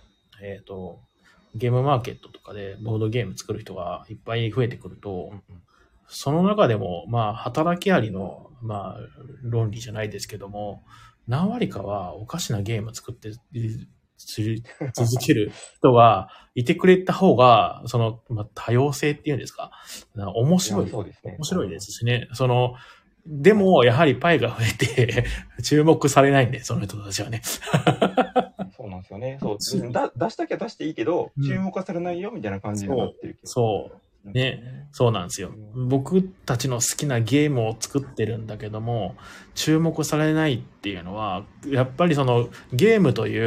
Speaker 1: ゲームマーケットとかでボードゲーム作る人がいっぱい増えてくると、その中でも、まあ、働きありの、まあ、論理じゃないですけども、何割かはおかしなゲーム作って続ける人がいてくれた方が、まあ、多様性っていうんですか、面白い。
Speaker 2: そうですね。
Speaker 1: 面白いですしね。でも、やはりパイが増えて注目されないんで、その人たちはね。
Speaker 2: そうなんですよね。そう、別に出したきゃ出していいけど、注目はされないよみたいな感じになってるけど。
Speaker 1: そう。ね。そうなんですよ。僕たちの好きなゲームを作ってるんだけども、注目されないっていうのは、やっぱりゲームという、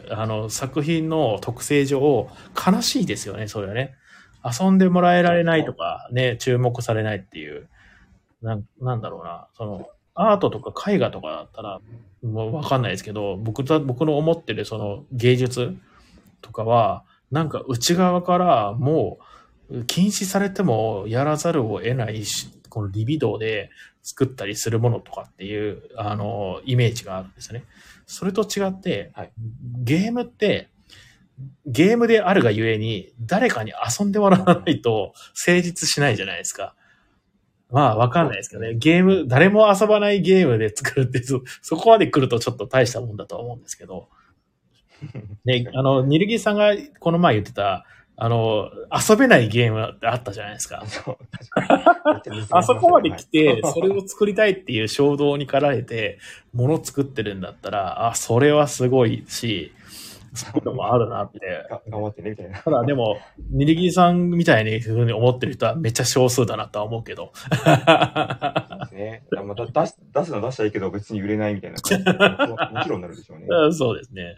Speaker 1: 作品の特性上、悲しいですよね、それはね。遊んでもらえられないとか、ね、注目されないっていう。なんだろうな、アートとか絵画とかだったら、もうわかんないですけど、僕の思ってる芸術とかは、なんか内側からもう禁止されてもやらざるを得ないし、このリビドーで作ったりするものとかっていう、イメージがあるんですよね。それと違って、
Speaker 2: はい、
Speaker 1: ゲームって、ゲームであるがゆえに、誰かに遊んでもらわないと成立しないじゃないですか。まあ、わかんないですけどね。誰も遊ばないゲームで作るって、そこまで来るとちょっと大したもんだとは思うんですけど。ね、ニルギさんがこの前言ってた、遊べないゲームってあったじゃないですか。
Speaker 2: そう、確かに。
Speaker 1: あそこまで来て、それを作りたいっていう衝動に駆られて、もの作ってるんだったら、それはすごいし、そういうのもあるなって。
Speaker 2: 頑張ってね、みたいな。
Speaker 1: ただでも、ニルギさんみたいにふうに思ってる人はめっちゃ少数だなとは思うけど。
Speaker 2: そうですね。また出すの出したらいいけど別に売れないみたいな感じもちろんなるでしょうね。
Speaker 1: そうですね。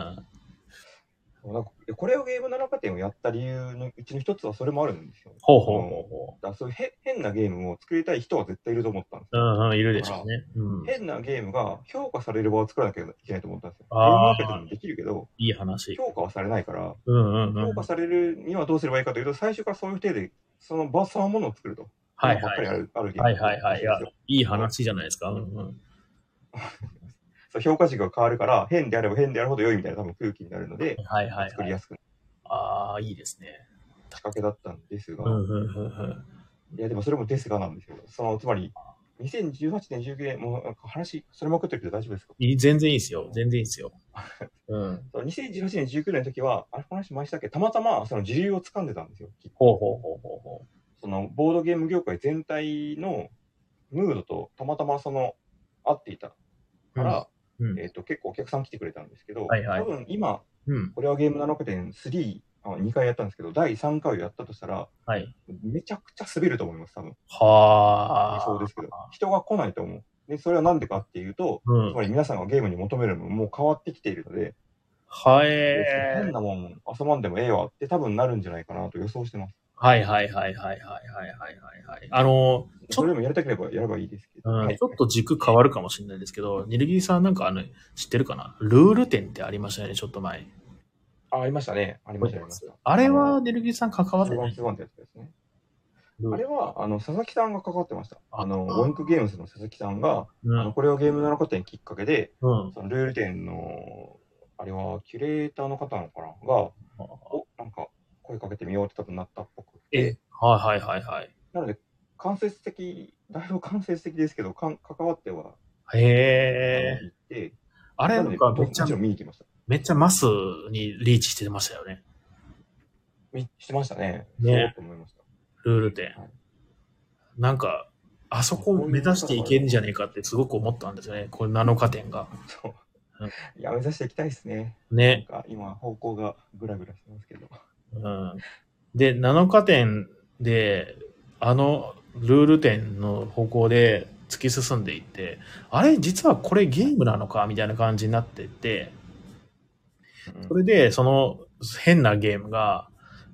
Speaker 2: なんかこれをゲーム7日展をやった理由のうちの一つはそれもあるんですよ。
Speaker 1: ほうほうほうほ
Speaker 2: う。そういう変なゲームを作りたい人は絶対いると思ったんです
Speaker 1: よ。いるでしょうね。
Speaker 2: 変なゲームが評価される場を作らなきゃいけないと思ったんですよ。ゲームマーケットでもできるけど、
Speaker 1: いい話。
Speaker 2: 評価はされないから、
Speaker 1: 評
Speaker 2: 価されるにはどうすればいいかというと、最初からそういう程度で、その場そのものを作ると。
Speaker 1: はい
Speaker 2: ばっかりあるゲーム。
Speaker 1: はい。いい話じゃないですか。
Speaker 2: そう評価軸が変わるから、変であれば変であるほど良いみたいな多分空気になるので、作りやすくなる。
Speaker 1: いいですね。
Speaker 2: 仕掛けだったんですが、いや、でもそれもですがなんですよ。つまり、2018年、19年、もう話、それまくってるけど大丈夫ですか？
Speaker 1: 全然いいですよ。全然いいですよ。
Speaker 2: 2018年、19年の時は、あれ話前したっけ、たまたまその時流を掴んでたんですよ。
Speaker 1: ほう。
Speaker 2: そのボードゲーム業界全体のムードとたまたま合っていたから、結構お客さん来てくれたんですけど、多分今、これはゲーム7日展3 2回やったんですけど、第3回をやったとしたら、
Speaker 1: はい。
Speaker 2: めちゃくちゃ滑ると思います、多分。
Speaker 1: は
Speaker 2: そうですけど。人が来ないと思う。で、それはなんでかっていうと、つまり皆さんがゲームに求めるものも変わってきているので、変なもん遊ばんでもええわって多分なるんじゃないかなと予想してます。
Speaker 1: はいはいはいはいはいはいはいはい。
Speaker 2: それでもやりたければやればいいですけど。
Speaker 1: ちょっと軸変わるかもしれないですけど、ニルギーさんなんか知ってるかな？ルール展ってありましたよね、ちょっと前。
Speaker 2: ありましたね。ありました。
Speaker 1: あれはニルギーさん関わってない？
Speaker 2: 2ってやつですね。あれは、佐々木さんが関わってました。ウォインクゲームズの佐々木さんが、これをゲームのことにきっかけで、そのルール展の、あれは、キュレーターの方なのかなが、なんか、声かけてみようって多分なったっぽくて。
Speaker 1: はいはいはいはい。
Speaker 2: なので、だいぶ間接的ですけど、関わっては、
Speaker 1: 行
Speaker 2: って、
Speaker 1: あれなんか
Speaker 2: もちろん見に行きました。
Speaker 1: めっちゃマスにリーチしてましたよね。
Speaker 2: してましたね。
Speaker 1: ね。
Speaker 2: そうと思いました。
Speaker 1: ルール展。なんか、あそこ目指していけるんじゃねえかってすごく思ったんですよね。これ7日展が。
Speaker 2: そう。いや、目指していきたいですね。
Speaker 1: ね。
Speaker 2: なんか今、方向がグラグラしてますけど。
Speaker 1: で、7日展で、ルール展の方向で突き進んでいって、あれ実はこれゲームなのかみたいな感じになってって、それで、その変なゲームが、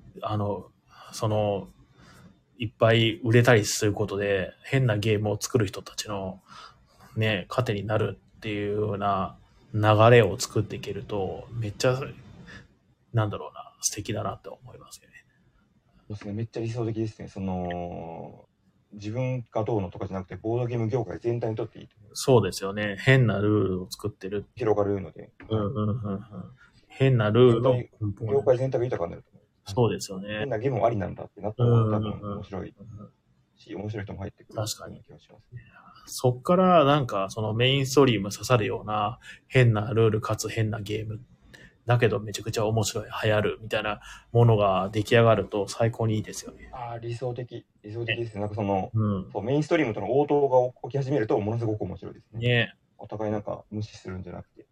Speaker 1: いっぱい売れたりすることで、変なゲームを作る人たちの、ね、糧になるっていうような流れを作っていけると、めっちゃ、なんだろうな、素敵だなって思いますよね。
Speaker 2: そうですね、めっちゃ理想的ですね。自分がどうのとかじゃなくて、ボードゲーム業界全体にとっていいと思う。
Speaker 1: そうですよね。変なルールを作ってる。
Speaker 2: 広がるので。
Speaker 1: 変なルールの
Speaker 2: 業界全体が豊かになると思う。
Speaker 1: そうですよね。
Speaker 2: 変なゲームもありなんだってなったら、多分面白いし、面白い人も入ってくる。
Speaker 1: 確かに。
Speaker 2: 気がしますね。
Speaker 1: そっからなんかそのメインストリーム刺さるような変なルールかつ変なゲームだけどめちゃくちゃ面白い、流行るみたいなものが出来上がると最高にいいですよね。
Speaker 2: 理想的ですね。なんかそうメインストリームとの応答が起き始めるとものすごく面白いですね。
Speaker 1: ね。
Speaker 2: お互いなんか無視するんじゃなくて。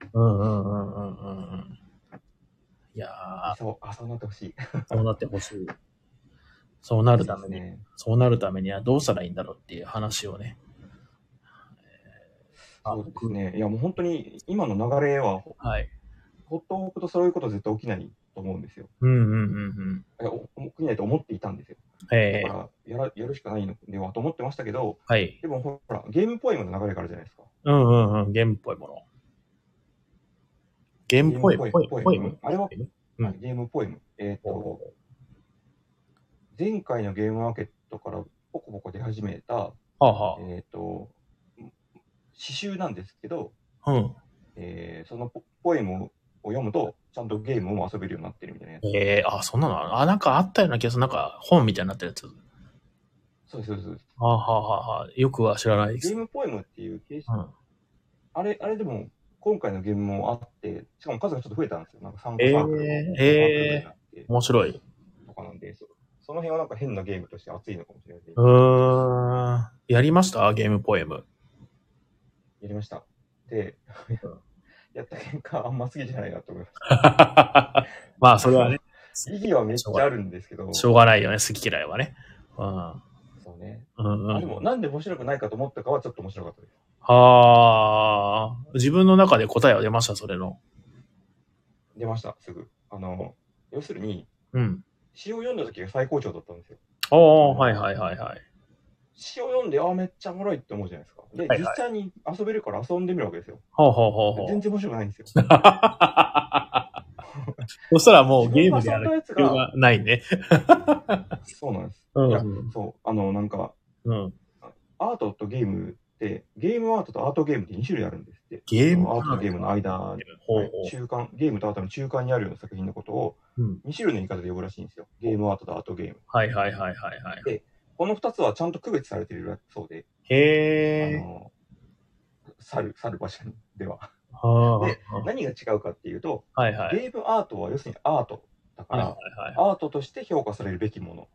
Speaker 2: いやー。そうなってほしい。
Speaker 1: そうなってほしい。そうなるために、そうなるためにはどうしたらいいんだろうっていう話をね。
Speaker 2: そうですね。いやもう本当に今の流れは、ほっとおくとそういうこと絶対起きないと思うんですよ。起きないと思っていたんですよ。だからやるしかないのではと思ってましたけど、でもほら、ゲームっぽいもの流れからじゃないですか。
Speaker 1: ゲームっぽいもの。ゲームっぽいもの。
Speaker 2: あれは、ゲームっぽいもの。前回のゲームマーケットからポコポコ出始めた、詩集なんですけど、そのポエムを読むと、ちゃんとゲームも遊べるようになってるみたいなやつ。
Speaker 1: そんなのなんかあったような気がする。なんか本みたいになってるやつ。
Speaker 2: そうです。
Speaker 1: よくは知らないです。
Speaker 2: ゲームポエムっていう形式。あれでも、今回のゲームもあって、しかも数がちょっと増えたんですよ。なんか参加サークルが。
Speaker 1: 面白い。
Speaker 2: とかなんで、その辺はなんか変なゲームとして熱いのかもしれない。
Speaker 1: やりましたゲームポエム。
Speaker 2: やりました。で、やった結果、あんま好きじゃないなと思いました。
Speaker 1: まあ、それはね。
Speaker 2: 意義はめっちゃあるんですけど。
Speaker 1: しょうがないよね、好き嫌いはね。
Speaker 2: そうね。でも、なんで面白くないかと思ったかはちょっと面白かったです。
Speaker 1: 自分の中で答えは出ました、それの。
Speaker 2: 出ました、すぐ。要するに、詩を読んだ時が最高潮だったんですよ。詩を読んで、めっちゃおもろいって思うじゃないですか。で、実際に遊べるから遊んでみるわけですよ。全然面白くないんですよ。
Speaker 1: そしたらもうゲームでやる必要がないね。
Speaker 2: そうなんです。いや、そう、なんか、アートとゲームって、ゲームアートとアートゲームって2種類あるんですって。
Speaker 1: ゲーム
Speaker 2: アートとゲームの間、ゲームとアートの中間にあるような作品のことを、2種類の言い方で呼ぶらしいんですよ。ゲームアートとアートゲーム。で、この2つはちゃんと区別されているそうで。去る場所では。で、何が違うかっていうと、ゲームアートは要するにアートだから、アートとして評価されるべきもの。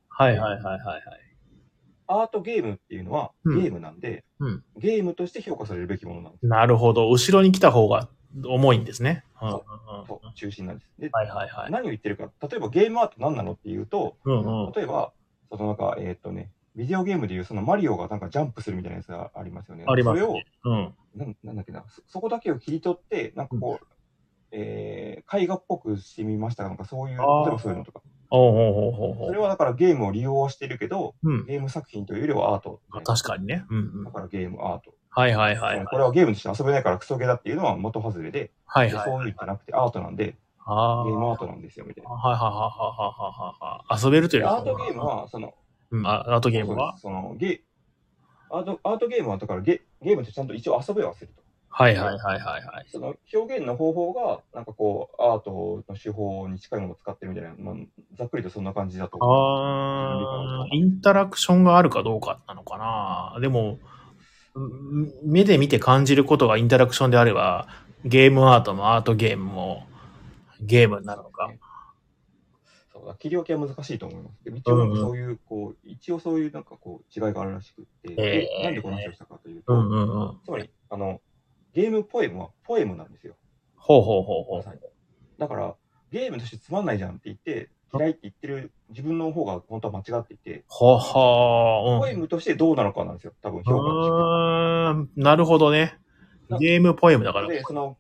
Speaker 2: アートゲームっていうのはゲームなんで、ゲームとして評価されるべきものなんです。
Speaker 1: なるほど。後ろに来た方が重いんですね。
Speaker 2: そう、中心なんです。で、
Speaker 1: はいはいはい。
Speaker 2: 何を言ってるか、例えばゲームアート何なのっていうと、
Speaker 1: うんうん。
Speaker 2: 例えば、そのなんか、ビデオゲームでいうそのマリオがなんかジャンプするみたいなやつがありますよね。
Speaker 1: ありますね。
Speaker 2: それを、
Speaker 1: うん。
Speaker 2: なんだっけな、そこだけを切り取って、なんかこう、絵画っぽくしてみましたなんかそういう、例えばそういうのとか。
Speaker 1: おうほうほうほうほう。
Speaker 2: それはだからゲームを利用してるけど、
Speaker 1: うん。
Speaker 2: ゲーム作品というよりはアート。
Speaker 1: 確かにね。うんうん。
Speaker 2: だからゲームアート。
Speaker 1: はいはいはい、はい。
Speaker 2: これはゲームとして遊べないからクソゲーだっていうのは元外れで、
Speaker 1: はいはい、はい。
Speaker 2: そういうんじゃなくてアートなんで、ゲームアートなんですよ、みたいな。
Speaker 1: はいはいはいはいはい。遊べるという
Speaker 2: アートゲームは、その、
Speaker 1: アートゲームは
Speaker 2: そのアートゲームはだからゲームってちゃんと一応遊べはすると。
Speaker 1: はいはいはいはいはい。
Speaker 2: その表現の方法が、なんかこう、アートの手法に近いものを使ってるみたいな、ざっくりとそんな感じだと思う。
Speaker 1: インタラクションがあるかどうかなのかな。でも、目で見て感じることがインタラクションであれば、ゲームアートもアートゲームもゲームになるのか。
Speaker 2: そうだ、切り分けは難しいと思います。で一応なんかそういう、一応そういうなんかこう違いがあるらしくて、なんでこの話をしたかというと、つまり、ゲームポエムはポエムなんですよ。
Speaker 1: ほうほうほうほう。
Speaker 2: だから、ゲームとしてつまんないじゃんって言って、嫌いって言ってる自分の方が本当は間違っていて、ポエムとしてどうなのかなんですよ、多分評価
Speaker 1: なるほどね。ゲームポエムだから。
Speaker 2: で、そう、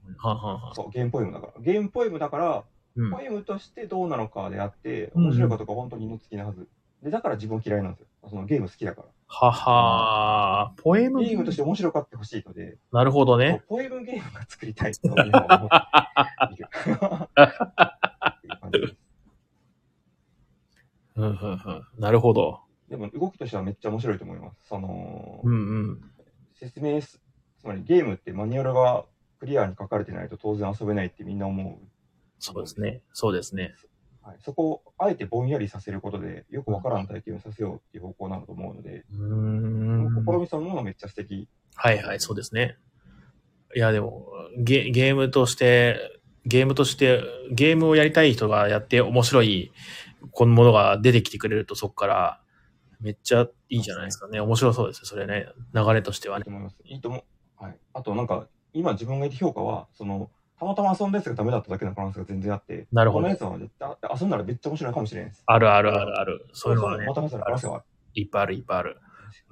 Speaker 2: ゲームポエムだから。ゲームポエムだから、ポエムとしてどうなのかであって、面白いかとか本当にのつきなはず。で、だから自分嫌いなんですよ。そのゲーム好きだから。
Speaker 1: ははー、ポエム
Speaker 2: ゲームとして面白かってほしいので。
Speaker 1: なるほどね。
Speaker 2: ポエムゲームが作りたいと今思っている。
Speaker 1: なるほど。
Speaker 2: でも動きとしてはめっちゃ面白いと思います。説明つまりゲームってマニュアルがクリアに書かれてないと当然遊べないってみんな思う。
Speaker 1: そうですね。そうですね。
Speaker 2: はい、そこをあえてぼんやりさせることでよくわからん体験をさせようっていう方向なのと思うので、試みそのものめっちゃ素敵。
Speaker 1: はいはい、そうですね。いやでもゲームとしてゲームをやりたい人がやって面白いこのものが出てきてくれるとそこからめっちゃいいじゃないですかね。面白そうですよ、それね。流れとしてはね。
Speaker 2: いいと思います。いいと思う。はい。あとなんか、今自分が言った評価は、たまたま遊んだやつがダメだっただけの可能性が全然あって、
Speaker 1: なるほど。
Speaker 2: このやつは遊んだらめっちゃ面白いかもしれないです。
Speaker 1: あるあるあるある。
Speaker 2: そういうのはね。また話せる話がある。
Speaker 1: いっぱいあるいっぱいある。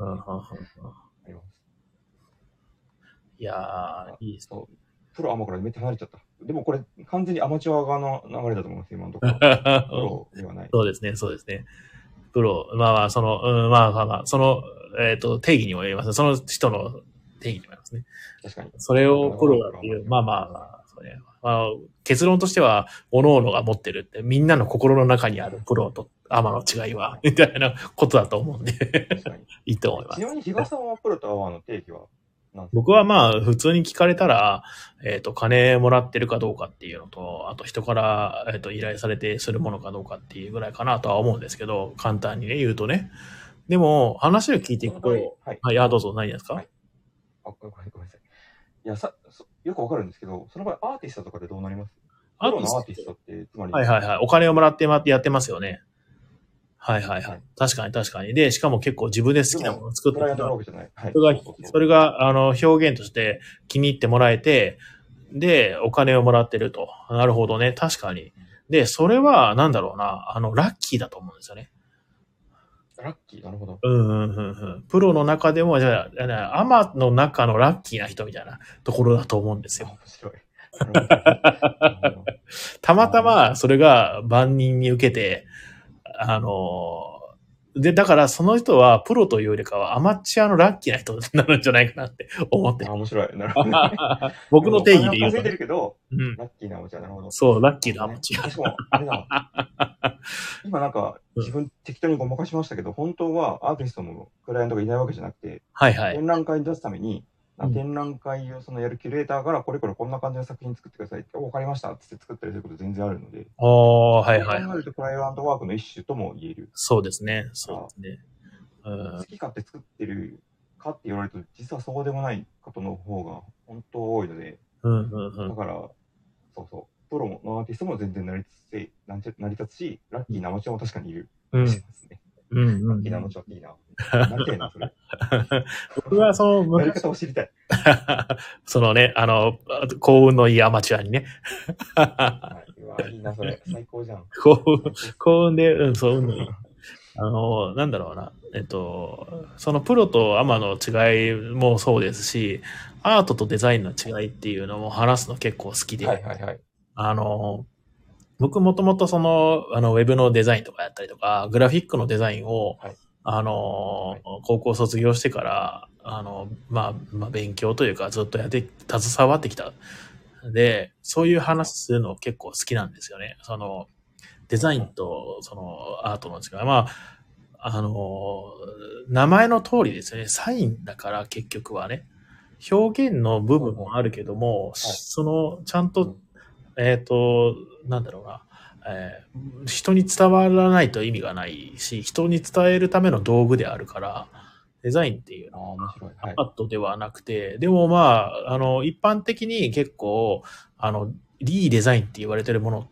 Speaker 1: いやー、いいですね。
Speaker 2: プロアマからめっちゃ離れちゃった。でもこれ完全にアマチュア側の流れだと思います、今のところ。プロではない。
Speaker 1: そうですね、そうですね。プロ、まあまあ、その、定義にもよります。その人の定義にもよりますね。
Speaker 2: 確かに。
Speaker 1: それをプロだっていう、まあ、そうね。結論としては、各々が持ってるって、みんなの心の中にあるプロとアマの違いは、みたいなことだと思うんで、いいと思います。
Speaker 2: ちなみに、比嘉さんはプロとアマの定義は
Speaker 1: 僕はまあ、普通に聞かれたら、金もらってるかどうかっていうのと、あと人から、依頼されてするものかどうかっていうぐらいかなとは思うんですけど、簡単にね、言うとね。でも、話を聞いていくと、はい、どうぞ、何ですか？はい。
Speaker 2: ごめんなさい。いや、よくわかるんですけど、その場合アーティストとかでどうなります？プロのアーティストって、つまり。
Speaker 1: はいはいはい。お金をもらってやってますよね。はいはいはい。確かに。で、しかも結構自分で好きなものを作ってる。それが、表現として気に入ってもらえて、で、お金をもらってると。なるほどね。確かに。で、それは、なんだろうな、ラッキーだと思うんですよね。
Speaker 2: ラッキー、なるほど。
Speaker 1: プロの中でも、じゃあ、アマの中のラッキーな人みたいなところだと思うんですよ。
Speaker 2: 面白い。
Speaker 1: たまたま、それが万人に受けて、で、だからその人はプロというよりかはアマチュアのラッキーな人になるんじゃないかなって思って。
Speaker 2: 面白い。なるほど、
Speaker 1: 僕の定義で言うと。
Speaker 2: 稼いでるけど、ラッキーなアマチュア、なるほど。
Speaker 1: そう、ラッキーなアマチュア。
Speaker 2: しかも、あれだ。今なんか、自分適当にごまかしましたけど、本当はアーティストのクライアントがいないわけじゃなくて、展覧会に出すために、展覧会をやるキュレーターからこれこんな感じの作品作ってくださいって、わかりましたって作ったりすること全然あるので。考えるとクライアントワークの一種とも言える。
Speaker 1: そうですね。そうですね。
Speaker 2: 好き勝手作ってるかって言われると、実はそうでもないことの方が本当多いので。だから、プロのアーティストも全然成り立つし、ラッキーなアマチュアも確かにいる。ラッキーなアマチュアっていいな。 なりたいな、それ。
Speaker 1: 僕はその
Speaker 2: やり方を知りたい。
Speaker 1: そのね、幸運のいいアマチュアにね。
Speaker 2: はい、うわ、いいな、それ。最高じゃん。
Speaker 1: 幸運で、そう、運のいい。なんだろうな。そのプロとアマの違いもそうですし、アートとデザインの違いっていうのも話すの結構好きで、
Speaker 2: はいはいはい。
Speaker 1: 僕もともとその、ウェブのデザインとかやったりとか、グラフィックのデザインを、
Speaker 2: はい、
Speaker 1: 高校卒業してから、まあ、勉強というかずっと携わってきた。で、そういう話するの結構好きなんですよね。その、デザインとそのアートの違い。まあ、名前の通りですね。サインだから結局はね、表現の部分もあるけども、その、ちゃんと、なんだろうな、人に伝わらないと意味がないし、人に伝えるための道具であるから、デザインっていうのは
Speaker 2: 面白い。はい。
Speaker 1: アートではなくて、でもまあ、一般的に結構、いいデザインって言われてるものって、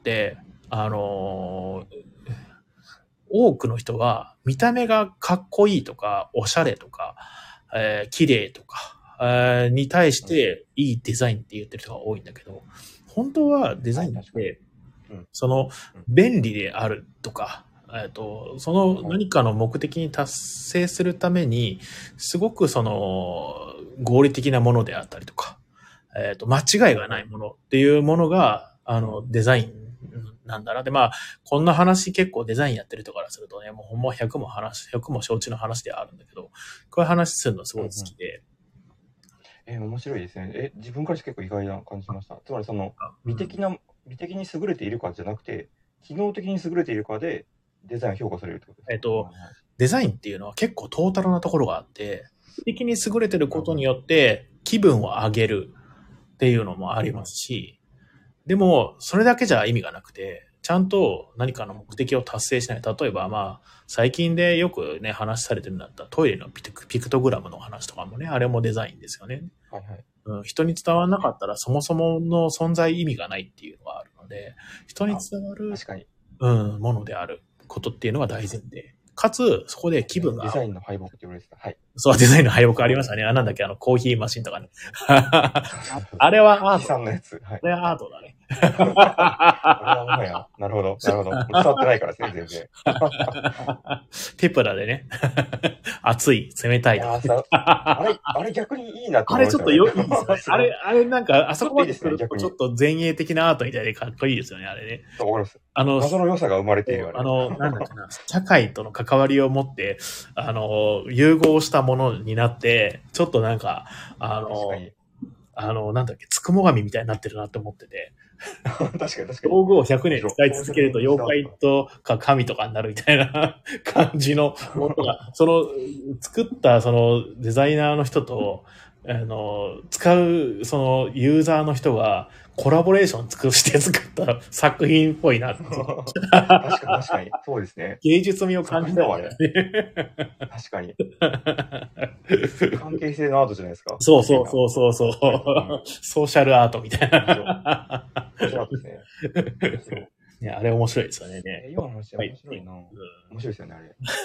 Speaker 1: 多くの人は見た目がかっこいいとか、おしゃれとか、綺麗とか、に対していいデザインって言ってる人が多いんだけど、本当はデザインって、その便利であるとか、その何かの目的に達成するために、すごくその合理的なものであったりとか、間違いがないものっていうものが、デザインなんだな。で、まあ、こんな話結構デザインやってる人からするとね、もうほんま100も承知の話ではあるんだけど、こういう話するのすごい好きで。
Speaker 2: 面白いですね。自分からして結構意外な感じしました。つまりその、美的に優れているかじゃなくて、機能的に優れているかで、デザインを評価されるってことですか？
Speaker 1: デザインっていうのは結構トータルなところがあって、美的に優れてることによって気分を上げるっていうのもありますし、でも、それだけじゃ意味がなくて、ちゃんと何かの目的を達成しない。例えば、まあ、最近でよくね、話されてるんだったら、トイレのピクトグラムの話とかもね、あれもデザインですよね。
Speaker 2: はいはい。
Speaker 1: 人に伝わらなかったら、そもそもの存在意味がないっていうのがあるので、人に伝わる、ものであることっていうのが大前提。かつ、そこで気分が。
Speaker 2: デザインの敗北って言われてた。はい。
Speaker 1: そう、デザインの敗北ありましたね。なんだっけ、コーヒーマシンとかね。あれはアート。
Speaker 2: のやつ。はい。
Speaker 1: あれはアートだね。
Speaker 2: これはもはや、なるほど。伝わってないからですね、全然。
Speaker 1: テプラでね。熱い、冷たい。
Speaker 2: あれ逆にいいなって
Speaker 1: 思いました。あれちょっといいですね。あれなんか、あそこまで来るとちょっと前衛的なアートみたいでかっこいいですよね、あれね。
Speaker 2: わかります。謎の良さが生まれている。
Speaker 1: なんだっけな、社会との関わりを持って、融合したものになって、ちょっとなんか、なんだっけ、つくも神みたいになってるなって思ってて。
Speaker 2: 確かに。
Speaker 1: 道具を100年使い続けると妖怪とか神とかになるみたいな感じのものが、その作ったそのデザイナーの人と、使うそのユーザーの人がコラボレーションして作った作品っぽいなって。
Speaker 2: 確かに。そうですね。
Speaker 1: 芸術味を感じたわね。
Speaker 2: 確かに。関係性のアートじゃないですか。
Speaker 1: そう。ソーシャルアートみたいな。
Speaker 2: 面白かったですね。
Speaker 1: いや、あれ面白いですよね。
Speaker 2: 今の話は面白いな。面白いですよね、あ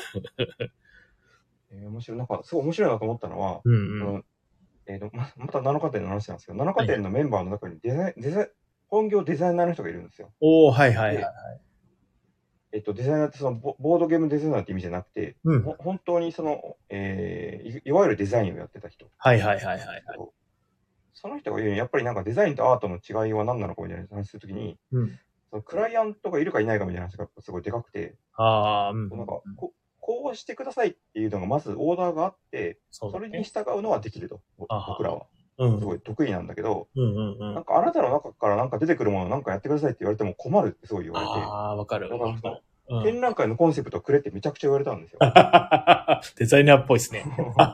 Speaker 2: れ。面白い。なんか、すごい面白いなと思ったのは、また7日店の話なんですけど、7日店のメンバーの中に本業デザイナーの人がいるんですよ。
Speaker 1: はい。
Speaker 2: デザイナーってそのボードゲームデザイナーって意味じゃなくて、本当にその、いわゆるデザインをやってた人。
Speaker 1: はい。
Speaker 2: その人が言うに、やっぱりなんかデザインとアートの違いは何なのかみたいな話するときに、そのクライアントがいるかいないかみたいな話がすごいでかくて、なんかこうしてくださいっていうのがまずオーダーがあって、それに従うのはできると、僕らは。すごい得意なんだけど、なんかあなたの中からなんか出てくるものなんかやってくださいって言われても困るってすごい言われて。
Speaker 1: わかる。
Speaker 2: だから展覧会のコンセプトくれってめちゃくちゃ言われたんですよ。
Speaker 1: デザイナーっぽいですね。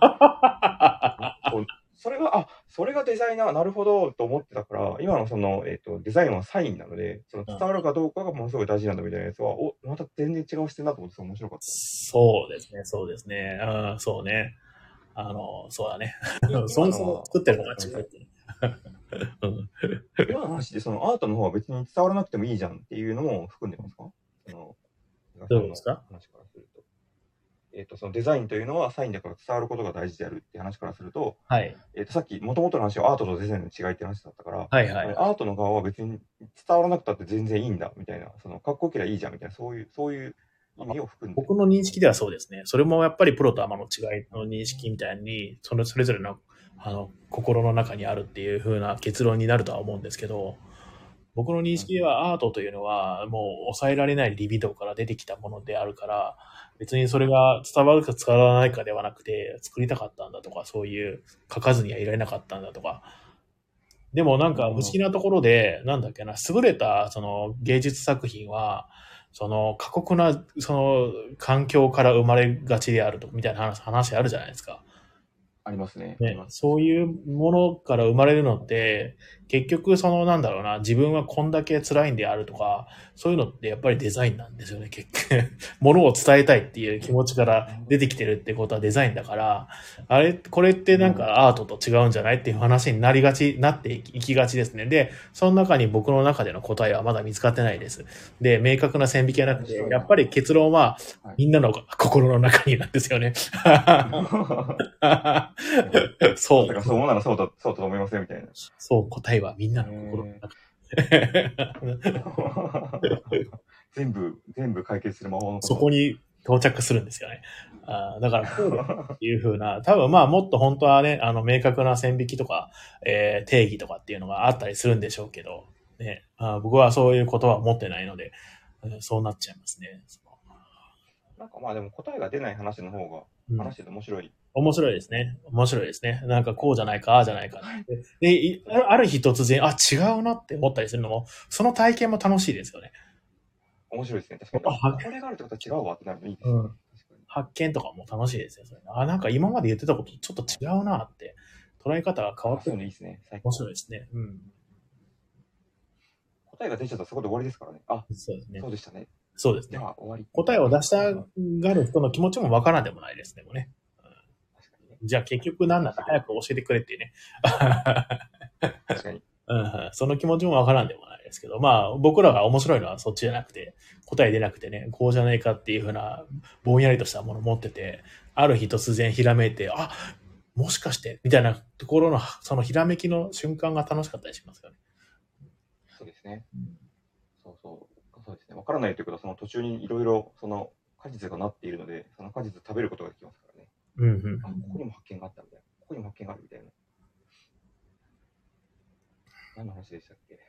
Speaker 2: それがデザイナー、なるほどと思ってたから、今のその、デザインはサインなので、その伝わるかどうかがものすごい大事なんだみたいなやつは、また全然違う視点だと思って面白かった。
Speaker 1: そうですね。そうね。そうだね。そもそも作ってるのが違う。
Speaker 2: 今の話でそのアートの方は別に伝わらなくてもいいじゃんっていうのも含んでますか？
Speaker 1: どうですか？
Speaker 2: 話からすると。 そのデザインというのはサインだから伝わることが大事であるっていう話からすると、
Speaker 1: はい。
Speaker 2: さっき元々の話はアートとデザインの違いって話だったから、
Speaker 1: はいはい。
Speaker 2: アートの側は別に伝わらなくたって全然いいんだみたいな、そのかっこよければいいじゃんみたいな、そういう意味を含んでる。
Speaker 1: 僕の認識ではそうですね。それもやっぱりプロとアマの違いの認識みたいに、それぞれの心の中にあるっていう風な結論になるとは思うんですけど、僕の認識ではアートというのはもう抑えられないリビドーから出てきたものであるから、別にそれが伝わるか伝わらないかではなくて、作りたかったんだとか、そういう書かずにはいられなかったんだとか、でもなんか不思議なところで、なんだっけな、優れたその芸術作品は、その過酷なその環境から生まれがちであると、みたいな話あるじゃないですか。
Speaker 2: ありますね。
Speaker 1: ね、そういうものから生まれるのって、結局そのなんだろうな、自分はこんだけ辛いんであるとか、そういうのってやっぱりデザインなんですよね、結局。ものを伝えたいっていう気持ちから出てきてるってことはデザインだから、これってなんかアートと違うんじゃないっていう話になっていきがちですね。で、その中に僕の中での答えはまだ見つかってないです。で、明確な線引きがなくて、やっぱり結論はみんなの心の中になんですよね。そう。
Speaker 2: だからそうならそうだと思いますよみたいな。
Speaker 1: そう、答えはみんなの心の中。
Speaker 2: 全部解決する魔法の
Speaker 1: そこに到着するんですよね。だから、こうだっていう風な、多分まあもっと本当はね、明確な線引きとか、定義とかっていうのがあったりするんでしょうけど、ね、僕はそういうことは持ってないので、そうなっちゃいますね。
Speaker 2: なんかまあでも答えが出ない話の方が、話してて面白い。
Speaker 1: 面白いですね。面白いですね。なんかこうじゃないか、ああじゃないか。で、ある日突然、違うなって思ったりするのも、その体験も楽しいですよね。
Speaker 2: 面白いですね。確かに。これがあるってことは違うわってなるのいいですね。
Speaker 1: 発見とかも楽しいですよ。それなんか今まで言ってたことちょっと違うなって、捉え方が変わって
Speaker 2: るのいいですね。
Speaker 1: 面白いですね。
Speaker 2: 答えが出ちゃったらそこで終わりですからね。
Speaker 1: そうですね。
Speaker 2: そうでしたね。
Speaker 1: そうですね。
Speaker 2: では終わり。
Speaker 1: 答えを出したがる人の気持ちもわからんでもないですね、もうね。じゃあ結局何なんだ、早く教えてくれってね。
Speaker 2: 確かに。
Speaker 1: その気持ちもわからんでもないですけど、まあ僕らが面白いのはそっちじゃなくて、答え出なくてね、こうじゃないかっていうふうなぼんやりとしたものを持ってて、ある日突然ひらめいて、もしかしてみたいなところのそのひらめきの瞬間が楽しかったりしますよね。
Speaker 2: そうですね。そうですね。わからないということはその途中にいろいろその果実がなっているので、その果実食べることができますからね。ここにも発見があったみたいな。ここにも発見があるみたいな。何の話でしたっけ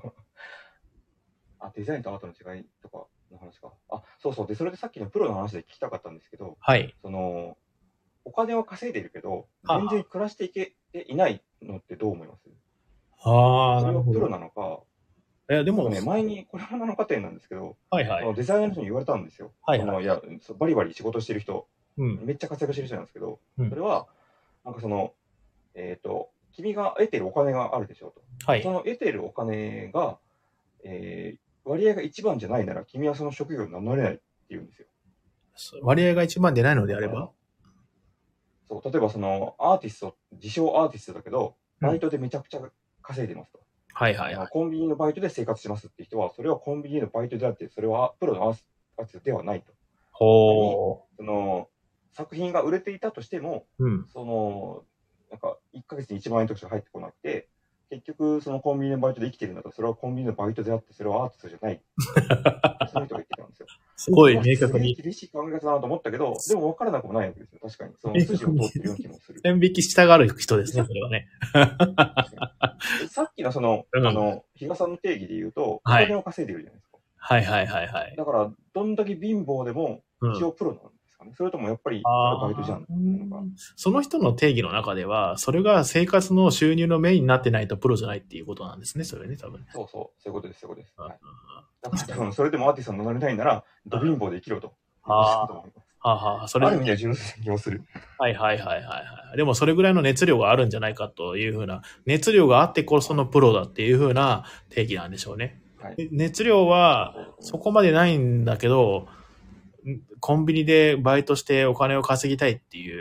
Speaker 2: デザインとアートの違いとかの話か。そう。で、それでさっきのプロの話で聞きたかったんですけど、
Speaker 1: はい。
Speaker 2: お金を稼いでいるけど、全然暮らしていけていないのってどう思います？それはプロなのか。でもね、前にこれは7日店なんですけど、デザイナーの人に言われたんですよ。バリバリ仕事してる人、めっちゃ活躍してる人なんですけど、それは、なんか君が得てるお金があるでしょうと。その得てるお金が、割合が一番じゃないなら、君はその職業に名乗れないって言うんですよ。
Speaker 1: 割合が一番でないのであれば？
Speaker 2: そう、例えばアーティスト、自称アーティストだけど、バイトでめちゃくちゃ稼いでますと。コンビニのバイトで生活しますって人は、それはコンビニのバイトであって、それはプロのアーティストではないと。作品が売れていたとしても、なんか1ヶ月に1万円とかしか入ってこなくて、結局そのコンビニのバイトで生きてるんだと、それはコンビニのバイトであって、それはアーティストじゃない。その人が言ってたんですよ。
Speaker 1: すごい明確に。
Speaker 2: 厳しい考え方だなと思ったけど、でも分からなくもないわけですよ。確かに。その筋を通ってるような気もする。
Speaker 1: 線引きしたがる人ですね、それはね。
Speaker 2: さっきの比嘉さんの定義で言うと、お金を稼いでるじゃないですか。
Speaker 1: はい。
Speaker 2: だから、どんだけ貧乏でも、一応プロなんですかね。それともやっぱり、バイトじゃん。
Speaker 1: その人の定義の中では、それが生活の収入のメインになってないとプロじゃないっていうことなんですね、それね、多分。
Speaker 2: そういうことです。だから多分、それでもアーティストに名乗れないなら、ド貧乏で生きろと。それある意味では純粋な気もする。
Speaker 1: はい。でもそれぐらいの熱量があるんじゃないかというふうな、熱量があってこそのプロだっていうふうな定義なんでしょうね。熱量はそこまでないんだけど、コンビニでバイトしてお金を稼ぎたいっていう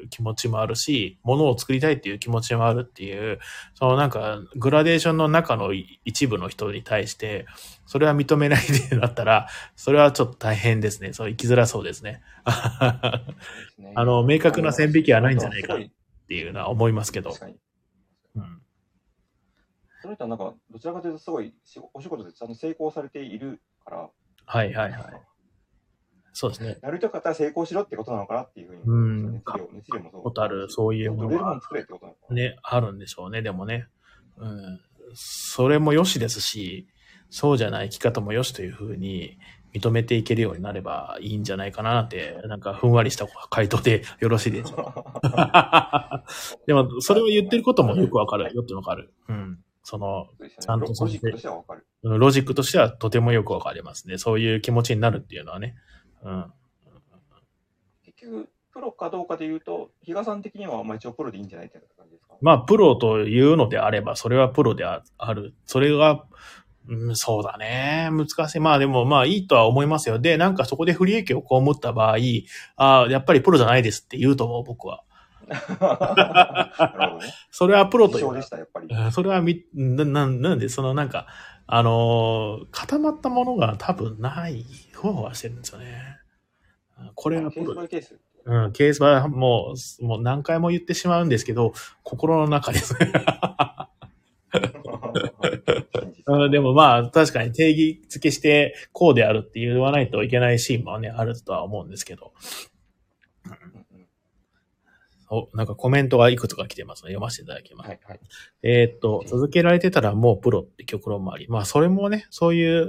Speaker 1: いう気持ちもあるし、ものを作りたいっていう気持ちもあるっていう、そのなんかグラデーションの中の一部の人に対して、それは認めないでなったら、それはちょっと大変ですね。そう生きづらそうですね。明確な線引きはないんじゃないかっていうのは思いますけど。
Speaker 2: 確かに。うん。その人はなんか、どちらかというとすごいお仕事でちゃんと成功されているから。
Speaker 1: はいはいはい。そうですね。
Speaker 2: やるとかったら成功しろってことなのかなっていうふうに。熱量もそう。
Speaker 1: ことある、そういうもの
Speaker 2: が。作れってことなのかな。
Speaker 1: ね、あるんでしょうね、でもね。うん。それも良しですし、そうじゃない生き方も良しというふうに認めていけるようになればいいんじゃないかなって、なんかふんわりした回答でよろしいでしょうか。でも、それを言ってることもよくわかる。よくわかる。うん。ちゃんと
Speaker 2: ロジックとしてはわかる。
Speaker 1: ロジックとしてはとてもよくわかりますね。そういう気持ちになるっていうのはね。うん。
Speaker 2: 結局、プロかどうかで言うと、比嘉さん的には一応プロでいいんじゃないって感じですか？
Speaker 1: まあ、プロというのであれば、それはプロである。それが、そうだね。難しい。まあでも、まあいいとは思いますよ。で、なんかそこで不利益を被った場合、やっぱりプロじゃないですって言うと思う、僕は。
Speaker 2: なるほどね。
Speaker 1: それはプロという。
Speaker 2: でした、やっぱり。
Speaker 1: それはなんで、なんか、固まったものが多分ない方はしてるんですよね。これはプロ。
Speaker 2: ケース。
Speaker 1: ケースはもう何回も言ってしまうんですけど、心の中ですね。でもまあ確かに定義付けしてこうであるって言わないといけないシーンもね、あるとは思うんですけど。なんかコメントがいくつか来てますので読ませていただきます。はいはい、続けられてたらもうプロって極論もあり。まあそれもね、そういう、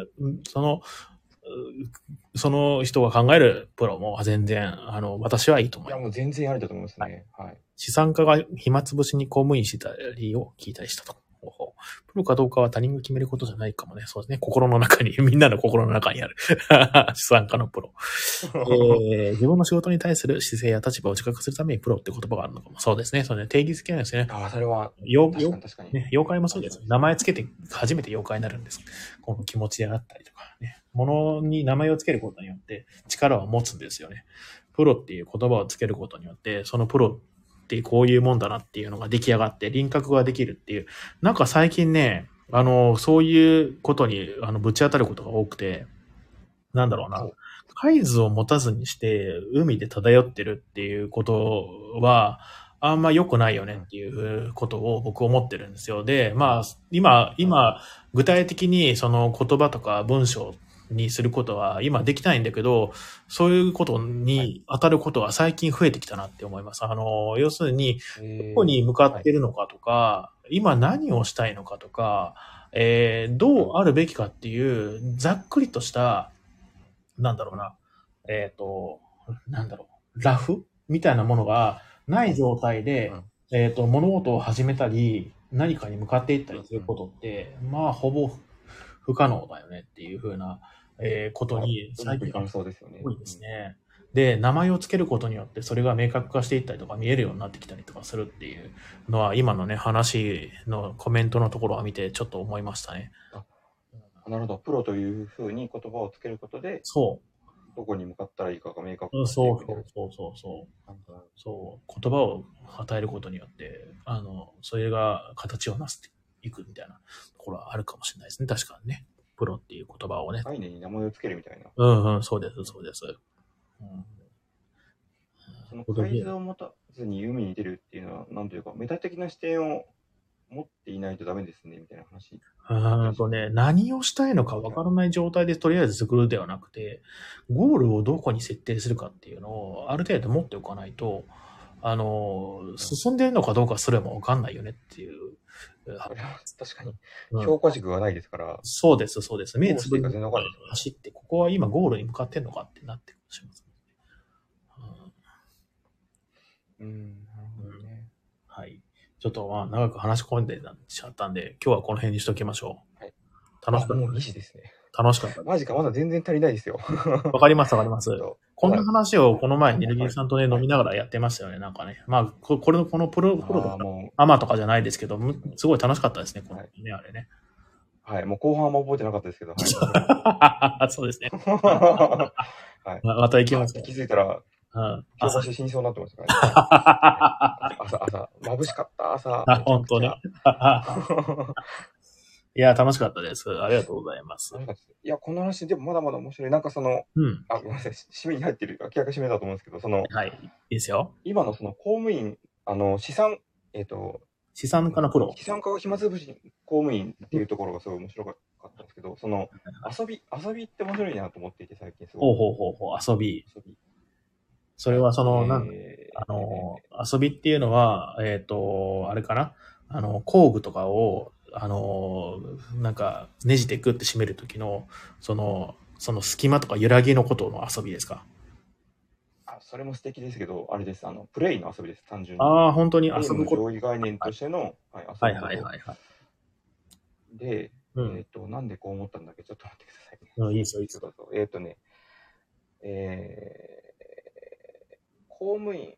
Speaker 1: その人が考えるプロも全然、私はいいと思います。
Speaker 2: いやもう全然ありだと思いますね。はい。
Speaker 1: 資産家が暇つぶしに公務員してたりを聞いたりしたと。プロかどうかは他人が決めることじゃないかもね。そうですね。心の中に、みんなの心の中にある。資産家のプロ。自分の仕事に対する姿勢や立場を自覚するためにプロって言葉があるのかも。そうですね。それね、定義付けなんですね。
Speaker 2: それは。
Speaker 1: 確かに。ね、妖怪もそうです。名前つけて初めて妖怪になるんです。この気持ちであったりとかね。物に名前をつけることによって力を持つんですよね。プロっていう言葉をつけることによって、そのプロってこういうもんだなっていうのが出来上がって輪郭ができるっていう。なんか最近ね、そういうことにぶち当たることが多くて、なんだろうな。海図を持たずにして海で漂ってるっていうことは、あんま良くないよねっていうことを僕思ってるんですよ。で、まあ、今、具体的にその言葉とか文章にすることは今できないんだけど、そういうことに当たることは最近増えてきたなって思います。要するに、どこに向かってるのかとか、今何をしたいのかとか、どうあるべきかっていうざっくりとしたなんだろうな、ラフみたいなものがない状態で、物事を始めたり、何かに向かっていったりすることって、まあ、ほぼ不可能だよねっていうふうな、ことに
Speaker 2: 最近多い
Speaker 1: ですね。で、名前をつけることによってそれが明確化していったりとか見えるようになってきたりとかするっていうのは、今のね、話のコメントのところを見てちょっと思いましたね。
Speaker 2: なるほど。プロというふうに言葉をつけることで、どこに向かったらいいかが明確化していく。
Speaker 1: そう。言葉を与えることによって、それが形をなしていくみたいなところはあるかもしれないですね。確かにね。プロっていう言葉をね。
Speaker 2: 概念に名前をつけるみたいな。
Speaker 1: そうです。
Speaker 2: その海図を持たずに海に出るっていうのは、なんというか、メタ的な視点を持っていないとダメですね、みたいな話。
Speaker 1: 何をしたいのかわからない状態でとりあえず作るではなくて、ゴールをどこに設定するかっていうのをある程度持っておかないと、進んでるのかどうかすればわかんないよねっていう。
Speaker 2: 確かに。評価軸がないですから。
Speaker 1: そうです。目つぶり走って、ここは今ゴールに向かってんのかってなってるかもしれません。
Speaker 2: なるほどね。
Speaker 1: はい。ちょっと長く話し込んでちゃったんで、今日はこの辺にしときましょ
Speaker 2: う。はい。
Speaker 1: 楽しかった。
Speaker 2: もう2時ですね。
Speaker 1: 楽しかった。
Speaker 2: マジか、まだ全然足りないですよ。
Speaker 1: わかります。こんな話をこの前、ニルギーさんとね、飲みながらやってましたよね、なんかね。まあ、このプロとか、アマとかじゃないですけど、すごい楽しかったですね、このね、あれね。
Speaker 2: はい、もう後半は覚えてなかったですけど。
Speaker 1: そうですね。はい。また行きます。
Speaker 2: 気づいたら、
Speaker 1: うん。
Speaker 2: 朝死にそうになってましたからね。朝、眩しかった、朝。
Speaker 1: 本当に。いや、楽しかったです。ありがとうございます。
Speaker 2: いや、この話、でもまだまだ面白い。なんかその、
Speaker 1: うん。
Speaker 2: ごめんなさい、締めに入ってる、明らか締めだと思うんですけど、
Speaker 1: はい、いいですよ。
Speaker 2: 今のその公務員、資産
Speaker 1: 家のプロ。
Speaker 2: 資産家が暇つぶし公務員っていうところがすごい面白かったんですけど、その、遊びって面白いなと思っていて、最近すごい。
Speaker 1: 遊び。それはその、遊びっていうのは、あれかな工具とかを、なんか、ねじてグッて締めるときの、その隙間とか揺らぎのことの遊びですか？
Speaker 2: それも素敵ですけど、あれです。プレイの遊びです、単純に。
Speaker 1: 本当に遊ぶ
Speaker 2: こと。上位概念としての、
Speaker 1: 遊び。
Speaker 2: で、なんでこう思ったんだっけ、ちょっと待ってください
Speaker 1: ね。いいですよ、いいですよ。
Speaker 2: 公務員、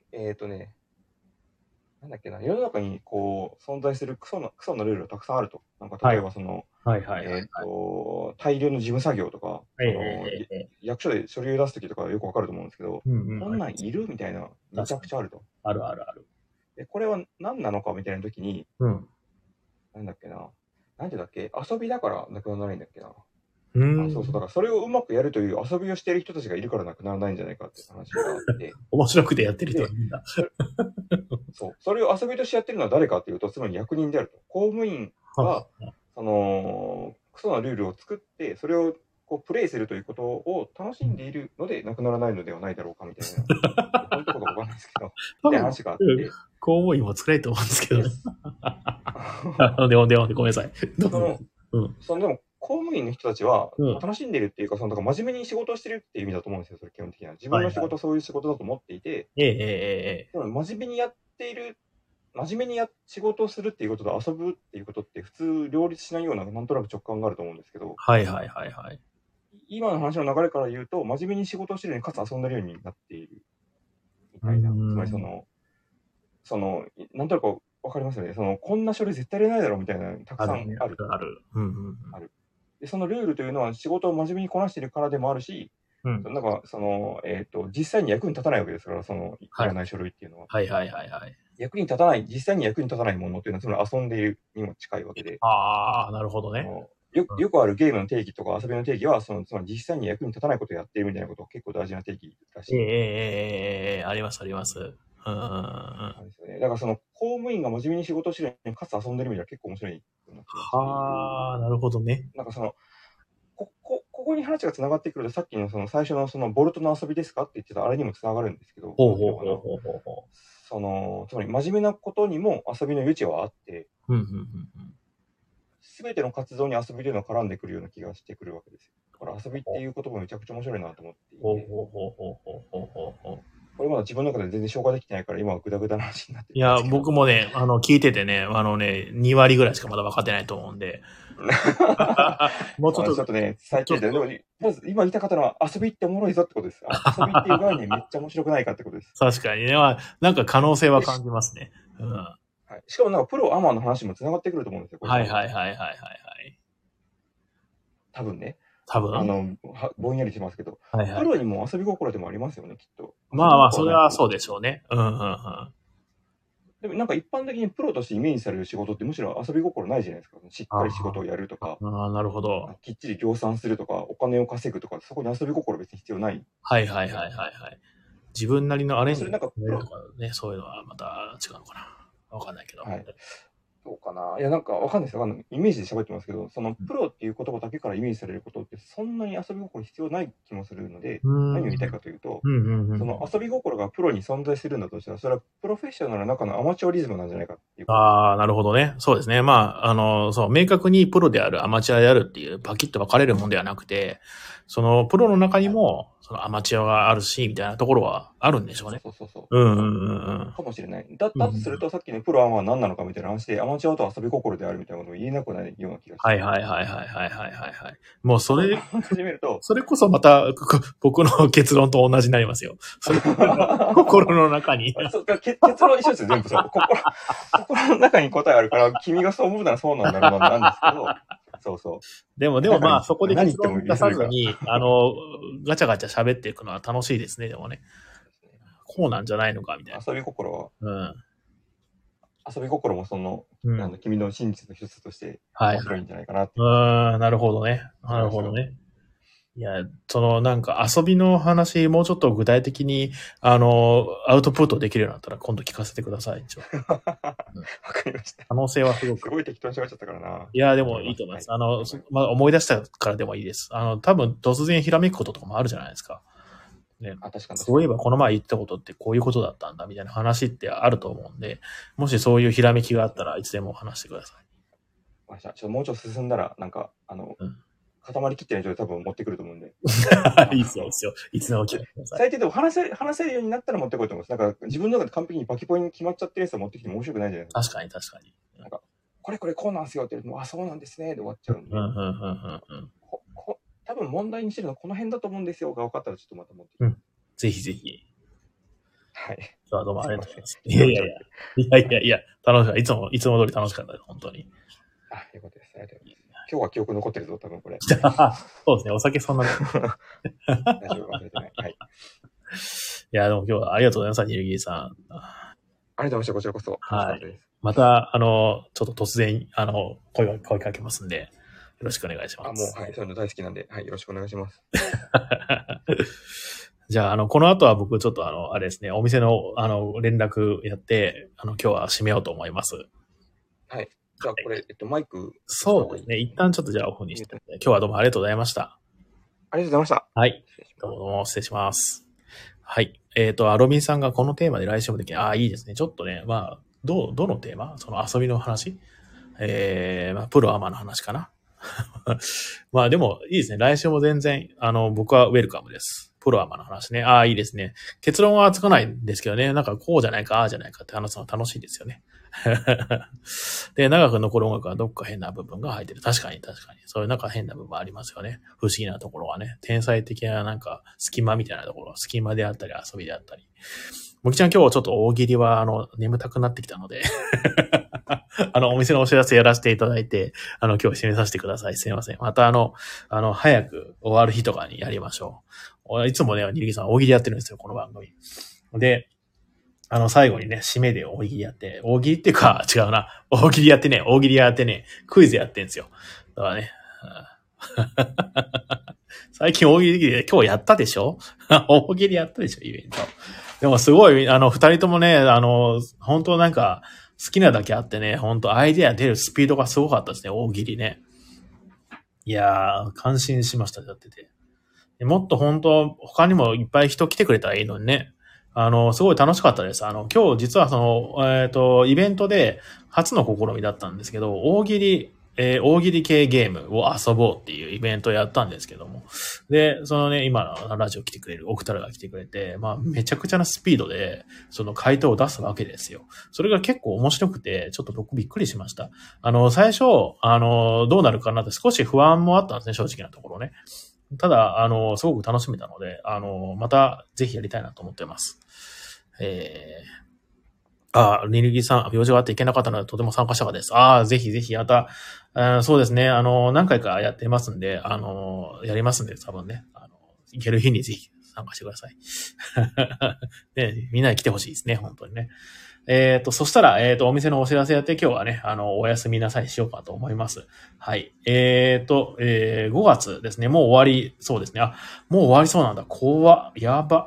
Speaker 2: なんだっけな、世の中にこう存在するクソのルールがたくさんあると。なんか例えばその、大量の事務作業とか、役所で書類を出すときとかよくわかると思うんですけど、こんなんいるみたいな、めちゃくちゃあると。
Speaker 1: ある。
Speaker 2: で、これは何なのかみたいなときに、なんだっけな、なんでだっけ、遊びだからなくならないんだっけな。そうだからそれをうまくやるという遊びをしている人たちがいるからなくならないんじゃないかって話があって。
Speaker 1: 面白くてやってる人がいるんだ。
Speaker 2: そう。それを遊びとしてやってるのは誰かっていうと、つまり役人であると。公務員は、クソなルールを作って、それをこうプレイするということを楽しんでいるので、なくならないのではないだろうかみたいな。本当ことわかんないですけど、って話があって。
Speaker 1: 公務員も辛いと思うんですけどね。でもごめんなさい。でも、
Speaker 2: 公務員の人たちは楽しんでるっていうか、だから真面目に仕事をしてるっていう意味だと思うんですよ、それ基本的には。自分の仕事はそういう仕事だと思っていて、真面目にやっている、真面目に仕事をするっていうことと遊ぶっていうことって普通両立しないような、なんとなく直感があると思うんですけど、今の話の流れから言うと、真面目に仕事をしてるように、かつ遊んでるようになっているみたいな。つまりなんとなくわかりますよね。こんな書類絶対入れないだろうみたいな、たくさんある。ある。で、そのルールというのは仕事を真面目にこなしているからでもあるし、なんか、実際に役に立たないわけですから、いらない書類っていうのは。実際に役に立たないものっていうのは、つまり遊んでいるにも近いわけで。
Speaker 1: なるほどね。
Speaker 2: よくあるゲームの定義とか遊びの定義は、つまり実際に役に立たないことをやっているみたいなことが結構大事な定義らしい。
Speaker 1: あります。
Speaker 2: だから公務員が真面目に仕事をしてるのに、かつ遊んでるみたいな結構面白いような気がして。
Speaker 1: なるほどね。
Speaker 2: なんかここに話がつながってくると、さっきの最初のボルトの遊びですかって言ってたあれにもつながるんですけど、つまり真面目なことにも遊びの余地はあって、すべての活動に遊びというのが絡んでくるような気がしてくるわけですよ。だから遊びっていう言葉めちゃくちゃ面白いなと思っていて。これまだ自分の中で全然消化できてないから、今はグダグダな話になってる。
Speaker 1: いや、僕もね、聞いててね、2割ぐらいしかまだ分かってないと思うんで。
Speaker 2: もうちょっとね、最低で。でも、まず今言いたかったのは、遊びっておもろいぞってことです。遊びっていう概念めっちゃ面白くないかってことです。
Speaker 1: 確かにね。なんか可能性は感じますね。
Speaker 2: しかもなんかプロアマの話もつながってくると思うんですよ。多分ね。ぼんやりしますけど、プロにも遊び心でもありますよね、きっと。
Speaker 1: それはそうでしょうね。
Speaker 2: でもなんか一般的にプロとしてイメージされる仕事ってむしろ遊び心ないじゃないですか。しっかり仕事をやるとか。
Speaker 1: なるほど。
Speaker 2: きっちり量産するとか、お金を稼ぐとか、そこに遊び心別に必要ない。
Speaker 1: 自分なりのアレンジとかね、そういうのはまた違うのかな。わかんないけど。
Speaker 2: そうかな。いや、なんかわかんないですよ。イメージで喋ってますけど、プロっていう言葉だけからイメージされることって、そんなに遊び心必要ない気もするので、何を言いたいかというと、遊び心がプロに存在するんだとしたら、それはプロフェッショナルの中のアマチュアリズムなんじゃないかっていう。
Speaker 1: なるほどね。そうですね。明確にプロである、アマチュアであるっていう、パキッと分かれるもんではなくて、プロの中にも、アマチュアがあるし、みたいなところはあるんでしょうね。
Speaker 2: かもしれない。だとすると、さっきのプロアマは何なのかみたいな話で、アマチュアと遊び心であるみたいなことを言えなくないような気がして。
Speaker 1: もうそれ
Speaker 2: 始めると、
Speaker 1: それこそまた、僕の結論と同じになりますよ。心の中に。
Speaker 2: 結論一緒ですよ、全部そう。心の中に答えあるから、君がそう思うならそうなんだろうなんですけど、
Speaker 1: でもそこで結論出さずに、ガチャガチャ喋っていくのは楽しいですね、でもね。 こうなんじゃないのかみたいな。
Speaker 2: 遊び心は、
Speaker 1: うん。
Speaker 2: 遊び心も君の真実の一つとして面白いんじゃないかなって。
Speaker 1: なるほどね。なるほどね。いや、なんか遊びの話、もうちょっと具体的に、アウトプットできるようになったら今度聞かせてください。
Speaker 2: わかりました。
Speaker 1: 可能性はすごく。
Speaker 2: すごい適当に喋っちゃったからな。
Speaker 1: いや、でもいいと思います。思い出したからでもいいです。多分突然ひらめくこととかもあるじゃないですか。ね。
Speaker 2: 確かに。
Speaker 1: そういえばこの前言ったことってこういうことだったんだみたいな話ってあると思うんで、もしそういうひらめきがあったらいつでも話してください。
Speaker 2: もうちょっと進んだら、なんか、固まりきってない状態多分持ってくると思うんで。
Speaker 1: いいっすよ。いつでも来てください。
Speaker 2: 最低でも話せるようになったら持ってこいと思います。なんか自分の中で完璧にバキポイに決まっちゃってるやつは持ってきても面白くないじゃないですか。
Speaker 1: 確かに。
Speaker 2: なんか、これこうなんすよって言うと、そうなんですねで終わっちゃうんで。多分問題にしてるのはこの辺だと思うんですよが分かったらちょっとまた持ってきます。
Speaker 1: ぜひ。
Speaker 2: はい。
Speaker 1: どうもありがとうございます。いや、楽しかった。いつも通り楽しかったです、本当に。
Speaker 2: よかったです。ありがとうございます。今日は記憶残ってるぞ、多分これ。
Speaker 1: そうですね、お酒そんな。
Speaker 2: 大丈夫、忘れてない。はい。
Speaker 1: いや、でも今日はありがとうございました、ニルギーさん。
Speaker 2: ありがとうございました、こちらこそ。
Speaker 1: はい。また、ちょっと突然、声かけますんで、よろしくお願いします。
Speaker 2: はい、そういうの大好きなんで、はい、よろしくお願いします。
Speaker 1: じゃあ、この後は僕ちょっとあれですね、お店の、連絡やって、今日は締めようと思います。
Speaker 2: はい。じゃあ、これ、マイク。
Speaker 1: そうですね。一旦ちょっとじゃあオフにして、今日はどうもありがとうございました。
Speaker 2: ありがとうございました。
Speaker 1: はい。どうも失礼します。はい。アロビンさんがこのテーマで来週もできない。いいですね。ちょっとね、どのテーマ？その遊びの話？プロアマの話かな。でもいいですね。来週も全然、僕はウェルカムです。プロアマの話ね。いいですね。結論はつかないんですけどね。なんかこうじゃないか、じゃないかって話すの楽しいですよね。で、長く残る音楽はどっか変な部分が入ってる。確かに。そういうなんか変な部分ありますよね。不思議なところはね。天才的ななんか隙間みたいなところ。隙間であったり遊びであったり。もきちゃん今日ちょっと大喜利は眠たくなってきたのでお店のお知らせやらせていただいて、今日締めさせてください。すいません。また早く終わる日とかにやりましょう。いつもね、ニルギさん大喜利やってるんですよ、この番組。で、最後にね、締めで大喜利やって、大喜利っていうか、違うな。大喜利やってね、クイズやってんですよ。だからね。最近大喜利で今日やったでしょ大喜利やったでしょイベント。でもすごい、二人ともね、本当なんか、好きなだけあってね、本当アイデア出るスピードがすごかったですね、大喜利ね。いやー、感心しました、やってて。もっと本当、他にもいっぱい人来てくれたらいいのにね。すごい楽しかったです。今日実はイベントで初の試みだったんですけど、大喜利系ゲームを遊ぼうっていうイベントをやったんですけども。で、今のラジオ来てくれる、お二人が来てくれて、めちゃくちゃなスピードで、回答を出すわけですよ。それが結構面白くて、ちょっと僕びっくりしました。最初、どうなるかなって少し不安もあったんですね、正直なところね。ただ、すごく楽しめたので、またぜひやりたいなと思っています。ニルギさん、用事があっていけなかったので、とても参加したかったです。ぜひぜひ、また、そうですね、何回かやってますんで、やりますんで、多分ね、行ける日にぜひ参加してください。ね、みんなに来てほしいですね、本当にね。そしたら、お店のお知らせやって今日はね、おやすみなさいしようかと思います。はい。5月ですね。もう終わりそうですね。もう終わりそうなんだ。怖っ。やば。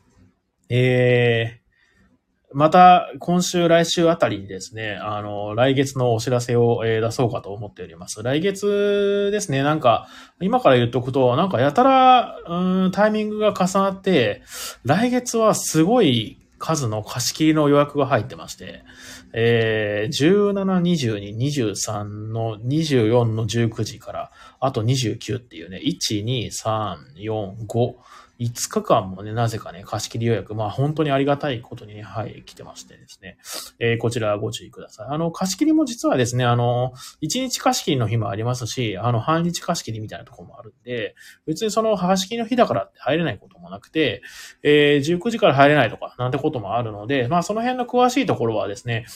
Speaker 1: また、今週、来週あたりにですね、来月のお知らせを、出そうかと思っております。来月ですね、なんか、今から言っとくと、なんかやたら、タイミングが重なって、来月はすごい数の貸し切りの予約が入ってまして、17、22、23の24の19時から、あと29っていうね、1、2、3、4、5、5日間もね、なぜかね、貸し切り予約、本当にありがたいことにね、来てましてですね。こちらご注意ください。貸し切りも実はですね、1日貸し切りの日もありますし、半日貸し切りみたいなところもあるんで、別にその貸し切りの日だからって入れないこともなくて、19時から入れないとか、なんてこともあるので、その辺の詳しいところはですね、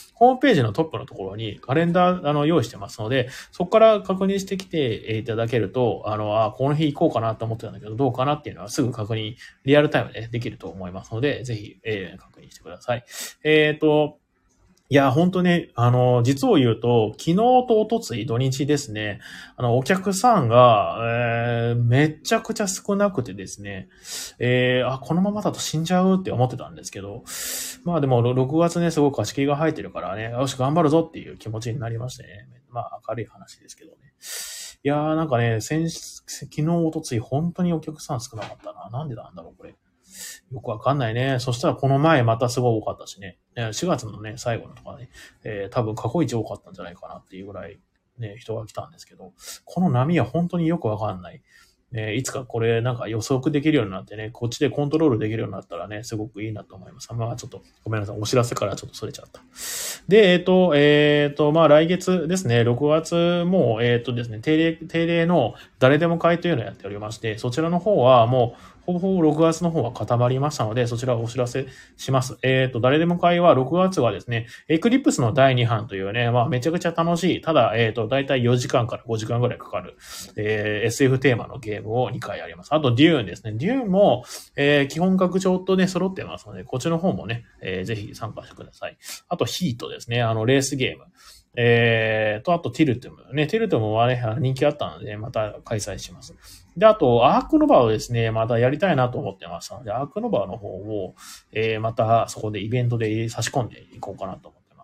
Speaker 1: ホームページのトップのところにカレンダー用意してますので、そこから確認してきていただけると、この日行こうかなと思ってたんだけど、どうかなっていうのはすぐ確認、リアルタイムでできると思いますので、ぜひ、確認してください。いや、本当ね、実を言うと、昨日と一昨日土日ですね、お客さんが、めちゃくちゃ少なくてですね、このままだと死んじゃうって思ってたんですけど、まあでも、6月ね、すごく貸し切りが入ってるからね、よし、頑張るぞっていう気持ちになりましてね、まあ明るい話ですけどね。いやーなんかね、昨日、一昨日本当にお客さん少なかったな。なんでなんだろう、これ。よくわかんないね。そしたらこの前またすごい多かったしね。4月のね、最後のとかね、多分過去一多かったんじゃないかなっていうぐらいね、人が来たんですけど、この波は本当によくわかんない。いつかこれなんか予測できるようになってね、こっちでコントロールできるようになったらね、すごくいいなと思います。まあちょっとごめんなさい。お知らせからちょっとそれちゃった。で、まあ来月ですね、6月も、ですね、定例の誰でも会というのをやっておりまして、そちらの方はもう、ほぼほぼ6月の方は固まりましたので、そちらをお知らせします。誰でも会は6月はですね、エクリプスの第2版というね、まあめちゃくちゃ楽しい、ただ、だいたい4時間から5時間ぐらいかかる、SF テーマのゲームを2回やります。あと、デューンですね。デューンも、基本拡張とね、揃ってますので、こっちの方もね、ぜひ参加してください。あと、ヒートですね。レースゲーム。あと、ティルトム。ね、ティルトムはね、人気あったので、また開催します。で、あと、アークノバをですね、またやりたいなと思ってましたので、アークノバの方を、またそこでイベントで差し込んでいこうかなと思ってます。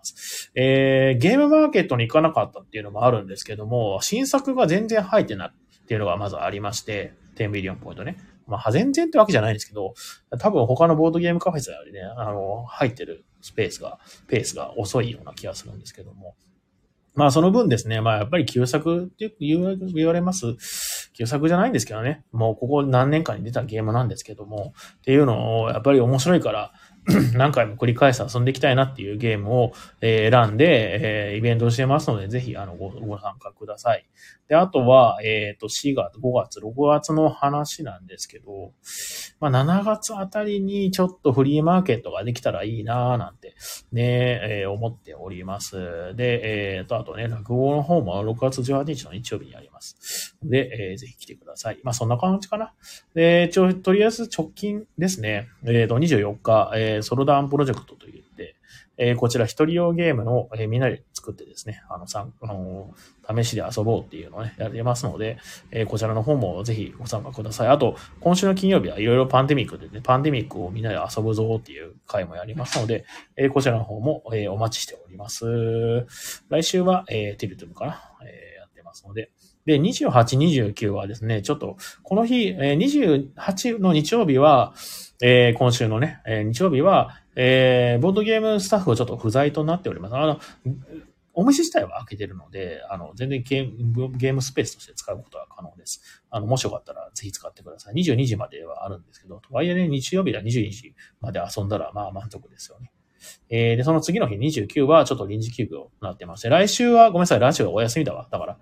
Speaker 1: ゲームマーケットに行かなかったっていうのもあるんですけども、新作が全然入ってないっていうのがまずありまして、10ミリオンポイントね。まあ、全然ってわけじゃないんですけど、多分他のボードゲームカフェよりね、入ってるペースが遅いような気がするんですけども。まあその分ですね、まあやっぱり旧作って言われます。旧作じゃないんですけどね、もうここ何年かに出たゲームなんですけども、っていうのをやっぱり面白いから、何回も繰り返して遊んでいきたいなっていうゲームを選んで、イベントをしてますので、ぜひご参加ください。で、あとは、4月、5月、6月の話なんですけど、まあ7月あたりにちょっとフリーマーケットができたらいいなぁなんてね、思っております。で、あとね、落語の方も6月18日の日曜日にあります。で、ぜひ来てください。まあそんな感じかな。で、とりあえず直近ですね、24日、ソロダウンプロジェクトといって、こちら一人用ゲームの、みんなで作ってですね、試しで遊ぼうっていうのをね、やってますので、こちらの方もぜひご参加ください。あと、今週の金曜日はいろいろパンデミックでね、パンデミックをみんなで遊ぶぞっていう回もやりますので、こちらの方も、お待ちしております。来週は、ティルトゥムかな、やってますので、で、28、29はですね、ちょっと、この日、28の日曜日は、今週のね、日曜日は、ボードゲームスタッフはちょっと不在となっております。お店自体は開けてるので、全然ゲームスペースとして使うことは可能です。もしよかったらぜひ使ってください。22時まではあるんですけど、とはいえね、日曜日は22時まで遊んだら、まあ満足ですよね。で、その次の日29はちょっと臨時休業になってまして、来週はごめんなさい、来週はお休みだわ。だから、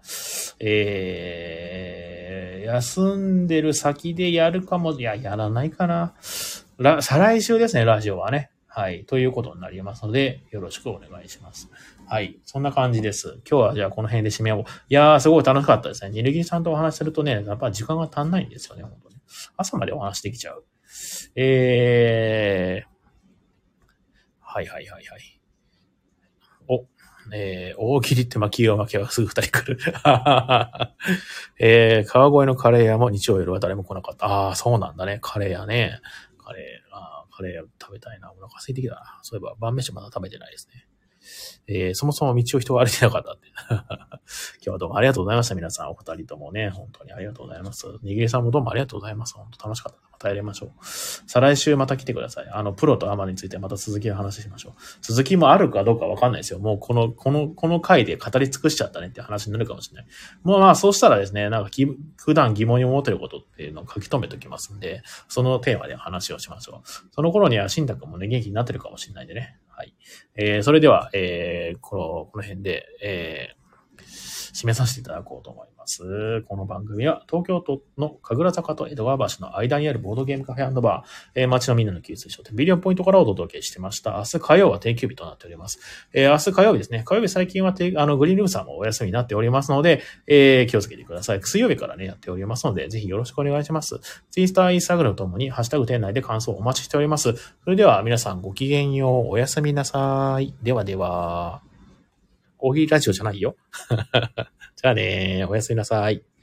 Speaker 1: 休んでる先でやるかも、やらないかな。再来週ですね、ラジオはね。はい。ということになりますので、よろしくお願いします。はい。そんな感じです。今日はじゃあこの辺で締めよう。いやー、すごい楽しかったですね。ニルギリさんとお話しするとね、やっぱ時間が足んないんですよね、本当に。朝までお話できちゃう。はいはいはいはい。大喜利って巻きが巻きはすぐ二人来る。川越のカレー屋も日曜夜は誰も来なかった。ああ、そうなんだね。カレー屋ね。カレー屋食べたいな。お腹空いてきたな。そういえば晩飯まだ食べてないですね。そもそも道を人が歩いてなかったって。今日はどうもありがとうございました。皆さん、お二人ともね、本当にありがとうございます。にぎりさんもどうもありがとうございます。本当楽しかった。またやりましょう。再来週また来てください。プロとアマについてまた続きの話しましょう。続きもあるかどうかわかんないですよ。もうこの回で語り尽くしちゃったねって話になるかもしれない。もうまあそうしたらですね、なんか普段疑問に思ってることっていうのを書き留めておきますんで、そのテーマで話をしましょう。その頃には新宅もね、元気になってるかもしれないんでね。はい。それでは、この辺で、 締めさせていただこうと思います。この番組は東京都の神楽坂と江戸川橋の間にあるボードゲームカフェ&バー、街のみんなの休日商店ビリオンポイントからお届けしてました。明日火曜は定休日となっております。明日火曜日ですね。火曜日最近はグリーンルームさんもお休みになっておりますので、気をつけてください。水曜日からね、やっておりますので、ぜひよろしくお願いします。Twitter、Instagram ともにハッシュタグ店内で感想をお待ちしております。それでは皆さんごきげんよう。おやすみなさい。ではでは。大喜利ラジオじゃないよ。じゃあね、おやすみなさい。